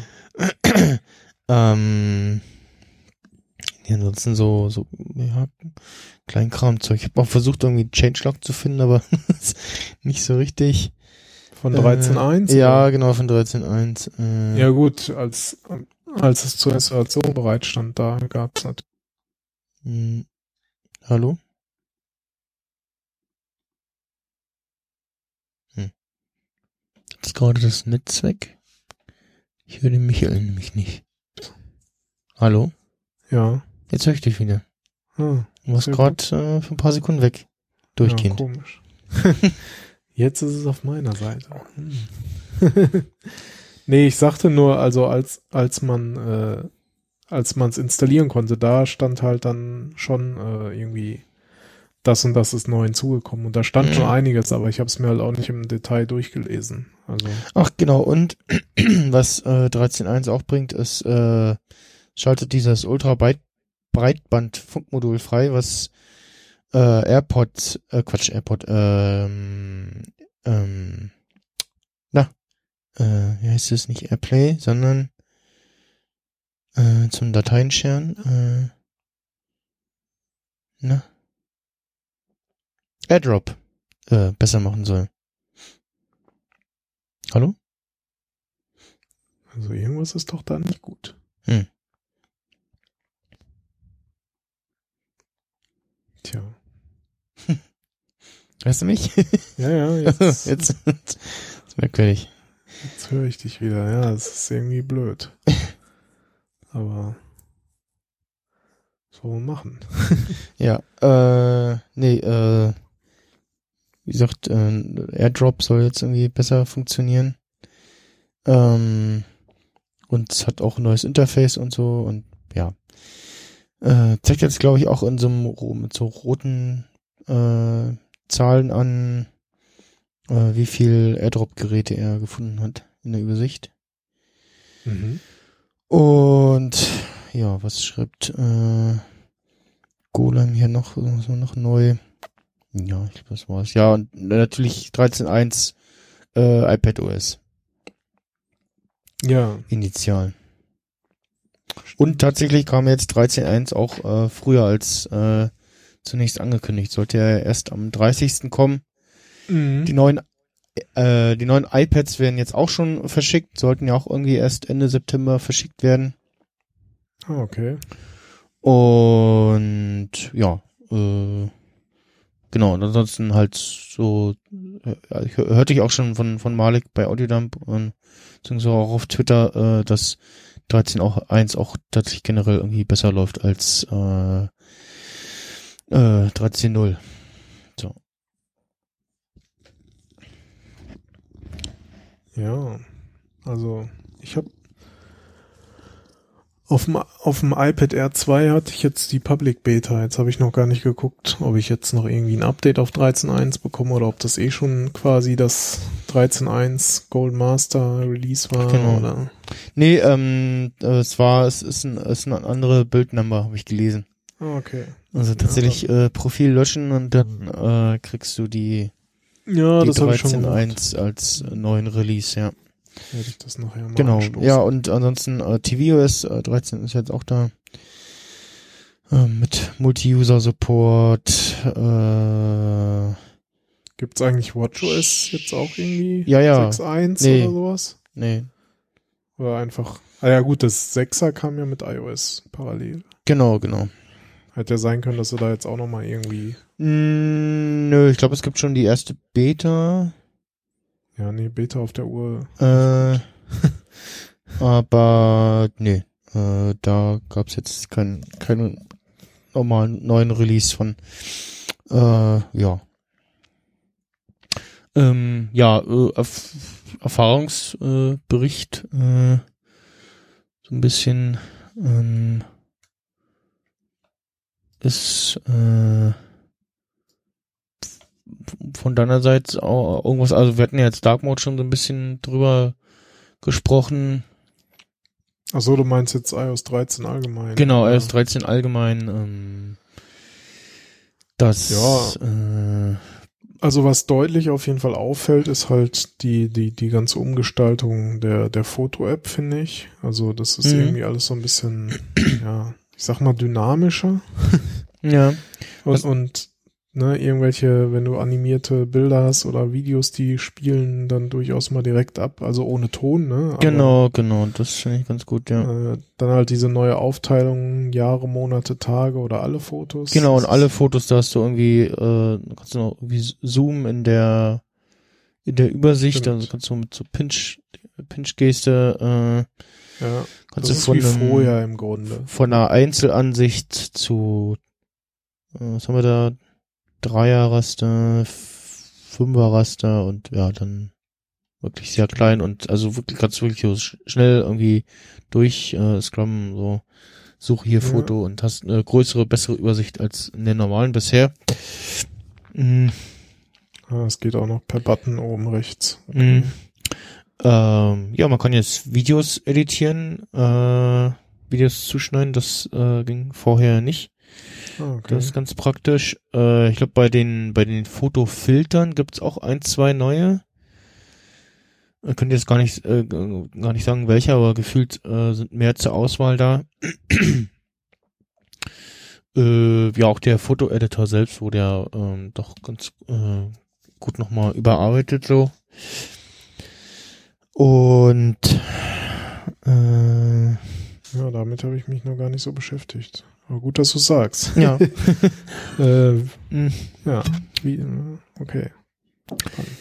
Speaker 1: ähm, ja, ansonsten so, so, ja, Kleinkramzeug. Ich habe auch versucht, irgendwie Changelog zu finden, aber nicht so richtig.
Speaker 2: Von dreizehn Punkt eins?
Speaker 1: Äh, ja, genau, von dreizehn Punkt eins. Äh,
Speaker 2: Ja gut, als als es zur Installation bereit stand, da gab es natürlich.
Speaker 1: mh, hallo? Hm. Ist gerade das Netz weg? Ich höre den Michael nämlich nicht. Hallo?
Speaker 2: Ja.
Speaker 1: Jetzt höre ich dich wieder.
Speaker 2: Ah,
Speaker 1: Du warst
Speaker 2: sehr
Speaker 1: gerade äh, für ein paar Sekunden weg. Durchgehend.
Speaker 2: Ja, komisch. Jetzt ist es auf meiner Seite. Hm. Nee, ich sagte nur, also als als man äh, als man es installieren konnte, da stand halt dann schon äh, irgendwie das und das ist neu hinzugekommen. Und da stand schon einiges, aber ich habe es mir halt auch nicht im Detail durchgelesen. Also
Speaker 1: Ach genau, und was äh, dreizehn Punkt eins auch bringt, ist, äh, schaltet dieses Ultra-Breitband-Funkmodul frei, was äh, AirPods, äh, Quatsch, AirPod, ähm, ähm, na, äh, wie heißt es, nicht Airplay, sondern äh, zum Dateienscheren, äh, na, AirDrop, äh, besser machen soll. Hallo?
Speaker 2: also irgendwas ist doch da nicht gut.
Speaker 1: Hm.
Speaker 2: Tja.
Speaker 1: Hörst du mich?
Speaker 2: Ja, ja, jetzt,
Speaker 1: jetzt, jetzt ist merkwürdig.
Speaker 2: jetzt höre ich dich wieder. Ja, es ist irgendwie blöd. Aber was wollen wir machen?
Speaker 1: Ja, äh, nee, äh, wie gesagt, äh, AirDrop soll jetzt irgendwie besser funktionieren. Ähm, und es hat auch ein neues Interface und so und ja. Äh, zeigt jetzt, glaube ich, auch in so einem ro- mit so roten äh, Zahlen an, äh, wie viel AirDrop-Geräte er gefunden hat in der Übersicht.
Speaker 2: Mhm.
Speaker 1: Und ja, was schreibt äh, Golem hier noch, was war noch neu? Ja, ich glaube, das war's. Ja, und natürlich dreizehn Punkt eins äh, iPadOS
Speaker 2: Ja.
Speaker 1: initial. Und tatsächlich kam jetzt dreizehn Punkt eins auch äh, früher als äh, zunächst angekündigt. Sollte ja erst am dreißigsten kommen.
Speaker 2: Mhm.
Speaker 1: Die neuen äh, die neuen iPads werden jetzt auch schon verschickt, sollten ja auch irgendwie erst Ende September verschickt werden.
Speaker 2: Ah, okay.
Speaker 1: Und ja, äh, genau, und ansonsten halt so, äh, ich hör- hörte ich auch schon von von Malik bei Audiodump und beziehungsweise auch auf Twitter, äh, dass dreizehn auch eins auch tatsächlich generell irgendwie besser läuft als äh, äh, dreizehn null. So.
Speaker 2: Ja, also ich habe auf dem auf dem iPad Air zwei hatte ich jetzt die Public Beta. Jetzt habe ich noch gar nicht geguckt, ob ich jetzt noch irgendwie ein Update auf dreizehn eins bekomme oder ob das eh schon quasi das dreizehn eins Gold Master Release war.
Speaker 1: Genau.
Speaker 2: Oder?
Speaker 1: Nee, ähm, äh, es war, es ist ein, es ist eine andere Bildnummer, habe ich gelesen.
Speaker 2: Ah, okay.
Speaker 1: Also tatsächlich äh, Profil löschen und dann äh, kriegst du die,
Speaker 2: Ja,
Speaker 1: die
Speaker 2: das habe ich schon
Speaker 1: dreizehn
Speaker 2: gemacht.
Speaker 1: eins als neuen Release, ja.
Speaker 2: Werde ich das nachher mal
Speaker 1: Genau,
Speaker 2: anstoßen.
Speaker 1: ja, und ansonsten äh, tvOS äh, dreizehn ist jetzt auch da. Äh, mit Multi-User-Support. Äh,
Speaker 2: Gibt's eigentlich WatchOS jetzt auch irgendwie?
Speaker 1: Ja, ja.
Speaker 2: sechs Punkt eins
Speaker 1: Nee.
Speaker 2: oder sowas?
Speaker 1: nee,
Speaker 2: Oder einfach. Ah ja, gut, das sechser kam ja mit iOS parallel.
Speaker 1: genau, genau.
Speaker 2: Hätte ja sein können, dass du da jetzt auch nochmal irgendwie.
Speaker 1: Mm, nö, ich glaube, es gibt schon die erste Beta.
Speaker 2: Ja, nee, Beta auf der Uhr.
Speaker 1: Äh, aber nee, äh, da gab's jetzt keinen keinen normalen neuen Release von. Äh, ja. Ähm, ja, äh, Erf Erfahrungsbericht, äh, so ein bisschen ähm, ist äh, von deiner Seite auch irgendwas, also wir hatten ja jetzt Dark Mode schon so ein bisschen drüber gesprochen.
Speaker 2: Ach so, du meinst jetzt iOS dreizehn allgemein.
Speaker 1: Genau,
Speaker 2: oder?
Speaker 1: iOS dreizehn allgemein. Ähm, das,
Speaker 2: Ja.
Speaker 1: äh,
Speaker 2: Also was deutlich auf jeden Fall auffällt, ist halt die, die, die ganze Umgestaltung der, der Foto-App, finde ich. Also das ist
Speaker 1: Mhm.
Speaker 2: irgendwie alles so ein bisschen, ja, ich sag mal dynamischer.
Speaker 1: ja,
Speaker 2: Und,
Speaker 1: Was-
Speaker 2: und ne, irgendwelche, wenn du animierte Bilder hast oder Videos, die spielen dann durchaus mal direkt ab, also ohne Ton, ne? Aber,
Speaker 1: genau, genau, das finde ich ganz gut, ja.
Speaker 2: Äh, dann halt diese neue Aufteilung, Jahre, Monate, Tage oder alle Fotos.
Speaker 1: Genau, und
Speaker 2: Das
Speaker 1: alle
Speaker 2: ist-
Speaker 1: Fotos, da hast du irgendwie, äh, kannst du noch irgendwie zoomen in der in der Übersicht,
Speaker 2: Stimmt.
Speaker 1: also kannst du mit so Pinch, Pinch-Geste, äh,
Speaker 2: Ja,
Speaker 1: kannst
Speaker 2: das
Speaker 1: du
Speaker 2: ist
Speaker 1: von
Speaker 2: wie
Speaker 1: einem,
Speaker 2: vorher im Grunde.
Speaker 1: von einer Einzelansicht zu, äh, was haben wir da, Dreierraster, Fünferraster und ja, dann wirklich sehr klein und also wirklich kannst du wirklich so sch- schnell irgendwie durch äh, Scrum so suche hier
Speaker 2: Ja.
Speaker 1: Foto und hast eine größere, bessere Übersicht als in der normalen bisher. Mm,
Speaker 2: Ah, es geht auch noch per Button oben rechts.
Speaker 1: mm. Ähm, ja, man kann jetzt Videos editieren, äh, Videos zuschneiden, das äh, ging vorher nicht.
Speaker 2: Ah, okay.
Speaker 1: Das ist ganz praktisch. Äh, ich glaube, bei den bei den Fotofiltern gibt's auch ein, zwei neue. Ich könnte jetzt gar nicht äh, gar nicht sagen, welche, aber gefühlt äh, sind mehr zur Auswahl da. äh, ja, auch der Fotoeditor selbst wurde ja ähm, doch ganz äh, gut nochmal überarbeitet so. Und äh,
Speaker 2: Ja, damit habe ich mich noch gar nicht so beschäftigt. Aber gut, dass du sagst.
Speaker 1: ja.
Speaker 2: äh,
Speaker 1: Mm.
Speaker 2: ja, wie, äh, okay. Spannend.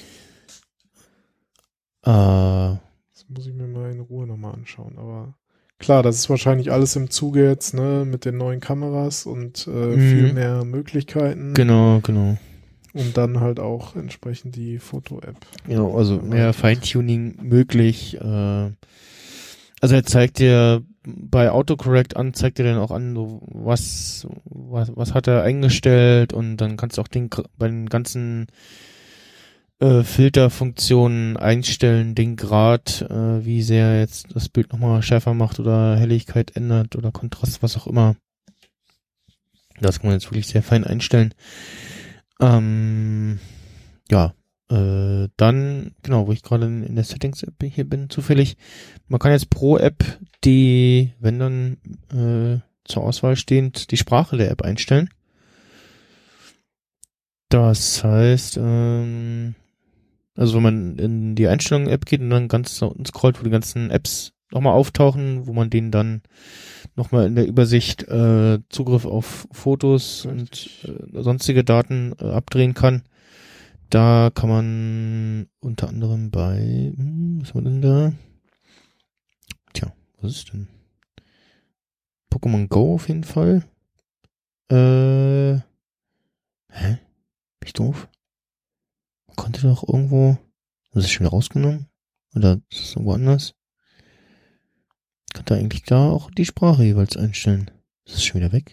Speaker 1: Äh,
Speaker 2: Das muss ich mir mal in Ruhe nochmal anschauen. Aber klar, das ist wahrscheinlich alles im Zuge jetzt, ne, mit den neuen Kameras und äh,
Speaker 1: Mhm.
Speaker 2: viel mehr Möglichkeiten.
Speaker 1: genau, genau.
Speaker 2: Und dann halt auch entsprechend die Foto-App.
Speaker 1: Genau, also mehr Feintuning möglich. Äh, also er zeigt dir bei Autocorrect an, zeigt dir dann auch an, so was, was, was hat er eingestellt und dann kannst du auch den bei den ganzen äh, Filterfunktionen einstellen, den Grad, äh, wie sehr jetzt das Bild nochmal schärfer macht oder Helligkeit ändert oder Kontrast, was auch immer. Das kann man jetzt wirklich sehr fein einstellen. Ähm, ja, äh, dann, genau, wo ich gerade in, in der Settings-App hier bin, zufällig, man kann jetzt pro App die, wenn dann äh, zur Auswahl stehend, die Sprache der App einstellen. Das heißt, ähm, Also wenn man in die Einstellungen-App geht und dann ganz nach unten scrollt, wo die ganzen Apps nochmal auftauchen, wo man denen dann nochmal in der Übersicht äh, Zugriff auf Fotos Richtig. und äh, sonstige Daten äh, abdrehen kann. Da kann man unter anderem bei, hm, was haben wir denn da? Tja, was ist denn? Pokémon Go auf jeden Fall. Äh, hä? Bin ich doof? Man konnte doch irgendwo, das ist schon wieder rausgenommen? Oder ist das irgendwo anders? Kann da eigentlich da auch die Sprache jeweils einstellen? Ist das schon wieder weg?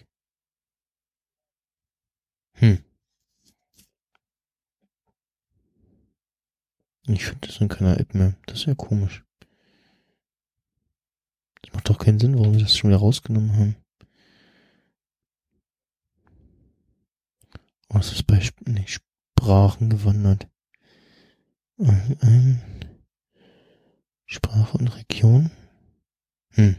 Speaker 1: Hm. Ich finde das in keiner App mehr. Das ist ja komisch. Das macht doch keinen Sinn, warum wir das schon wieder rausgenommen haben. Oh, es ist bei Sp- nee, Sprachen gewandert. Ein Sprache und Region? Hm.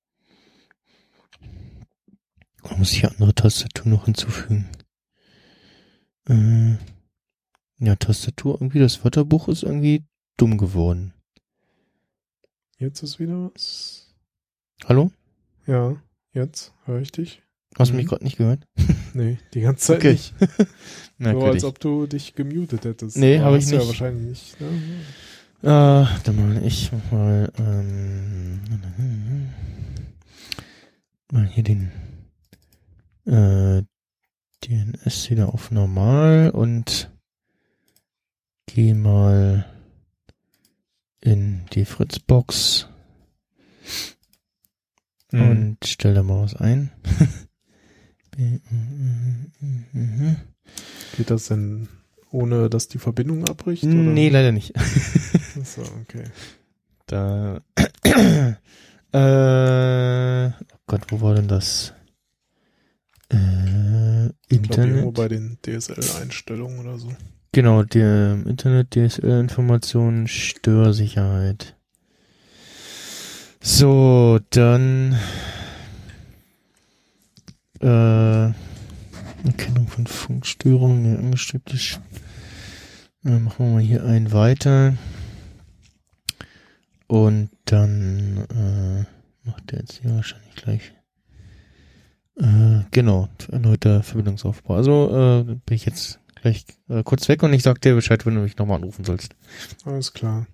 Speaker 1: Oder muss ich hier andere Tastatur noch hinzufügen? Äh, ja, Tastatur, irgendwie das Wörterbuch ist irgendwie dumm geworden.
Speaker 2: Jetzt ist wieder was.
Speaker 1: Hallo?
Speaker 2: Ja, jetzt höre ich dich.
Speaker 1: Hast du
Speaker 2: mhm.
Speaker 1: mich gerade nicht gehört?
Speaker 2: Nee, die ganze Zeit
Speaker 1: okay.
Speaker 2: nicht. So als ob du dich gemutet hättest.
Speaker 1: Nee, habe ich
Speaker 2: nicht.
Speaker 1: nicht.
Speaker 2: Ja, wahrscheinlich nicht. Ne?
Speaker 1: Äh, dann mal ich mach mal, ähm, mal hier den äh, D N S wieder auf normal und geh mal in die Fritzbox hm. und stell da mal was ein.
Speaker 2: Geht das denn ohne, dass die Verbindung abbricht? Oder?
Speaker 1: Nee, leider nicht.
Speaker 2: So, okay.
Speaker 1: Da, äh, oh Gott, wo war denn das? Äh, Internet.
Speaker 2: Ich glaube, irgendwo bei den D S L-Einstellungen oder so.
Speaker 1: Genau, der Internet, D S L-Informationen, Störsicherheit. So, dann äh, Erkennung von Funkstörungen, ja, angestrebte Sch- äh, machen wir mal hier einen weiter. Und dann äh, macht der jetzt hier wahrscheinlich gleich äh, genau, erneuter Verbindungsaufbau. Also äh, bin ich jetzt gleich äh, kurz weg und ich sag dir Bescheid, wenn du mich nochmal anrufen sollst.
Speaker 2: Alles klar.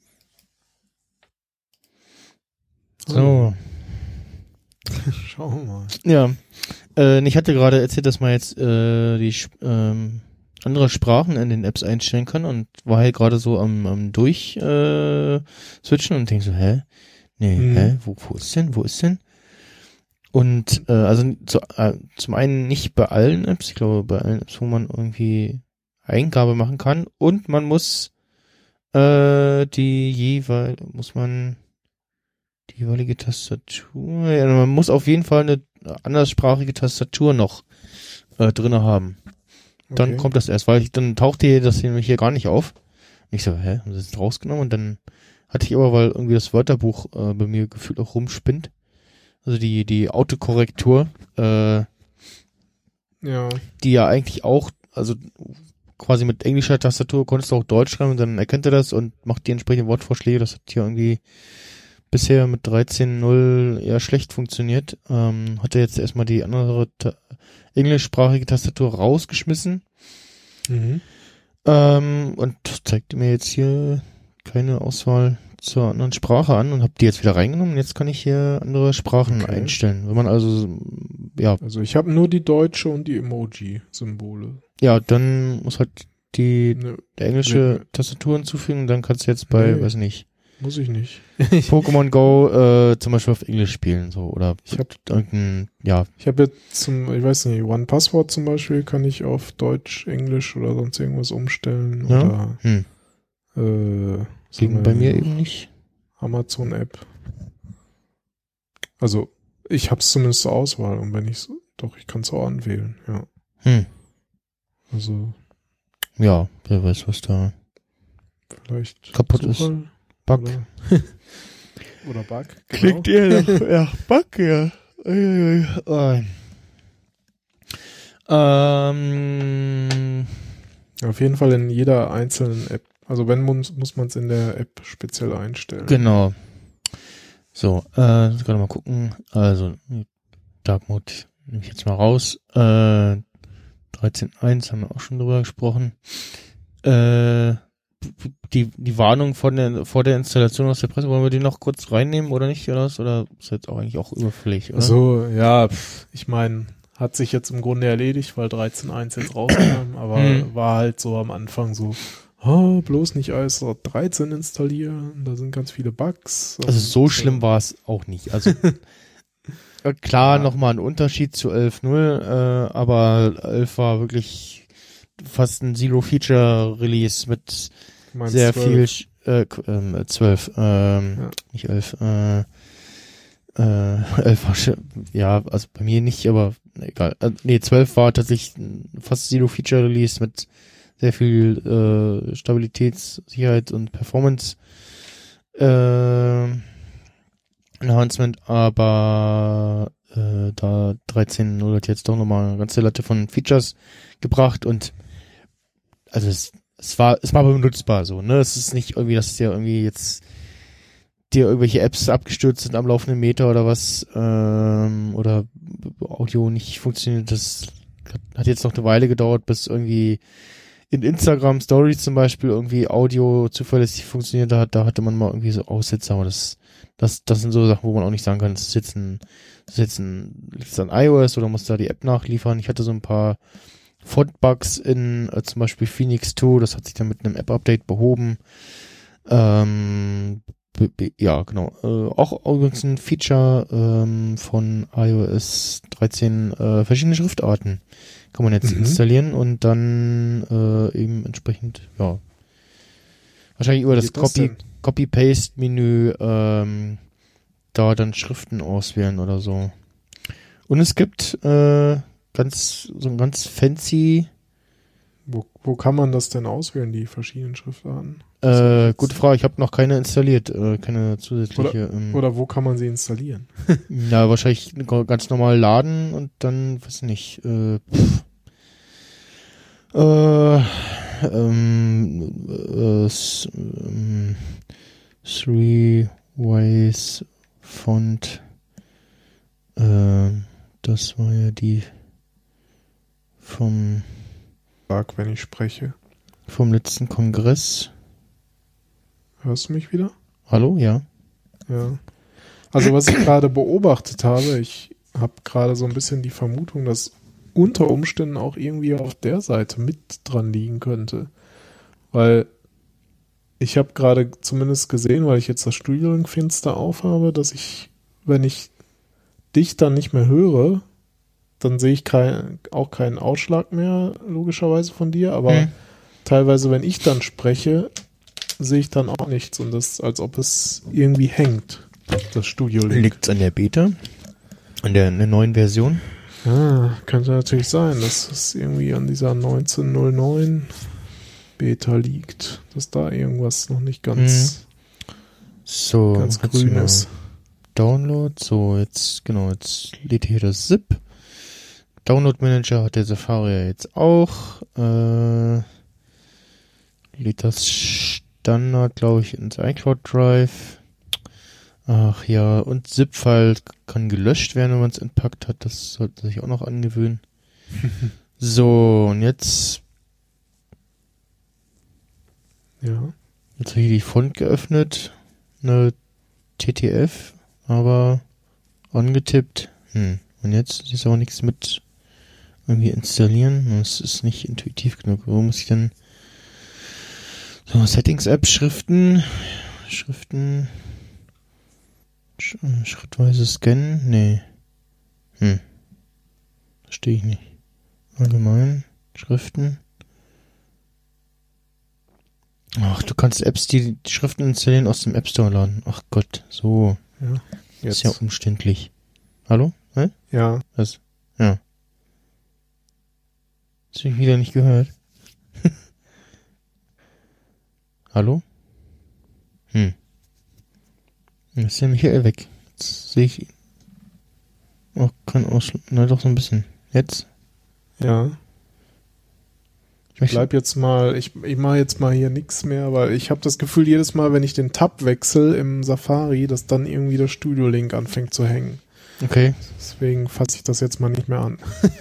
Speaker 1: So.
Speaker 2: Schauen wir mal.
Speaker 1: Ja. Äh, ich hatte gerade erzählt, dass man jetzt äh, die ähm, andere Sprachen in den Apps einstellen kann und war halt gerade so am, am durch äh, switchen und denk so, hä? Nee, mhm. hä? Wo, wo ist denn? Wo ist denn? Und äh, also zu, äh, zum einen nicht bei allen Apps, ich glaube bei allen Apps, wo man irgendwie Eingabe machen kann und man muss äh, die jeweil muss man die jeweilige Tastatur, ja, man muss auf jeden Fall eine anderssprachige Tastatur noch äh, drinne haben. Dann okay. kommt das erst, weil ich, dann taucht die das nämlich hier gar nicht auf. Und ich so, hä, haben sie das rausgenommen? Und dann hatte ich aber, weil irgendwie das Wörterbuch äh, bei mir gefühlt auch rumspinnt, also die die Autokorrektur, äh,
Speaker 2: ja.
Speaker 1: die ja eigentlich auch, also quasi mit englischer Tastatur konntest du auch Deutsch schreiben und dann erkennt er das und macht die entsprechenden Wortvorschläge. Das hat hier irgendwie bisher mit dreizehn null eher schlecht funktioniert. Ähm, hat er jetzt erstmal die andere ta- englischsprachige Tastatur rausgeschmissen.
Speaker 2: Mhm.
Speaker 1: Ähm, und zeigte mir jetzt hier keine Auswahl zur anderen Sprache an und habe die jetzt wieder reingenommen. Jetzt kann ich hier andere Sprachen okay. einstellen. Wenn man also, ja.
Speaker 2: Also ich habe nur die deutsche und die Emoji-Symbole.
Speaker 1: Ja, dann muss halt die
Speaker 2: ne,
Speaker 1: der englische
Speaker 2: ne,
Speaker 1: Tastatur hinzufügen und dann kannst du jetzt bei,
Speaker 2: nee,
Speaker 1: weiß nicht,
Speaker 2: muss ich nicht.
Speaker 1: Pokémon Go äh, zum Beispiel auf Englisch spielen, so, oder
Speaker 2: ich hab
Speaker 1: irgendein, ja.
Speaker 2: Ich habe jetzt zum, ich weiß nicht, One Password zum Beispiel kann ich auf Deutsch, Englisch oder sonst irgendwas umstellen.
Speaker 1: Ja?
Speaker 2: Oder
Speaker 1: Hm.
Speaker 2: äh,
Speaker 1: Ging bei mir eben nicht.
Speaker 2: Amazon-App. Also, ich habe es zumindest zur Auswahl und wenn ich so, doch, ich kann es auch anwählen, ja.
Speaker 1: Hm.
Speaker 2: Also.
Speaker 1: Ja, wer weiß, was da
Speaker 2: vielleicht
Speaker 1: kaputt ist. Bug.
Speaker 2: Oder, oder Bug. Genau.
Speaker 1: Klingt eher nach, ja, Bug, ja. Oh. Ähm.
Speaker 2: Auf jeden Fall in jeder einzelnen App Also wenn, muss, muss man es in der App speziell einstellen.
Speaker 1: Genau. So, äh, gerade mal gucken. Also, Dark Mode nehme ich jetzt mal raus. Äh, dreizehn Punkt eins haben wir auch schon drüber gesprochen. Äh, die, die Warnung von der, vor der Installation aus der Presse, wollen wir die noch kurz reinnehmen oder nicht? Oder, oder ist jetzt auch eigentlich auch überfällig, oder?
Speaker 2: So, ja, pf, ich meine, hat sich jetzt im Grunde erledigt, weil dreizehn Punkt eins jetzt rauskam, aber
Speaker 1: hm.
Speaker 2: war halt so am Anfang so, oh, bloß nicht I S O dreizehn installieren, da sind ganz viele Bugs.
Speaker 1: Also so schlimm war es auch nicht. Also klar,
Speaker 2: ja.
Speaker 1: nochmal ein Unterschied zu elf Punkt null, äh, aber elf war wirklich fast ein Zero-Feature-Release mit sehr
Speaker 2: zwölf.
Speaker 1: viel, äh, ähm, zwölf, ähm,
Speaker 2: ja.
Speaker 1: nicht elf, äh, äh, elf war schon, ja, also bei mir nicht, aber egal. Äh, nee, zwölf war tatsächlich fast Zero-Feature-Release mit sehr viel äh, Stabilitäts-, Sicherheit und Performance äh, Enhancement, aber äh, da dreizehn Punkt null hat jetzt doch nochmal eine ganze Latte von Features gebracht und also es, es war es war benutzbar so, ne? Es ist nicht irgendwie, dass dir irgendwie jetzt dir irgendwelche Apps abgestürzt sind am laufenden Meter oder was ähm, oder Audio nicht funktioniert. Das hat jetzt noch eine Weile gedauert, bis irgendwie in Instagram Stories zum Beispiel irgendwie Audio zuverlässig funktioniert hat. Da hatte man mal irgendwie so Aussetzer, aber das das das sind so Sachen, wo man auch nicht sagen kann, das ist jetzt ein das ist jetzt ein liegt es an iOS oder muss da die App nachliefern. Ich hatte so ein paar Font-Bugs in äh, zum Beispiel Phoenix zwei, das hat sich dann mit einem App-Update behoben. Ähm, b- b- ja, genau. Äh, auch übrigens ein Feature ähm, von iOS dreizehn, äh, verschiedene Schriftarten kann man jetzt
Speaker 2: Mhm.
Speaker 1: installieren und dann äh, eben entsprechend, ja, wahrscheinlich über
Speaker 2: Wie
Speaker 1: das
Speaker 2: geht das
Speaker 1: Copy,
Speaker 2: denn?
Speaker 1: Copy-Paste-Menü ähm, da dann Schriften auswählen oder so. Und es gibt äh, ganz so ein ganz fancy
Speaker 2: Wo, wo kann man das denn auswählen, die verschiedenen Schriftarten?
Speaker 1: Äh, gute Frage, ich habe noch keine installiert, äh, keine zusätzliche. Ähm,
Speaker 2: Oder wo kann man sie installieren?
Speaker 1: ja, wahrscheinlich ganz normal laden und dann, weiß nicht, äh, pff, äh, ähm, äh, s- ähm, Three Ways Font, äh, das war ja die vom,
Speaker 2: Sag, wenn ich spreche.
Speaker 1: vom letzten Kongress.
Speaker 2: Hörst du mich wieder?
Speaker 1: Hallo, ja.
Speaker 2: Ja. Also was ich gerade beobachtet habe, ich habe gerade so ein bisschen die Vermutung, dass unter Umständen auch irgendwie auf der Seite mit dran liegen könnte. Weil ich habe gerade zumindest gesehen, weil ich jetzt das Studio Link Fenster aufhabe, dass ich, wenn ich dich dann nicht mehr höre, dann sehe ich kein, auch keinen Ausschlag mehr, logischerweise von dir, aber
Speaker 1: Hm.
Speaker 2: teilweise, wenn ich dann spreche, sehe ich dann auch nichts und das, als ob es irgendwie hängt, das Studio Link.
Speaker 1: Liegt's an der Beta? An der, an der neuen Version?
Speaker 2: Ah, könnte natürlich sein, dass es irgendwie an dieser neunzehn null neun Beta liegt, dass da irgendwas noch nicht ganz,
Speaker 1: So,
Speaker 2: ganz
Speaker 1: jetzt
Speaker 2: grün
Speaker 1: mal
Speaker 2: ist.
Speaker 1: Download, so jetzt, genau, jetzt lädt hier das Zip. Download Manager hat der Safari ja jetzt auch. Äh, lädt das Standard, glaube ich, ins iCloud Drive. Ach ja, und Zip-File kann gelöscht werden, wenn man es entpackt hat. Das sollte sich auch noch angewöhnen. So, und jetzt,
Speaker 2: Ja.
Speaker 1: jetzt habe ich die Font geöffnet. Eine T T F, aber angetippt. Hm. Und jetzt ist auch nichts mit irgendwie installieren. Das ist nicht intuitiv genug. Wo muss ich denn? So, Settings-App, Schriften. Schriften. Sch schrittweise scannen. Nee. Hm. Verstehe ich nicht. Allgemein. Schriften. Ach, du kannst Apps, die, die Schriften installieren, aus dem App Store laden. Ach Gott, so.
Speaker 2: Ja.
Speaker 1: Das ist
Speaker 2: Jetzt.
Speaker 1: ja umständlich. Hallo? Hä?
Speaker 2: Ja.
Speaker 1: Was? Ja. Hast du mich wieder nicht gehört? Hallo? Hm. Jetzt ist der Michael weg. Jetzt sehe ich ihn. Oh, kann ausschlagen. Na doch, so ein bisschen. Jetzt?
Speaker 2: Ja.
Speaker 1: Ich
Speaker 2: bleib jetzt mal, ich, ich mache jetzt mal hier nichts mehr, weil ich habe das Gefühl, jedes Mal, wenn ich den Tab wechsle im Safari, dass dann irgendwie der Studio-Link anfängt zu hängen.
Speaker 1: Okay.
Speaker 2: Deswegen fasse ich das jetzt mal nicht mehr an.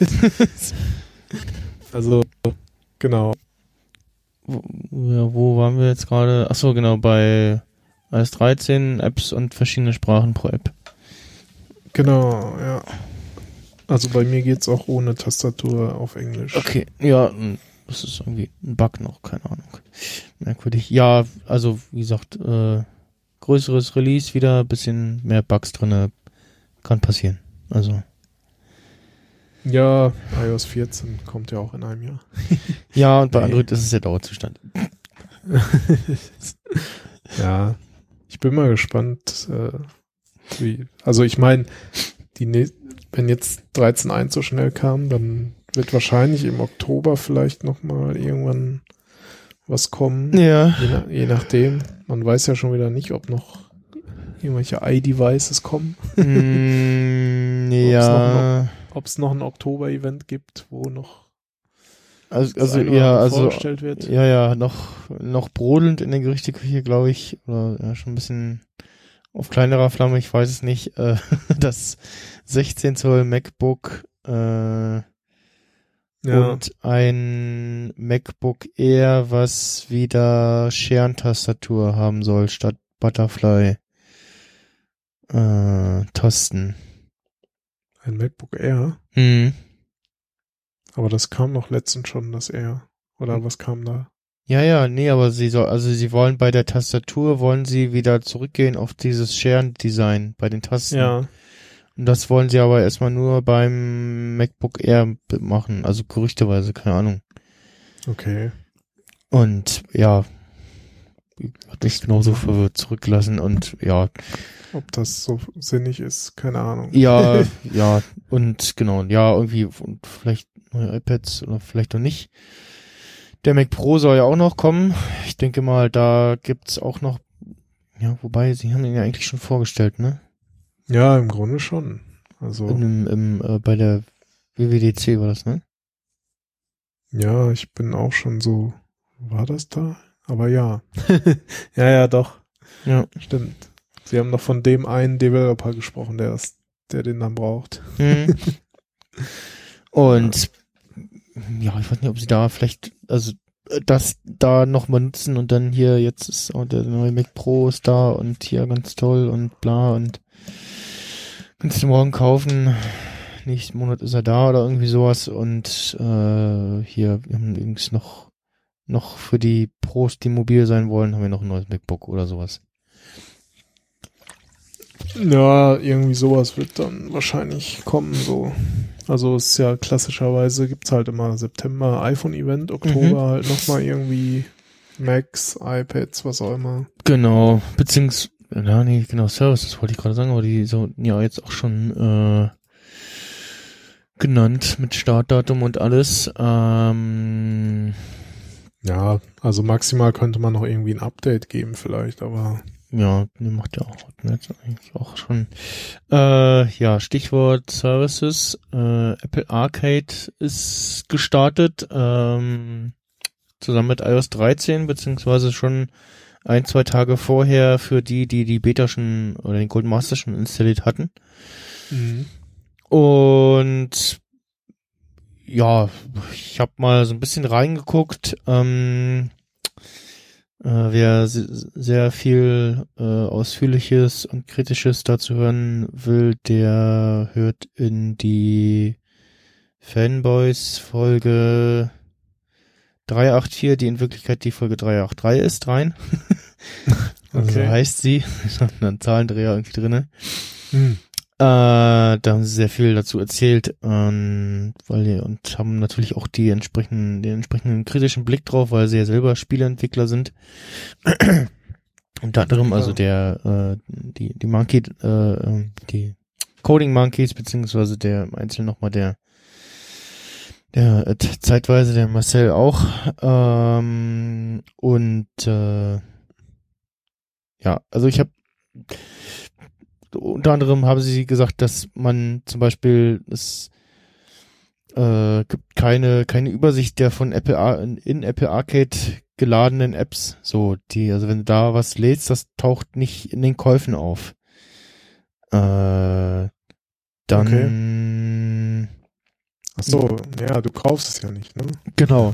Speaker 2: Also, genau.
Speaker 1: Wo, ja, wo waren wir jetzt gerade? Achso, genau, bei i O S dreizehn Apps und verschiedene Sprachen pro App.
Speaker 2: Genau, ja. Also bei mir geht's auch ohne Tastatur auf Englisch.
Speaker 1: Okay, ja, das ist irgendwie ein Bug noch, keine Ahnung. Merkwürdig. Ja, also wie gesagt, äh, größeres Release wieder, bisschen mehr Bugs drinne, kann passieren. Also.
Speaker 2: Ja, i O S vierzehn kommt ja auch in einem Jahr.
Speaker 1: Ja, und bei
Speaker 2: Nee.
Speaker 1: Android ist es ja Dauerzustand.
Speaker 2: Ja, ich bin mal gespannt, äh, wie, also ich meine, die ne- wenn jetzt dreizehn Punkt eins so schnell kam, dann wird wahrscheinlich im Oktober vielleicht nochmal irgendwann was kommen.
Speaker 1: Ja.
Speaker 2: Je, na, je nachdem. Man weiß ja schon wieder nicht, ob noch irgendwelche iDevices kommen.
Speaker 1: Mm,
Speaker 2: Ob's
Speaker 1: ja.
Speaker 2: Ob es noch ein Oktober-Event gibt, wo noch
Speaker 1: Also,
Speaker 2: das
Speaker 1: also
Speaker 2: eine oder
Speaker 1: ja,
Speaker 2: andere
Speaker 1: also
Speaker 2: vorgestellt wird.
Speaker 1: ja, ja, noch noch brodelnd in der Gerüchteküche, glaube ich, oder ja, schon ein bisschen auf kleinerer Flamme, ich weiß es nicht, äh, das sechzehn Zoll MacBook äh,
Speaker 2: Ja.
Speaker 1: und ein MacBook Air, was wieder Scherentastatur haben soll statt Butterfly äh, Tasten.
Speaker 2: Ein MacBook Air.
Speaker 1: Hm.
Speaker 2: Aber das kam noch letztens schon, das Air. Oder was kam da?
Speaker 1: Ja, ja, nee, aber sie soll, also sie wollen bei der Tastatur, wollen sie wieder zurückgehen auf dieses Scherendesign bei den Tasten.
Speaker 2: Ja.
Speaker 1: Und das wollen sie aber erstmal nur beim MacBook Air machen, also gerüchteweise, keine Ahnung.
Speaker 2: Okay.
Speaker 1: Und ja, hat mich genauso verwirrt zurückgelassen und ja.
Speaker 2: Ob das so sinnig ist, keine Ahnung.
Speaker 1: Ja, ja, und genau, ja, irgendwie, und vielleicht neue iPads oder vielleicht auch nicht. Der Mac Pro soll ja auch noch kommen. Ich denke mal, da gibt's auch noch, ja, wobei, sie haben ihn ja eigentlich schon vorgestellt, ne?
Speaker 2: Ja, im Grunde schon. Also.
Speaker 1: Im, im, äh, bei der W W D C war das, ne?
Speaker 2: Ja, ich bin auch schon so, war das da? Aber ja. ja, ja, doch.
Speaker 1: Ja.
Speaker 2: Stimmt. Sie haben noch von dem einen Developer gesprochen, der ist, der den dann braucht.
Speaker 1: Mhm. Und ja, ich weiß nicht, ob sie da vielleicht, also das da nochmal nutzen und dann hier, jetzt ist auch der neue Mac Pro ist da und hier ganz toll und bla und kannst du morgen kaufen, nächsten Monat ist er da oder irgendwie sowas und äh, hier, wir haben übrigens noch noch für die Pros, die mobil sein wollen, haben wir noch ein neues MacBook oder sowas.
Speaker 2: Ja, irgendwie sowas wird dann wahrscheinlich kommen, so. Also es ist ja klassischerweise gibt's halt immer September iPhone-Event, Oktober
Speaker 1: Mhm.
Speaker 2: halt nochmal irgendwie Macs, iPads, was auch immer.
Speaker 1: Genau, beziehungsweise, ja, nee, genau, Services wollte ich gerade sagen, aber die so, ja, jetzt auch schon äh, genannt mit Startdatum und alles. Ähm,
Speaker 2: Ja, also maximal könnte man noch irgendwie ein Update geben vielleicht, aber
Speaker 1: ja, mir macht ja auch Hotnet eigentlich auch schon. Äh, ja, Stichwort Services. Äh, Apple Arcade ist gestartet, ähm, zusammen mit i O S dreizehn, beziehungsweise schon ein, zwei Tage vorher für die, die die Beta schon oder den Golden Master schon installiert hatten.
Speaker 2: mhm.
Speaker 1: Und ja, ich habe mal so ein bisschen reingeguckt. Ähm, äh, wer se- sehr viel äh, Ausführliches und Kritisches dazu hören will, der hört in die Fanboys-Folge dreihundertvierundachtzig, die in Wirklichkeit die Folge dreihundertdreiundachtzig ist, rein. Also
Speaker 2: Okay.
Speaker 1: so heißt sie. Da ist ein Zahlendreher irgendwie drinne.
Speaker 2: Hm.
Speaker 1: Äh, da haben sie sehr viel dazu erzählt, ähm, weil die, und haben natürlich auch die entsprechenden, den entsprechenden kritischen Blick drauf, weil sie ja selber Spieleentwickler sind. Unter anderem
Speaker 2: Ja,
Speaker 1: also der, äh, die, die Monkey, äh, die Coding Monkeys, beziehungsweise der im Einzelnen nochmal der, der äh, zeitweise der Marcel auch. Ähm, und äh, ja, also ich habe unter anderem haben sie gesagt, dass man zum Beispiel es Äh, gibt keine keine Übersicht der von Apple Ar- in, in Apple Arcade geladenen Apps. So, die, also wenn du da was lädst, das taucht nicht in den Käufen auf. Äh, dann
Speaker 2: Ach so, ja, du kaufst es ja nicht, ne?
Speaker 1: genau.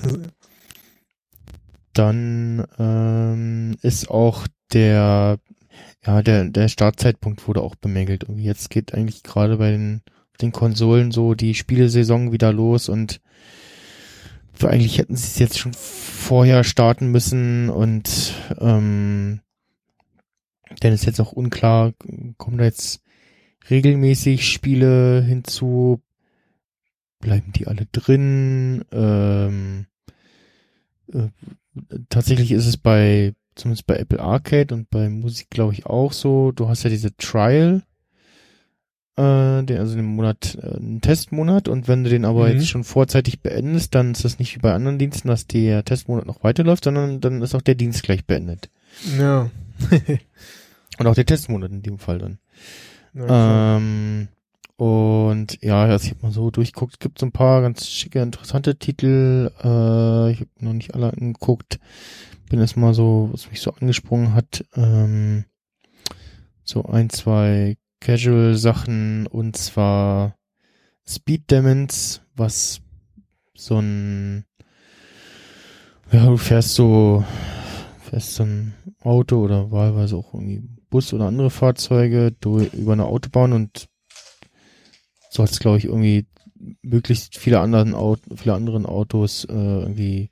Speaker 1: Dann ähm, ist auch der ja der der Startzeitpunkt wurde auch bemängelt. Irgendwie jetzt geht eigentlich gerade bei den den Konsolen so die Spielesaison wieder los und eigentlich hätten sie es jetzt schon vorher starten müssen und ähm, denn ist jetzt auch unklar, kommen da jetzt regelmäßig Spiele hinzu, bleiben die alle drin? Ähm, äh, tatsächlich ist es bei, zumindest bei Apple Arcade und bei Musik glaube ich auch so, du hast ja diese Trial, äh, der, also den Monat, äh, einen Testmonat und wenn du den aber
Speaker 2: Mhm.
Speaker 1: jetzt schon vorzeitig beendest, dann ist das nicht wie bei anderen Diensten, dass der Testmonat noch weiterläuft, sondern dann ist auch der Dienst gleich beendet.
Speaker 2: Ja.
Speaker 1: Und auch der Testmonat in dem Fall dann.
Speaker 2: Ja, klar.
Speaker 1: Ähm, und ja, also ich habe mal so durchguckt, gibt so ein paar ganz schicke, interessante Titel. Äh, ich habe noch nicht alle angeguckt. Bin erst mal so, was mich so angesprungen hat, ähm, so ein, zwei Casual-Sachen und zwar Speed Demons, was so ein, ja, du fährst so, fährst so ein Auto oder wahlweise auch irgendwie Bus oder andere Fahrzeuge du, über eine Autobahn und sollst, glaube ich, irgendwie möglichst viele anderen Auto, viele anderen Autos äh, irgendwie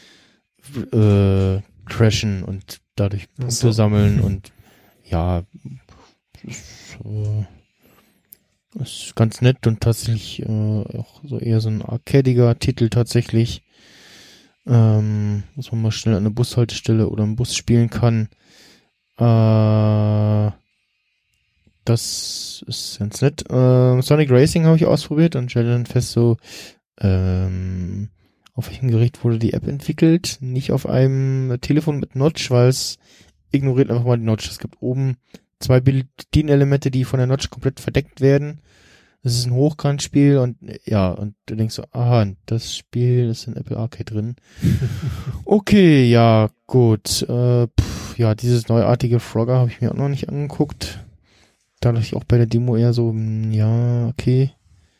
Speaker 1: äh, crashen und dadurch
Speaker 2: Ach
Speaker 1: Punkte
Speaker 2: so.
Speaker 1: sammeln und ja, ist, äh, ist ganz nett und tatsächlich äh, auch so eher so ein arcadiger Titel tatsächlich, ähm, dass man mal schnell an eine Bushaltestelle oder im Bus spielen kann. Äh, das ist ganz nett. Äh, Sonic Racing habe ich ausprobiert und stelle dann fest so, ähm, auf welchem Gerät wurde die App entwickelt? Nicht auf einem Telefon mit Notch, weil es ignoriert einfach mal die Notch. Es gibt oben zwei Bedienelemente, die von der Notch komplett verdeckt werden. Es ist ein Hochkantspiel und ja, und du denkst so, aha, das Spiel ist in Apple Arcade drin. Okay, ja, gut. Äh, pff, ja, dieses neuartige Frogger habe ich mir auch noch nicht angeguckt. Da dachte ich auch bei der Demo eher so, mh, ja, okay.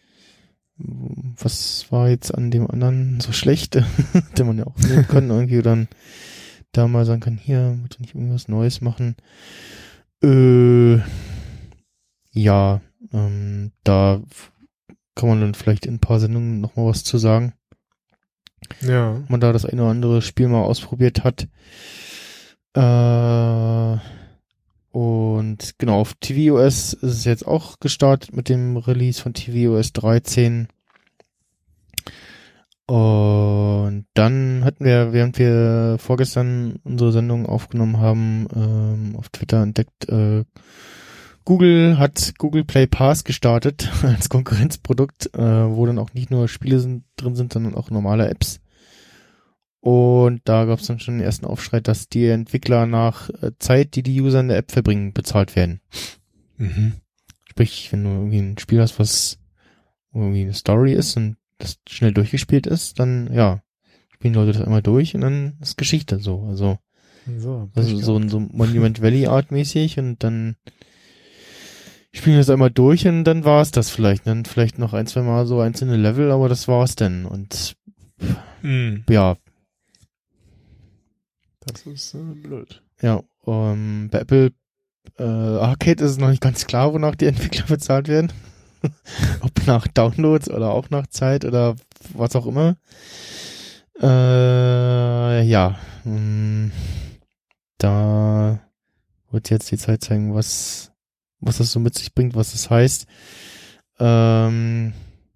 Speaker 1: Was war jetzt an dem anderen so schlecht? Hätte man ja auch nehmen können irgendwie dann da mal sagen kann, hier, muss nicht irgendwas Neues machen. Äh, ja, ähm, da kann man dann vielleicht in ein paar Sendungen noch mal was zu sagen.
Speaker 2: Ja.
Speaker 1: Wenn man da das eine oder andere Spiel mal ausprobiert hat. Äh, und genau, auf tvOS ist es jetzt auch gestartet mit dem Release von tvOS dreizehn. Und dann hatten wir, während wir vorgestern unsere Sendung aufgenommen haben, ähm, auf Twitter entdeckt, äh, Google hat Google Play Pass gestartet als Konkurrenzprodukt, äh, wo dann auch nicht nur Spiele sind, drin sind, sondern auch normale Apps. Und da gab es dann schon den ersten Aufschrei, dass die Entwickler nach äh, Zeit, die die User in der App verbringen, bezahlt werden.
Speaker 2: Mhm.
Speaker 1: Sprich, wenn du irgendwie ein Spiel hast, was irgendwie eine Story ist und das schnell durchgespielt ist, dann ja, spielen Leute das einmal durch und dann ist Geschichte so. Also,
Speaker 2: So,
Speaker 1: also so ein so Monument Valley Art mäßig und dann spielen wir das einmal durch und dann war es das vielleicht. Dann vielleicht noch ein, zwei Mal so einzelne Level, aber das war's dann. Und
Speaker 2: Mhm.
Speaker 1: ja,
Speaker 2: Das ist äh, blöd.
Speaker 1: ja, ähm, bei Apple äh, Arcade ist es noch nicht ganz klar, wonach die Entwickler bezahlt werden. Ob nach Downloads oder auch nach Zeit oder was auch immer. Äh, ja, mh, da wird jetzt die Zeit zeigen, was was das so mit sich bringt, was das heißt. Ähm,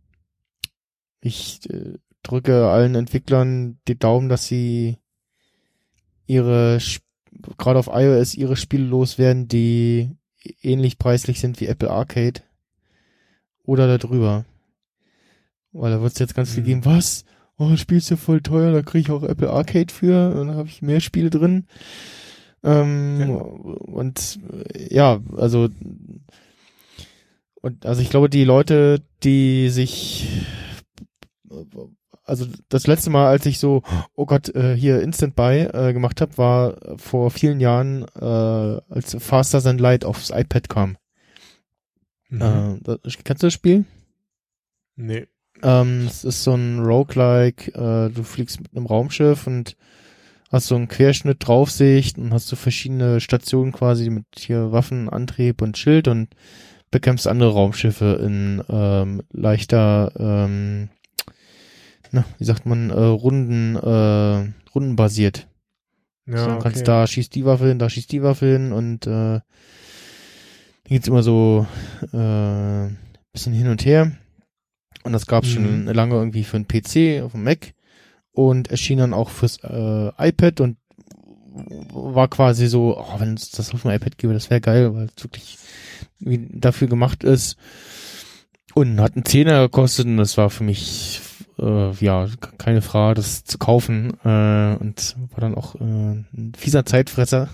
Speaker 1: ich äh, drücke allen Entwicklern die Daumen, dass sie ihre, gerade auf iOS, ihre Spiele loswerden, die ähnlich preislich sind wie Apple Arcade. Oder darüber. Weil da wird es jetzt ganz viel
Speaker 2: Mhm.
Speaker 1: geben, was? Oh, das Spiel ist ja voll teuer, da kriege ich auch Apple Arcade für und dann habe ich mehr Spiele drin. Ähm,
Speaker 2: Ja.
Speaker 1: Und äh, ja, also und also ich glaube, die Leute, die sich also das letzte Mal, als ich so, oh Gott, äh, hier Instant Buy äh, gemacht habe, war vor vielen Jahren, äh, als Faster Than Light aufs iPad kam.
Speaker 2: Mhm.
Speaker 1: Äh, das, kennst du das Spiel?
Speaker 2: Nee.
Speaker 1: Ähm, es ist so ein Roguelike, äh, du fliegst mit einem Raumschiff und hast so einen Querschnitt, Draufsicht und hast so verschiedene Stationen quasi mit hier Waffen, Antrieb und Schild und bekämpfst andere Raumschiffe in ähm, leichter, ähm, na, wie sagt man, äh, Runden, äh, rundenbasiert.
Speaker 2: Ja,
Speaker 1: So, dann kannst
Speaker 2: okay.
Speaker 1: da schießt die Waffe hin, da schießt die Waffe hin und äh, hier geht's immer so äh, bisschen hin und her. Und das gab's
Speaker 2: Mhm.
Speaker 1: schon lange irgendwie für einen P C auf dem Mac und erschien dann auch fürs äh, iPad und war quasi so, oh, wenn es das auf dem iPad gäbe, das wäre geil, weil es wirklich wie dafür gemacht ist. Und hat einen Zehner gekostet und das war für mich äh, ja keine Frage, das zu kaufen. Äh, und war dann auch äh, ein fieser Zeitfresser.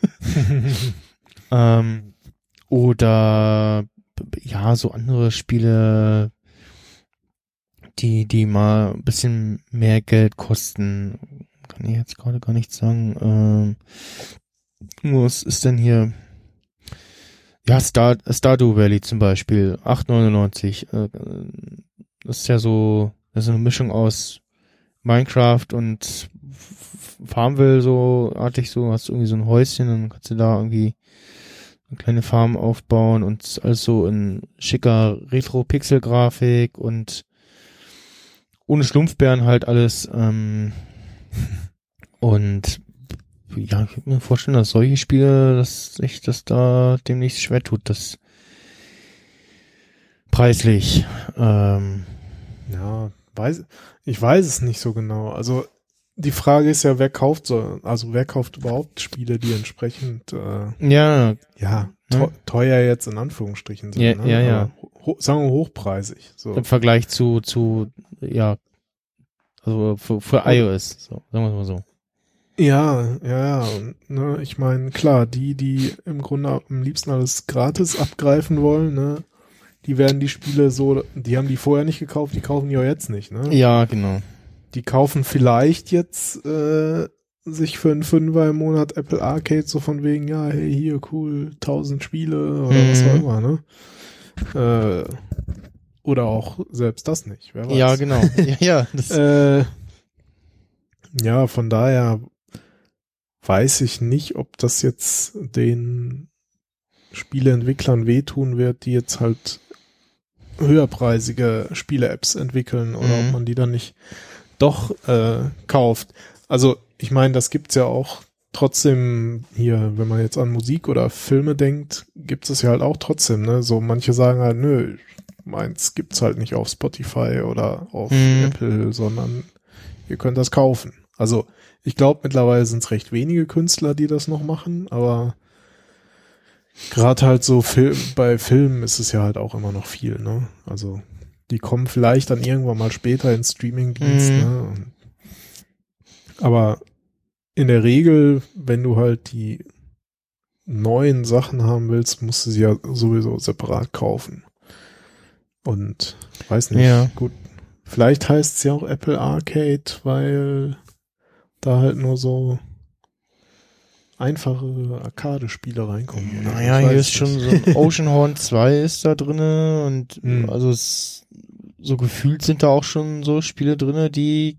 Speaker 1: ähm, oder ja, so andere Spiele, die, die mal ein bisschen mehr Geld kosten. Kann ich jetzt gerade gar nicht sagen. Ähm, was ist denn hier? Ja, Star, Stardew Valley zum Beispiel. acht neunundneunzig. Äh, das ist ja so, das ist eine Mischung aus Minecraft und Farmville so artig so. Hast du irgendwie so ein Häuschen, dann kannst du da irgendwie eine kleine Farm aufbauen und alles so in schicker Retro-Pixel-Grafik und ohne Schlumpfbären halt alles. Ähm, und ja, ich kann mir vorstellen, dass solche Spiele, dass sich das da demnächst schwer tut, das preislich. Ähm,
Speaker 2: Ja, weiß, ich weiß es nicht so genau. Also die Frage ist ja, wer kauft so, also wer kauft überhaupt Spiele, die entsprechend äh,
Speaker 1: ja,
Speaker 2: ja te- teuer jetzt in Anführungsstrichen sind,
Speaker 1: ja,
Speaker 2: ne?
Speaker 1: ja, ja.
Speaker 2: Aber ho- sagen wir hochpreisig. So.
Speaker 1: Im Vergleich zu, zu, ja, also für, für iOS, so, sagen wir es mal so.
Speaker 2: Ja, ja, ja. Und, ne, ich meine, klar, die, die im Grunde am liebsten alles gratis abgreifen wollen, ne, die werden die Spiele so, die haben die vorher nicht gekauft, die kaufen die auch jetzt nicht, ne?
Speaker 1: Ja, genau.
Speaker 2: Die kaufen vielleicht jetzt äh, sich für einen Fünfer im Monat Apple Arcade so von wegen, ja, hey, hier, cool, tausend Spiele oder
Speaker 1: Mhm.
Speaker 2: was auch immer, ne? Äh, oder auch selbst das nicht, wer weiß.
Speaker 1: Ja, genau. Ja, ja. Das,
Speaker 2: Äh, ja, von daher weiß ich nicht, ob das jetzt den Spieleentwicklern wehtun wird, die jetzt halt höherpreisige Spiele-Apps entwickeln oder
Speaker 1: Mhm.
Speaker 2: ob man die dann nicht doch äh, kauft. Also ich meine, das gibt's ja auch trotzdem hier, wenn man jetzt an Musik oder Filme denkt, gibt es ja halt auch trotzdem, ne? So manche sagen halt, nö, meins gibt's halt nicht auf Spotify oder auf
Speaker 1: Mhm.
Speaker 2: Apple, sondern ihr könnt das kaufen. Also ich glaube, mittlerweile sind es recht wenige Künstler, die das noch machen, aber gerade halt so Film, bei Filmen ist es ja halt auch immer noch viel, ne? Also die kommen vielleicht dann irgendwann mal später ins Streamingdienst,
Speaker 1: Mhm.
Speaker 2: ne? Und, aber in der Regel, wenn du halt die neuen Sachen haben willst, musst du sie ja sowieso separat kaufen. Und weiß nicht,
Speaker 1: Ja.
Speaker 2: gut, vielleicht heißt es ja auch Apple Arcade, weil da halt nur so einfache Arcade-Spiele reinkommen. oder so.
Speaker 1: naja,
Speaker 2: Ich
Speaker 1: hier
Speaker 2: weiß
Speaker 1: ist schon
Speaker 2: nicht.
Speaker 1: so ein Oceanhorn zwei ist da drinne und
Speaker 2: Mhm.
Speaker 1: also es, so gefühlt sind da auch schon so Spiele drinne, die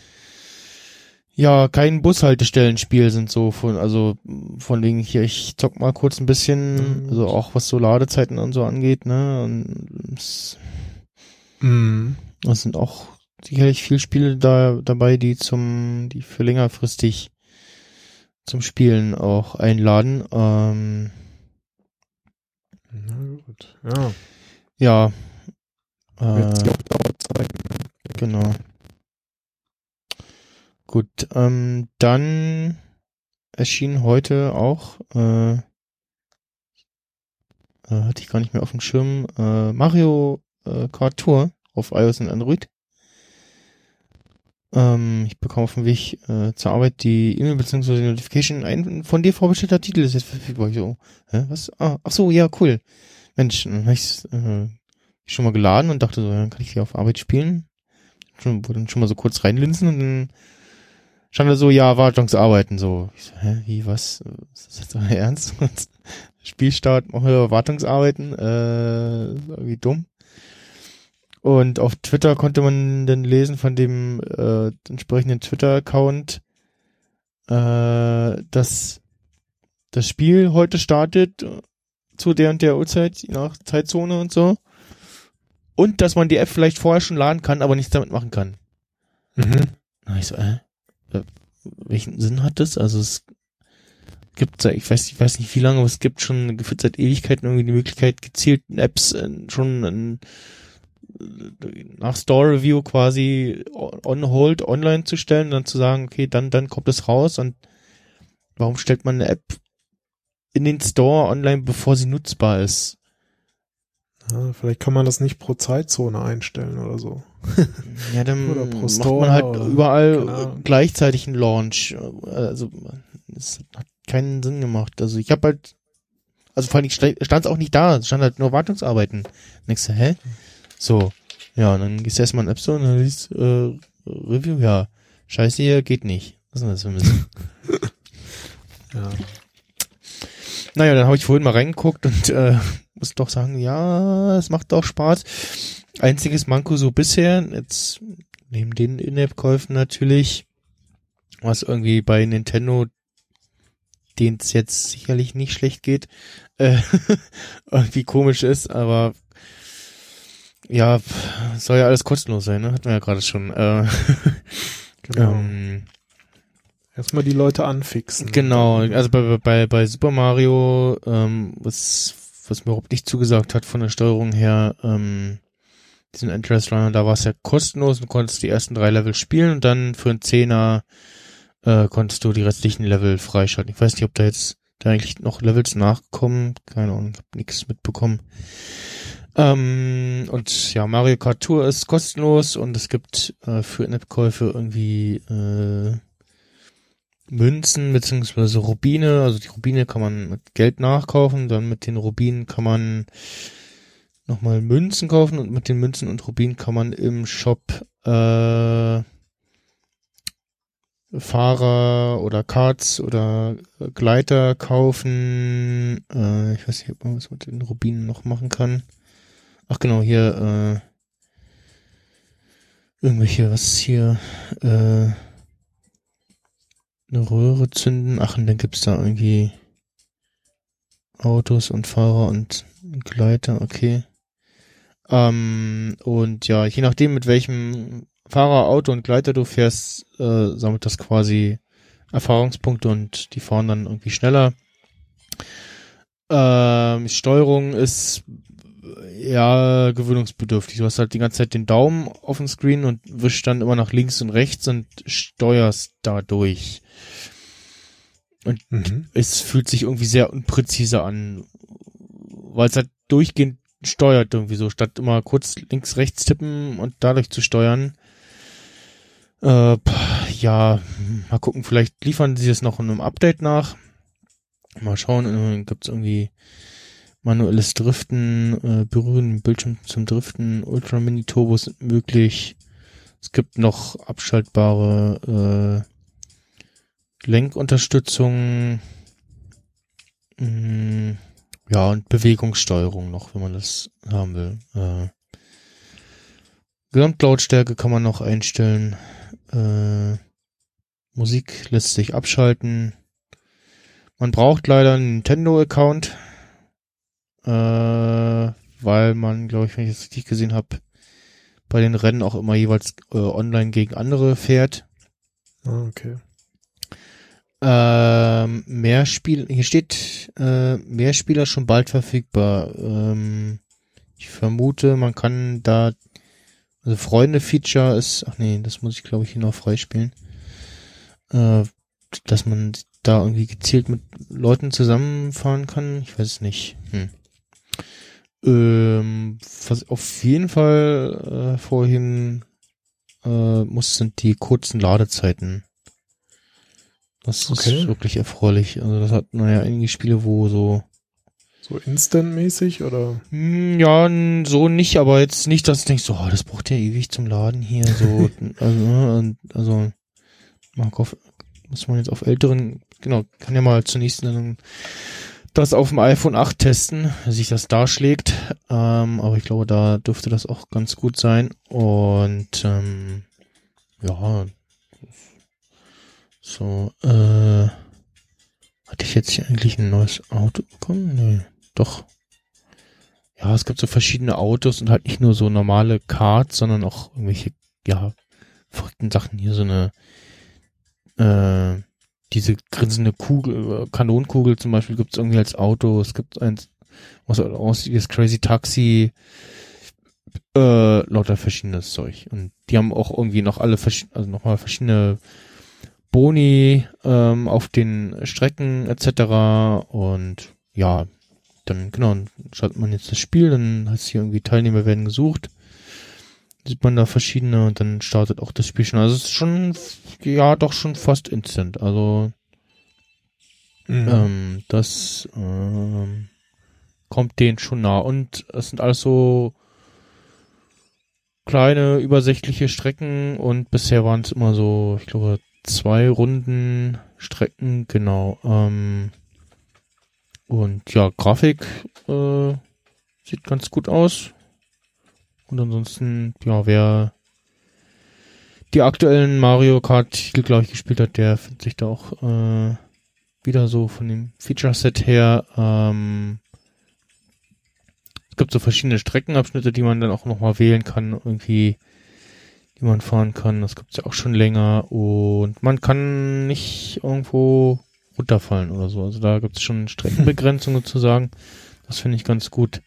Speaker 1: ja kein Bushaltestellenspiel sind so von, also von wegen hier, ich zock mal kurz ein bisschen,
Speaker 2: Mhm.
Speaker 1: also auch was so Ladezeiten und so angeht, ne, und es,
Speaker 2: Mhm.
Speaker 1: es sind auch sicherlich viele Spiele da dabei, die zum, die für längerfristig zum Spielen auch einladen. Ähm,
Speaker 2: Na gut, ja.
Speaker 1: ja,
Speaker 2: Wird sich
Speaker 1: äh,
Speaker 2: auch dauernd zeigen.
Speaker 1: genau. Gut, ähm, dann erschien heute auch, äh, äh, hatte ich gar nicht mehr auf dem Schirm, äh, Mario äh, Kart Tour auf iOS und Android. Ähm, ich bekomme auf dem Weg äh, zur Arbeit die E-Mail bzw. die Notification, ein von dir vorbestellter Titel ist jetzt verfügbar. Ich so, hä, was? Ah, ach so, ja, cool. Mensch, dann habe ich äh, schon mal geladen und dachte so, ja, dann kann ich die auf Arbeit spielen. schon, wollte dann schon mal so kurz reinlinsen und dann stand da so, ja, Wartungsarbeiten, so. Ich so, hä, wie, was? Ist das jetzt euer Ernst? Spielstart, machen wir Wartungsarbeiten, äh, irgendwie dumm. Und auf Twitter konnte man dann lesen von dem äh, entsprechenden Twitter-Account, äh, dass das Spiel heute startet zu der und der Uhrzeit, je nach Zeitzone und so. Und dass man die App vielleicht vorher schon laden kann, aber nichts damit machen kann.
Speaker 2: Mhm.
Speaker 1: Na, ich so, äh, welchen Sinn hat das? Also es gibt, ich weiß, ich weiß nicht wie lange, aber es gibt schon gefühlt seit Ewigkeiten irgendwie die Möglichkeit, gezielten Apps in, schon in, nach Store Review quasi on hold online zu stellen, dann zu sagen, okay, dann, dann kommt es raus und warum stellt man eine App in den Store online, bevor sie nutzbar ist?
Speaker 2: Ja, vielleicht kann man das nicht pro Zeitzone einstellen oder so.
Speaker 1: Ja, dann
Speaker 2: oder pro
Speaker 1: macht
Speaker 2: Store
Speaker 1: man halt
Speaker 2: oder,
Speaker 1: überall gleichzeitig einen Launch. Also es hat keinen Sinn gemacht. Also ich habe halt, also vor allem stand es auch nicht da, es stand halt nur Wartungsarbeiten. Denkst du, hä? So, ja, und dann gehst du erstmal in den App Store und dann liest äh, Review, ja, scheiße hier, geht nicht. Was ist denn das für ein Mist?
Speaker 2: Ja.
Speaker 1: Naja, dann habe ich vorhin mal reingeguckt und äh, muss doch sagen, ja, es macht doch Spaß. Einziges Manko so bisher, jetzt neben den In-App-Käufen natürlich, was irgendwie bei Nintendo, denen es jetzt sicherlich nicht schlecht geht, äh, irgendwie komisch ist, aber ja, soll ja alles kostenlos sein, ne? Hatten wir ja gerade schon. Äh,
Speaker 2: Genau.
Speaker 1: ähm,
Speaker 2: Erstmal die Leute anfixen.
Speaker 1: Genau, also bei, bei, bei Super Mario, ähm, was, was mir überhaupt nicht zugesagt hat von der Steuerung her, ähm, diesen Endless Runner, da war es ja kostenlos und konntest die ersten drei Level spielen und dann für einen Zehner äh, konntest du die restlichen Level freischalten. Ich weiß nicht, ob da jetzt da eigentlich noch Levels nachkommen, keine Ahnung, ich habe nichts mitbekommen. Ähm, und ja, Mario Kart Tour ist kostenlos und es gibt äh, für In-App-Käufe irgendwie äh, Münzen beziehungsweise Rubine, also die Rubine kann man mit Geld nachkaufen, dann mit den Rubinen kann man nochmal Münzen kaufen und mit den Münzen und Rubinen kann man im Shop äh, Fahrer oder Karts oder Gleiter kaufen. Äh, ich weiß nicht, ob man was mit den Rubinen noch machen kann. Ach genau, hier äh, irgendwelche, was ist hier, äh, eine Röhre zünden. Ach, und dann gibt's da irgendwie Autos und Fahrer und Gleiter, okay. Ähm, und ja, je nachdem, mit welchem Fahrer, Auto und Gleiter du fährst, äh, sammelt das quasi Erfahrungspunkte und die fahren dann irgendwie schneller. Ähm, Steuerung ist ja gewöhnungsbedürftig. Du hast halt die ganze Zeit den Daumen auf dem Screen und wischst dann immer nach links und rechts und steuerst dadurch. Und mhm. es fühlt sich irgendwie sehr unpräzise an, weil es halt durchgehend steuert irgendwie so, statt immer kurz links, rechts tippen und dadurch zu steuern. Äh, ja, mal gucken, vielleicht liefern sie es noch in einem Update nach. Mal schauen, gibt es irgendwie manuelles Driften, äh, berühren Bildschirm zum Driften, Ultra Mini Turbos sind möglich. Es gibt noch abschaltbare äh, Lenkunterstützung, mh, ja, und Bewegungssteuerung noch, wenn man das haben will. Äh, Gesamtlautstärke kann man noch einstellen. Äh, Musik lässt sich abschalten. Man braucht leider einen Nintendo-Account, äh, weil man, glaube ich, wenn ich das richtig gesehen habe, bei den Rennen auch immer jeweils äh, online gegen andere fährt.
Speaker 2: Ah, okay.
Speaker 1: Ähm, mehr Spiel, hier steht äh, mehr Spieler schon bald verfügbar. Ähm, ich vermute, man kann da, also Freunde-Feature ist, ach nee, das muss ich glaube ich hier noch freispielen, äh, dass man da irgendwie gezielt mit Leuten zusammenfahren kann. Ich weiß es nicht. Hm. Ähm, was auf jeden Fall äh, vorhin äh, muss sind die kurzen Ladezeiten. Das
Speaker 2: okay.
Speaker 1: ist wirklich erfreulich. Also das hat, naja, einige Spiele, wo so
Speaker 2: So instant-mäßig oder?
Speaker 1: Hm, ja, n- so nicht, aber jetzt nicht, dass du denkst, so, oh, das braucht ja ewig zum Laden hier, so, also, ne, also, mal auf, muss man jetzt auf älteren, genau, kann ja mal zunächst dann das auf dem iPhone acht testen, wie sich das darschlägt, ähm, aber ich glaube, da dürfte das auch ganz gut sein und, ähm, ja, so, äh, hatte ich jetzt hier eigentlich ein neues Auto bekommen? Nee, doch. Ja, es gibt so verschiedene Autos und halt nicht nur so normale Karts, sondern auch irgendwelche, ja, verrückten Sachen. Hier so eine, äh, diese grinsende Kugel, äh, Kanonenkugel zum Beispiel gibt's irgendwie als Auto. Es gibt eins, was aussieht wie das Crazy Taxi, äh, lauter verschiedenes Zeug. Und die haben auch irgendwie noch alle verschiedene, also nochmal verschiedene Boni, ähm, auf den Strecken et cetera. Und ja, dann, genau, dann startet man jetzt das Spiel, dann heißt hier irgendwie Teilnehmer werden gesucht. Sieht man da verschiedene und dann startet auch das Spiel schon. Also es ist schon, ja, doch schon fast instant. Also,
Speaker 2: Mhm.
Speaker 1: ähm, das, ähm, kommt denen schon nah. Und es sind alles so kleine, übersichtliche Strecken und bisher waren es immer so, ich glaube, zwei Runden Strecken, genau, ähm, und ja, Grafik äh, sieht ganz gut aus. Und ansonsten, ja, wer die aktuellen Mario Kart-Titel, glaube ich, gespielt hat, der findet sich da auch äh, wieder so von dem Feature-Set her. Ähm, es gibt so verschiedene Streckenabschnitte, die man dann auch nochmal wählen kann, irgendwie, die man fahren kann. Das gibt's ja auch schon länger. Und man kann nicht irgendwo runterfallen oder so. Also da gibt's schon Streckenbegrenzungen sozusagen. Das finde ich ganz gut.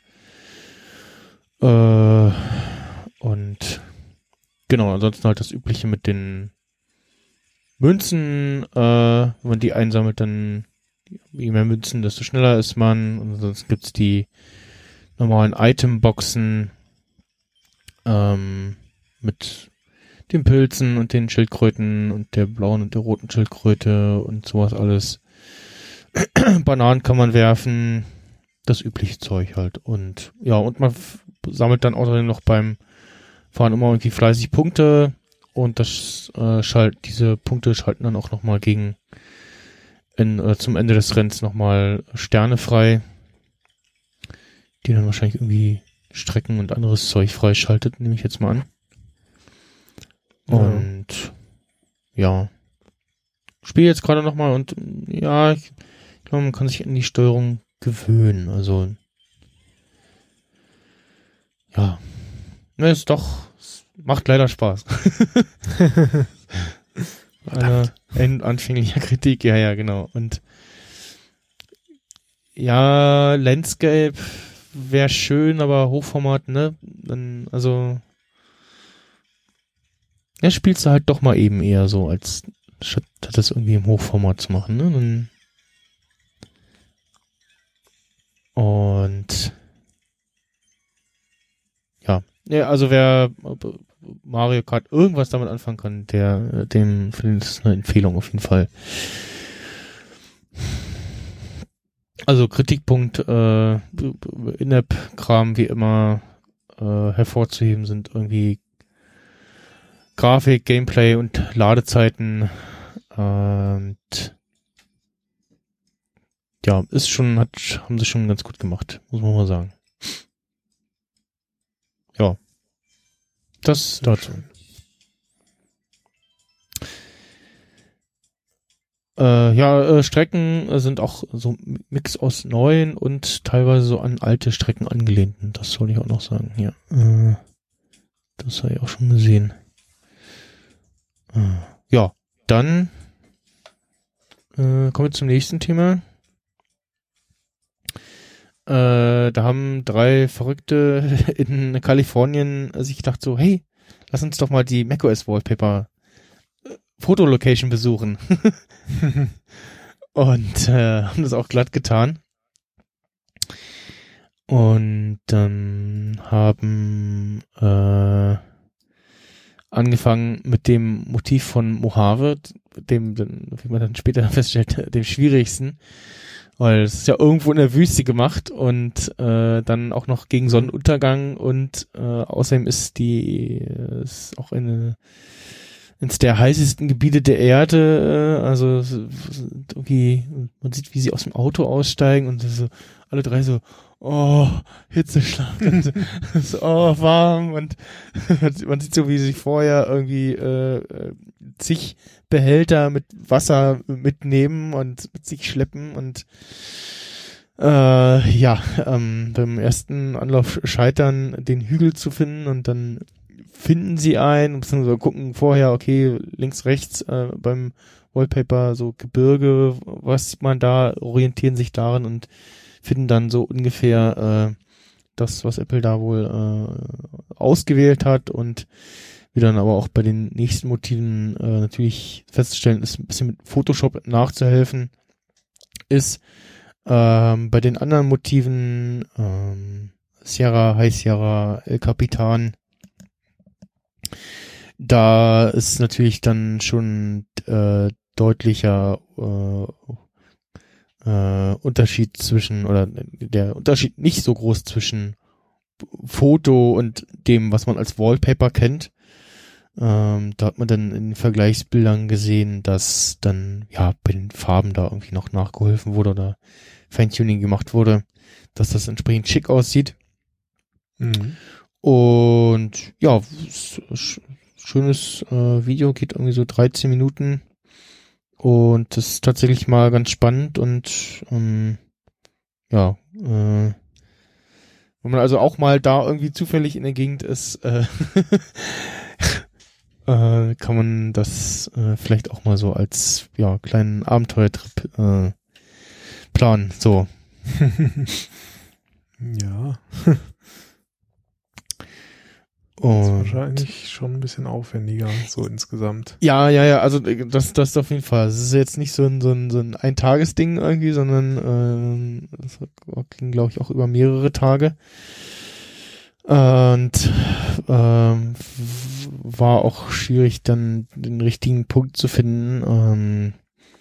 Speaker 1: Äh, und genau, ansonsten halt das Übliche mit den Münzen. Äh, wenn man die einsammelt, dann je mehr Münzen, desto schneller ist man. Und ansonsten gibt's die normalen Itemboxen ähm, mit den Pilzen und den Schildkröten und der blauen und der roten Schildkröte und sowas alles. Bananen kann man werfen. Das übliche Zeug halt. Und ja, und man f- sammelt dann außerdem noch beim Fahren immer irgendwie fleißig Punkte. Und das äh, schalt, diese Punkte schalten dann auch nochmal gegen in, äh, zum Ende des Rennens nochmal Sterne frei, die dann wahrscheinlich irgendwie Strecken und anderes Zeug freischaltet, nehme ich jetzt mal an.
Speaker 2: Ja.
Speaker 1: Und ja, spiele jetzt gerade nochmal und ja, ich glaube, man kann sich an die Steuerung gewöhnen. Also ja, ne, ist doch, es macht leider Spaß. Eine ein anfänglicher Kritik, ja, ja, genau. Und ja, Landscape wäre schön, aber Hochformat, ne? Dann, also ja, spielst du halt doch mal eben eher so, als statt das irgendwie im Hochformat zu machen, ne? Dann, und ja, ja, also wer Mario Kart irgendwas damit anfangen kann, der, dem findet es eine Empfehlung auf jeden Fall. Also Kritikpunkt, äh, In-App-Kram wie immer äh, hervorzuheben sind irgendwie Grafik, Gameplay und Ladezeiten. Und ja, ist schon, hat, haben sie schon ganz gut gemacht, muss man mal sagen. Ja. Das
Speaker 2: Sehr
Speaker 1: dazu.
Speaker 2: schön.
Speaker 1: Äh, ja, äh, Strecken äh, sind auch so ein Mix aus neuen und teilweise so an alte Strecken angelehnten. Das soll ich auch noch sagen, ja. Äh, das habe ich auch schon gesehen. Äh, ja, dann äh, kommen wir zum nächsten Thema. Äh, da haben drei Verrückte in Kalifornien sich gedacht so, hey, lass uns doch mal die macOS Wallpaper äh, Fotolocation besuchen. Und äh, haben das auch glatt getan. Und dann haben äh, angefangen mit dem Motiv von Mojave, dem, wie man dann später feststellt, dem schwierigsten. Weil es ist ja irgendwo in der Wüste gemacht und äh, dann auch noch gegen Sonnenuntergang und äh, außerdem ist die ist auch eine eines der heißesten Gebiete der Erde, äh, also irgendwie, man sieht, wie sie aus dem Auto aussteigen und so alle drei so, oh, Hitzeschlag, und so, oh, warm und man sieht so, wie sie vorher irgendwie äh, zig Behälter mit Wasser mitnehmen und mit sich schleppen und äh, ja, ähm, beim ersten Anlauf scheitern, den Hügel zu finden und dann finden sie ein, beziehungsweise gucken vorher, okay, links, rechts äh, beim Wallpaper so Gebirge, was sieht man da, orientieren sich daran und finden dann so ungefähr äh, das, was Apple da wohl äh, ausgewählt hat und wie dann aber auch bei den nächsten Motiven äh, natürlich festzustellen ist, ein bisschen mit Photoshop nachzuhelfen ist. Ähm, bei den anderen Motiven ähm, Sierra, High Sierra, El Capitan, da ist natürlich dann schon äh, deutlicher äh, äh, Unterschied zwischen, oder der Unterschied nicht so groß zwischen Foto und dem, was man als Wallpaper kennt. Ähm, da hat man dann in den Vergleichsbildern gesehen, dass dann ja bei den Farben da irgendwie noch nachgeholfen wurde oder Feintuning gemacht wurde, dass das entsprechend schick aussieht.
Speaker 2: Mhm.
Speaker 1: Und ja, schönes äh, Video, geht irgendwie so dreizehn Minuten und das ist tatsächlich mal ganz spannend und ähm, ja, äh, wenn man also auch mal da irgendwie zufällig in der Gegend ist, äh, äh, kann man das äh, vielleicht auch mal so als ja kleinen Abenteuertrip äh, planen. So.
Speaker 2: Ja.
Speaker 1: Und
Speaker 2: das ist wahrscheinlich schon ein bisschen aufwendiger, so insgesamt.
Speaker 1: Ja, ja, ja, also das das auf jeden Fall. Es ist jetzt nicht so ein so ein so ein Ein-Tages-Ding irgendwie, sondern ähm, das ging, glaube ich, auch über mehrere Tage. Und ähm, war auch schwierig, dann den richtigen Punkt zu finden. Ähm,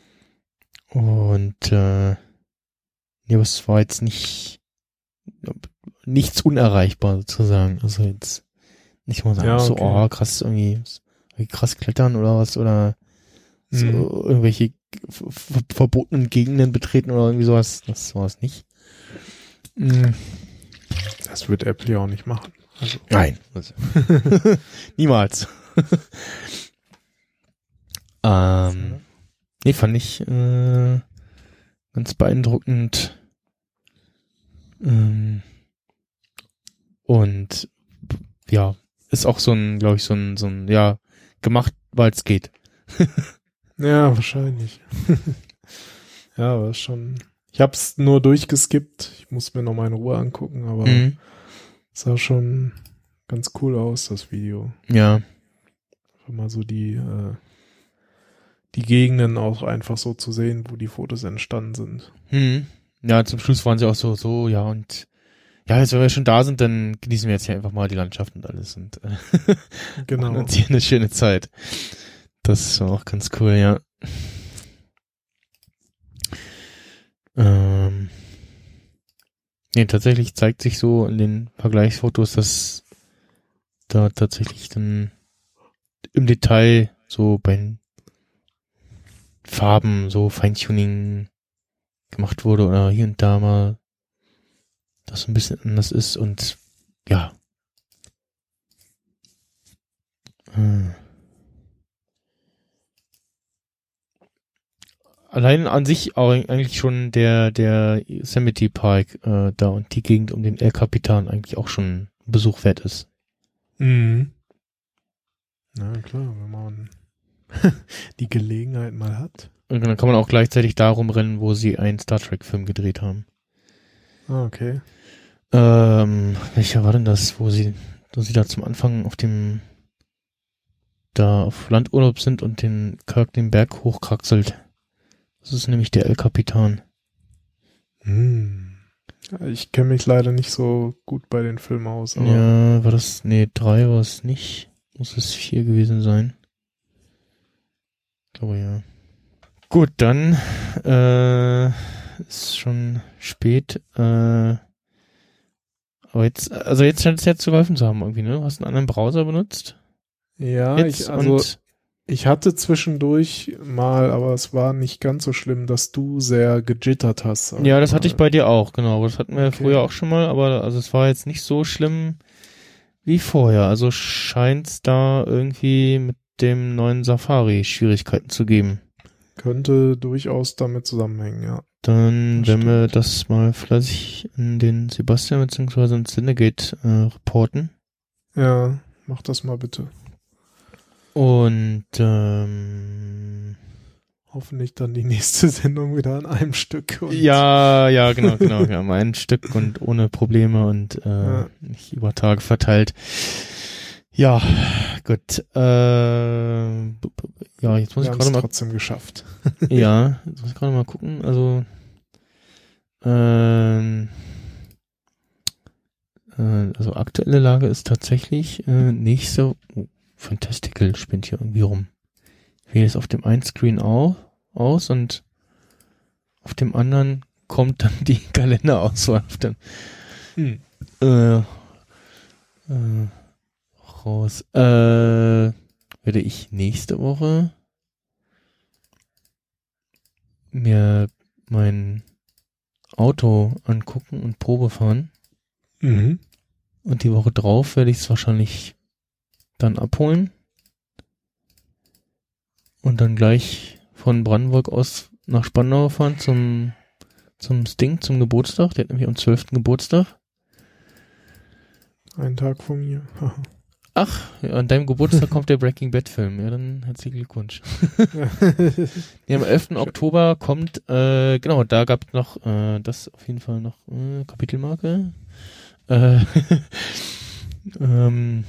Speaker 1: und äh, nee, aber es war jetzt nicht nichts unerreichbar sozusagen. Also jetzt nicht mal sagen,
Speaker 2: Ja,
Speaker 1: so,
Speaker 2: okay.
Speaker 1: oh, krass, irgendwie, krass klettern oder was, oder so
Speaker 2: Mhm.
Speaker 1: irgendwelche ver- verbotenen Gegenden betreten oder irgendwie sowas, das sowas nicht. Mhm.
Speaker 2: Das wird Apple ja auch nicht machen. Also.
Speaker 1: Nein. Niemals. ähm, nee, fand ich äh, ganz beeindruckend. Ähm, und ja, ist auch so ein, glaube ich, so ein, so ein, ja, gemacht, weil es geht.
Speaker 2: Ja, wahrscheinlich. Ja, aber schon. Ich hab's nur durchgeskippt. Ich muss mir noch mal in Ruhe angucken, aber
Speaker 1: Mhm.
Speaker 2: sah schon ganz cool aus, das Video.
Speaker 1: Ja.
Speaker 2: Einfach mal so die, äh, die Gegenden auch einfach so zu sehen, wo die Fotos entstanden sind.
Speaker 1: Mhm. Ja, zum Schluss waren sie auch so, so, ja, und ja, jetzt, wenn wir schon da sind, dann genießen wir jetzt hier einfach mal die Landschaft und alles und äh,
Speaker 2: Genau.
Speaker 1: machen uns hier eine schöne Zeit. Das war auch ganz cool, ja. Ähm, nee, tatsächlich zeigt sich so in den Vergleichsfotos, dass da tatsächlich dann im Detail so bei den Farben so Feintuning gemacht wurde oder hier und da mal das ein bisschen anders ist und ja. Hm. Allein an sich auch eigentlich schon der der Yosemite Park äh, da und die Gegend um den El Capitan eigentlich auch schon ein Besuch wert ist.
Speaker 2: Mhm. Na klar, wenn man die Gelegenheit mal hat.
Speaker 1: Und dann kann man auch gleichzeitig da rumrennen, wo sie einen Star Trek Film gedreht haben.
Speaker 2: Ah, okay.
Speaker 1: Ähm, welcher war denn das, wo sie, wo sie da zum Anfang auf dem, da auf Landurlaub sind und den Kirk den Berg hochkraxelt. Das ist nämlich der El Capitan.
Speaker 2: Hm. Ja, ich kenne mich leider nicht so gut bei den Filmen aus, aber
Speaker 1: Ja, war das, nee, drei war es nicht. Muss es vier gewesen sein. Ich glaube, ja. Gut, dann, äh, ist schon spät. Äh, aber jetzt, also jetzt scheint es ja zu geholfen zu haben irgendwie, ne? Du hast einen anderen Browser benutzt?
Speaker 2: Ja,
Speaker 1: Jetzt
Speaker 2: ich, also
Speaker 1: und
Speaker 2: ich hatte zwischendurch mal, aber es war nicht ganz so schlimm, dass du sehr gejittert hast. sag
Speaker 1: ja,
Speaker 2: ich
Speaker 1: das
Speaker 2: mal.
Speaker 1: hatte ich bei dir auch, genau. Das hatten wir
Speaker 2: Okay.
Speaker 1: früher auch schon mal, aber also es war jetzt nicht so schlimm wie vorher. Also scheint es da irgendwie mit dem neuen Safari Schwierigkeiten zu geben.
Speaker 2: Könnte durchaus damit zusammenhängen, ja.
Speaker 1: Dann
Speaker 2: Das
Speaker 1: werden wir
Speaker 2: stimmt.
Speaker 1: das mal fleißig in den Sebastian bzw. ins Syndicate äh, reporten.
Speaker 2: Ja, mach das mal bitte.
Speaker 1: Und ähm,
Speaker 2: Hoffentlich dann die nächste Sendung wieder an einem Stück. Und
Speaker 1: ja, ja, genau, genau. Wir haben ein Stück und ohne Probleme und äh,
Speaker 2: Ja.
Speaker 1: nicht über Tage verteilt. Ja, gut. Äh, b- b- ja, jetzt muss
Speaker 2: wir
Speaker 1: ich
Speaker 2: haben
Speaker 1: gerade
Speaker 2: es
Speaker 1: mal.
Speaker 2: trotzdem geschafft.
Speaker 1: Ja, jetzt muss ich gerade mal gucken. Also ähm, äh, also aktuelle Lage ist tatsächlich äh, nächste. Oh, Fantastical spinnt hier irgendwie rum. Ich wähle es auf dem einen Screen auch aus und auf dem anderen kommt dann die Kalenderauswahl auf dem
Speaker 2: Hm.
Speaker 1: äh, äh, raus. Äh, werde ich nächste Woche mir mein Auto angucken und Probe fahren.
Speaker 2: Mhm.
Speaker 1: Und die Woche drauf werde ich es wahrscheinlich dann abholen. Und dann gleich von Brandenburg aus nach Spandau fahren zum, zum Sting, zum Geburtstag. Der hat nämlich am zwölften Geburtstag.
Speaker 2: Ein Tag von mir.
Speaker 1: Ach, ja, an deinem Geburtstag kommt der Breaking Bad Film. Ja, dann herzlichen Glückwunsch. Ja, am elften Oktober kommt, äh, genau, da gab es noch, äh, das auf jeden Fall noch, äh, Kapitelmarke. Äh, ähm,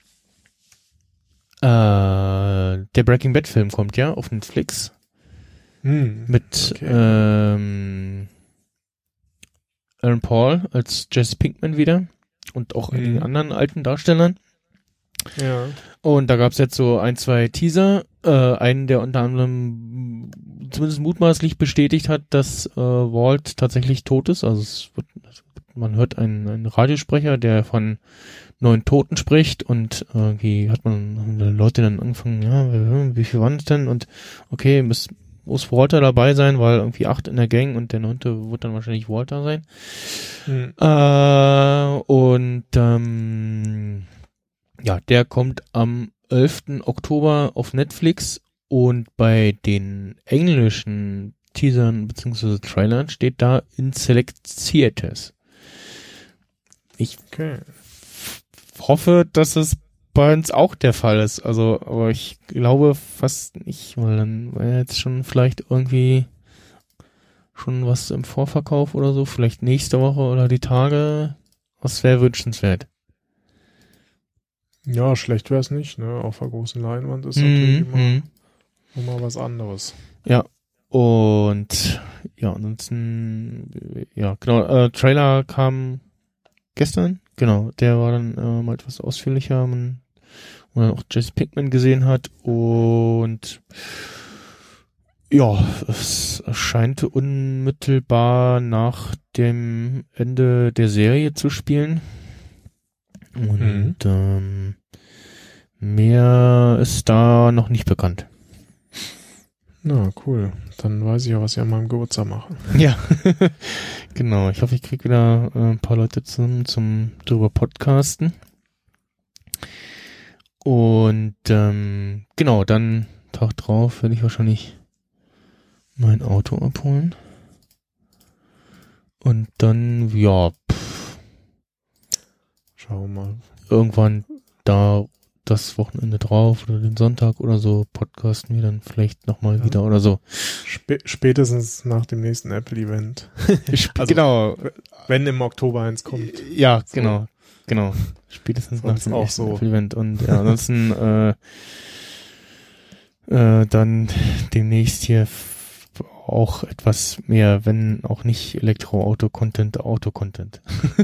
Speaker 1: äh, der Breaking Bad Film kommt ja auf Netflix
Speaker 2: Hm.
Speaker 1: mit
Speaker 2: Okay.
Speaker 1: ähm, Aaron Paul als Jesse Pinkman wieder und auch
Speaker 2: Mhm.
Speaker 1: einigen anderen alten Darstellern.
Speaker 2: Ja.
Speaker 1: Und da gab es jetzt so ein, zwei Teaser. Äh, einen, der unter anderem zumindest mutmaßlich bestätigt hat, dass äh, Walt tatsächlich tot ist. Also es wird, man hört einen, einen Radiosprecher, der von neun Toten spricht und irgendwie hat man haben die Leute dann angefangen, ja, wie viel waren es denn? Und okay, muss, muss Walter dabei sein, weil irgendwie acht in der Gang und der neunte wird dann wahrscheinlich Walter sein.
Speaker 2: Hm.
Speaker 1: Äh, und ähm, ja, der kommt am elften Oktober auf Netflix und bei den englischen Teasern bzw. Trailern steht da in Select Theaters. Ich
Speaker 2: Okay.
Speaker 1: hoffe, dass es bei uns auch der Fall ist. Also, aber ich glaube fast nicht, weil dann wäre jetzt schon vielleicht irgendwie schon was im Vorverkauf oder so, vielleicht nächste Woche oder die Tage. Was wäre wünschenswert?
Speaker 2: Ja, schlecht wäre es nicht, ne? Auf der großen Leinwand ist natürlich immer,
Speaker 1: Mhm.
Speaker 2: immer was anderes.
Speaker 1: Ja. Und ja, ansonsten, ja, genau, äh, Trailer kam gestern, genau, der war dann äh, mal etwas ausführlicher, man, wo man auch Jesse Pinkman gesehen hat und ja, es erscheint unmittelbar nach dem Ende der Serie zu spielen und
Speaker 2: Mhm.
Speaker 1: ähm, mehr ist da noch nicht bekannt.
Speaker 2: Na, cool. Dann weiß ich ja, was ich an meinem Geburtstag mache.
Speaker 1: Ja, genau. Ich hoffe, ich kriege wieder äh, ein paar Leute zusammen zum drüber podcasten. Und ähm, genau, dann Tag drauf werde ich wahrscheinlich mein Auto abholen. Und dann, ja, pff,
Speaker 2: Schauen wir mal.
Speaker 1: irgendwann da das Wochenende drauf oder den Sonntag oder so podcasten wir dann vielleicht nochmal
Speaker 2: Ja.
Speaker 1: wieder oder so.
Speaker 2: Spä- spätestens nach dem nächsten Apple-Event. Also,
Speaker 1: genau.
Speaker 2: Wenn im Oktober eins kommt.
Speaker 1: Ja,
Speaker 2: So.
Speaker 1: genau, genau. Spätestens nach
Speaker 2: Sonst
Speaker 1: dem
Speaker 2: auch
Speaker 1: ersten
Speaker 2: so.
Speaker 1: Apple-Event. Und ja, ansonsten äh, äh, dann demnächst hier f- auch etwas mehr, wenn auch nicht Elektroauto-Content, Auto-Content.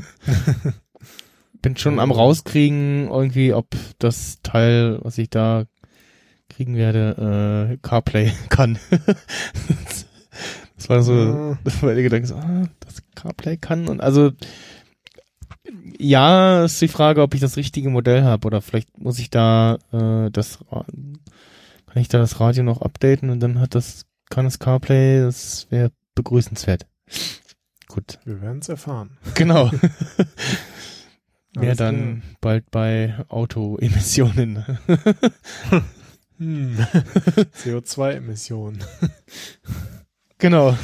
Speaker 1: Bin schon am rauskriegen, irgendwie, ob das Teil, was ich da kriegen werde, äh, CarPlay kann. Das Das war so, ja. weil der Gedanke so, ah, das CarPlay kann und also ja, ist die Frage, ob ich das richtige Modell habe oder vielleicht muss ich da äh, das kann ich da das Radio noch updaten und dann hat das kann das CarPlay, das wäre begrüßenswert. Gut.
Speaker 2: Wir werden es erfahren.
Speaker 1: Genau. Mehr dann klar. Bald bei Autoemissionen.
Speaker 2: hm. C O zwei Emissionen.
Speaker 1: Genau.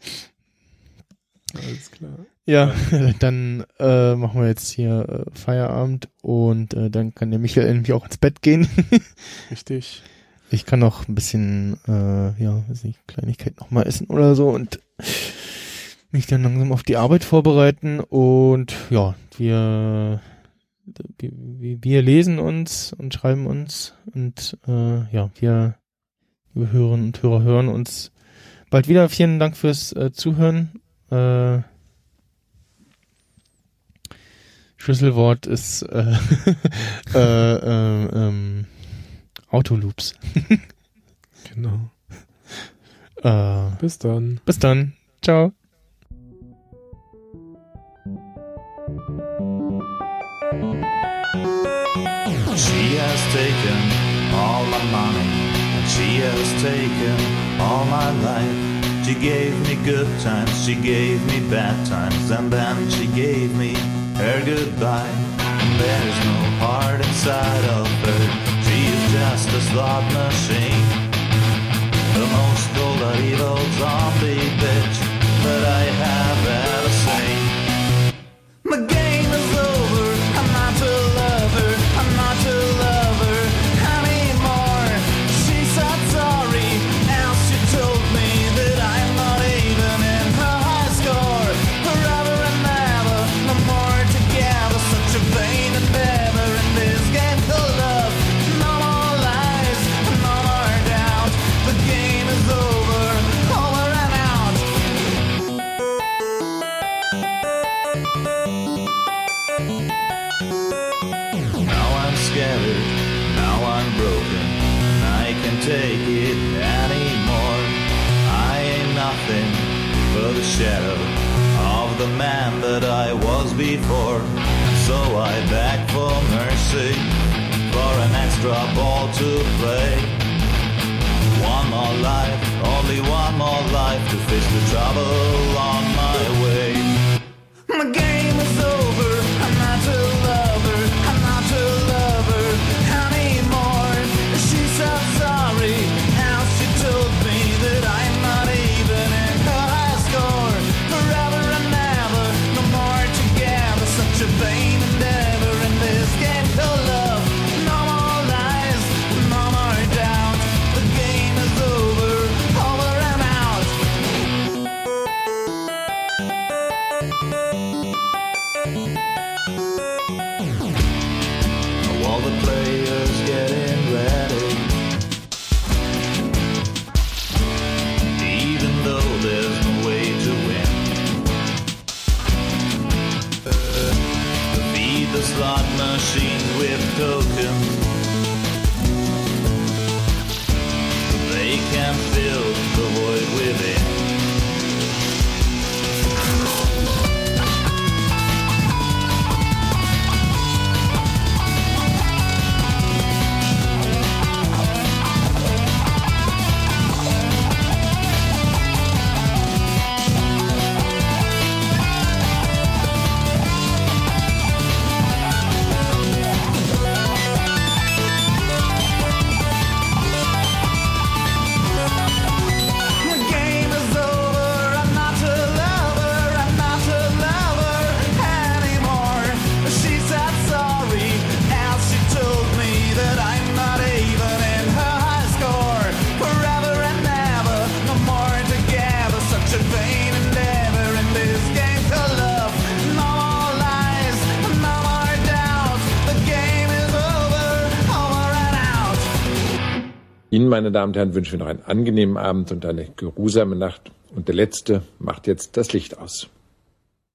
Speaker 2: Alles klar.
Speaker 1: Ja, dann äh, machen wir jetzt hier äh, Feierabend und äh, dann kann der Michael nämlich auch ins Bett gehen.
Speaker 2: Richtig.
Speaker 1: Ich kann noch ein bisschen, äh, ja, weiß nicht, Kleinigkeit noch mal essen oder so und mich dann langsam auf die Arbeit vorbereiten und ja, wir wir, wir lesen uns und schreiben uns und äh, ja, wir, wir hören und Hörer hören uns bald wieder. Vielen Dank fürs äh, Zuhören. Äh, Schlüsselwort ist äh, äh, äh, ähm, Autoloops.
Speaker 2: Genau.
Speaker 1: Äh,
Speaker 2: bis dann.
Speaker 1: Bis dann. Ciao.
Speaker 3: She has taken all my money, and she has taken all my life. She gave me good times, she gave me bad times, and then she gave me her goodbye. And there's no heart inside of her, she is just a slot machine. The most cold evil zombie bitch that I have ever seen. My game is over, I'm not to love her, I'm not to love her anymore. She said sorry, and she told me that I'm not even in her high score. Forever and ever, no more together, such a vain endeavor in this game called love. No more lies, no more doubt, the game is over, over and out. Now I'm scattered, now I'm broken, and I can't take it anymore. I ain't nothing but a shadow of the man that I was before. And so I beg for mercy, for an extra ball to play. One more life, only one more life to face the trouble on my way. My game is over, I'm not to love her, I'm not to love her anymore. She said sorry, and she told me that I'm not even in her high score. Forever and ever, no more together, such a vain endeavor in this game called love. No more lies, no more doubt, the game is over, over and out. All the players getting ready, even though there's no way to win. Uh, feed the slot machines with tokens, they can fill the void within.
Speaker 4: Ihnen, meine Damen und Herren, wünschen wir noch einen angenehmen Abend und eine geruhsame Nacht. Und der Letzte macht jetzt das Licht aus.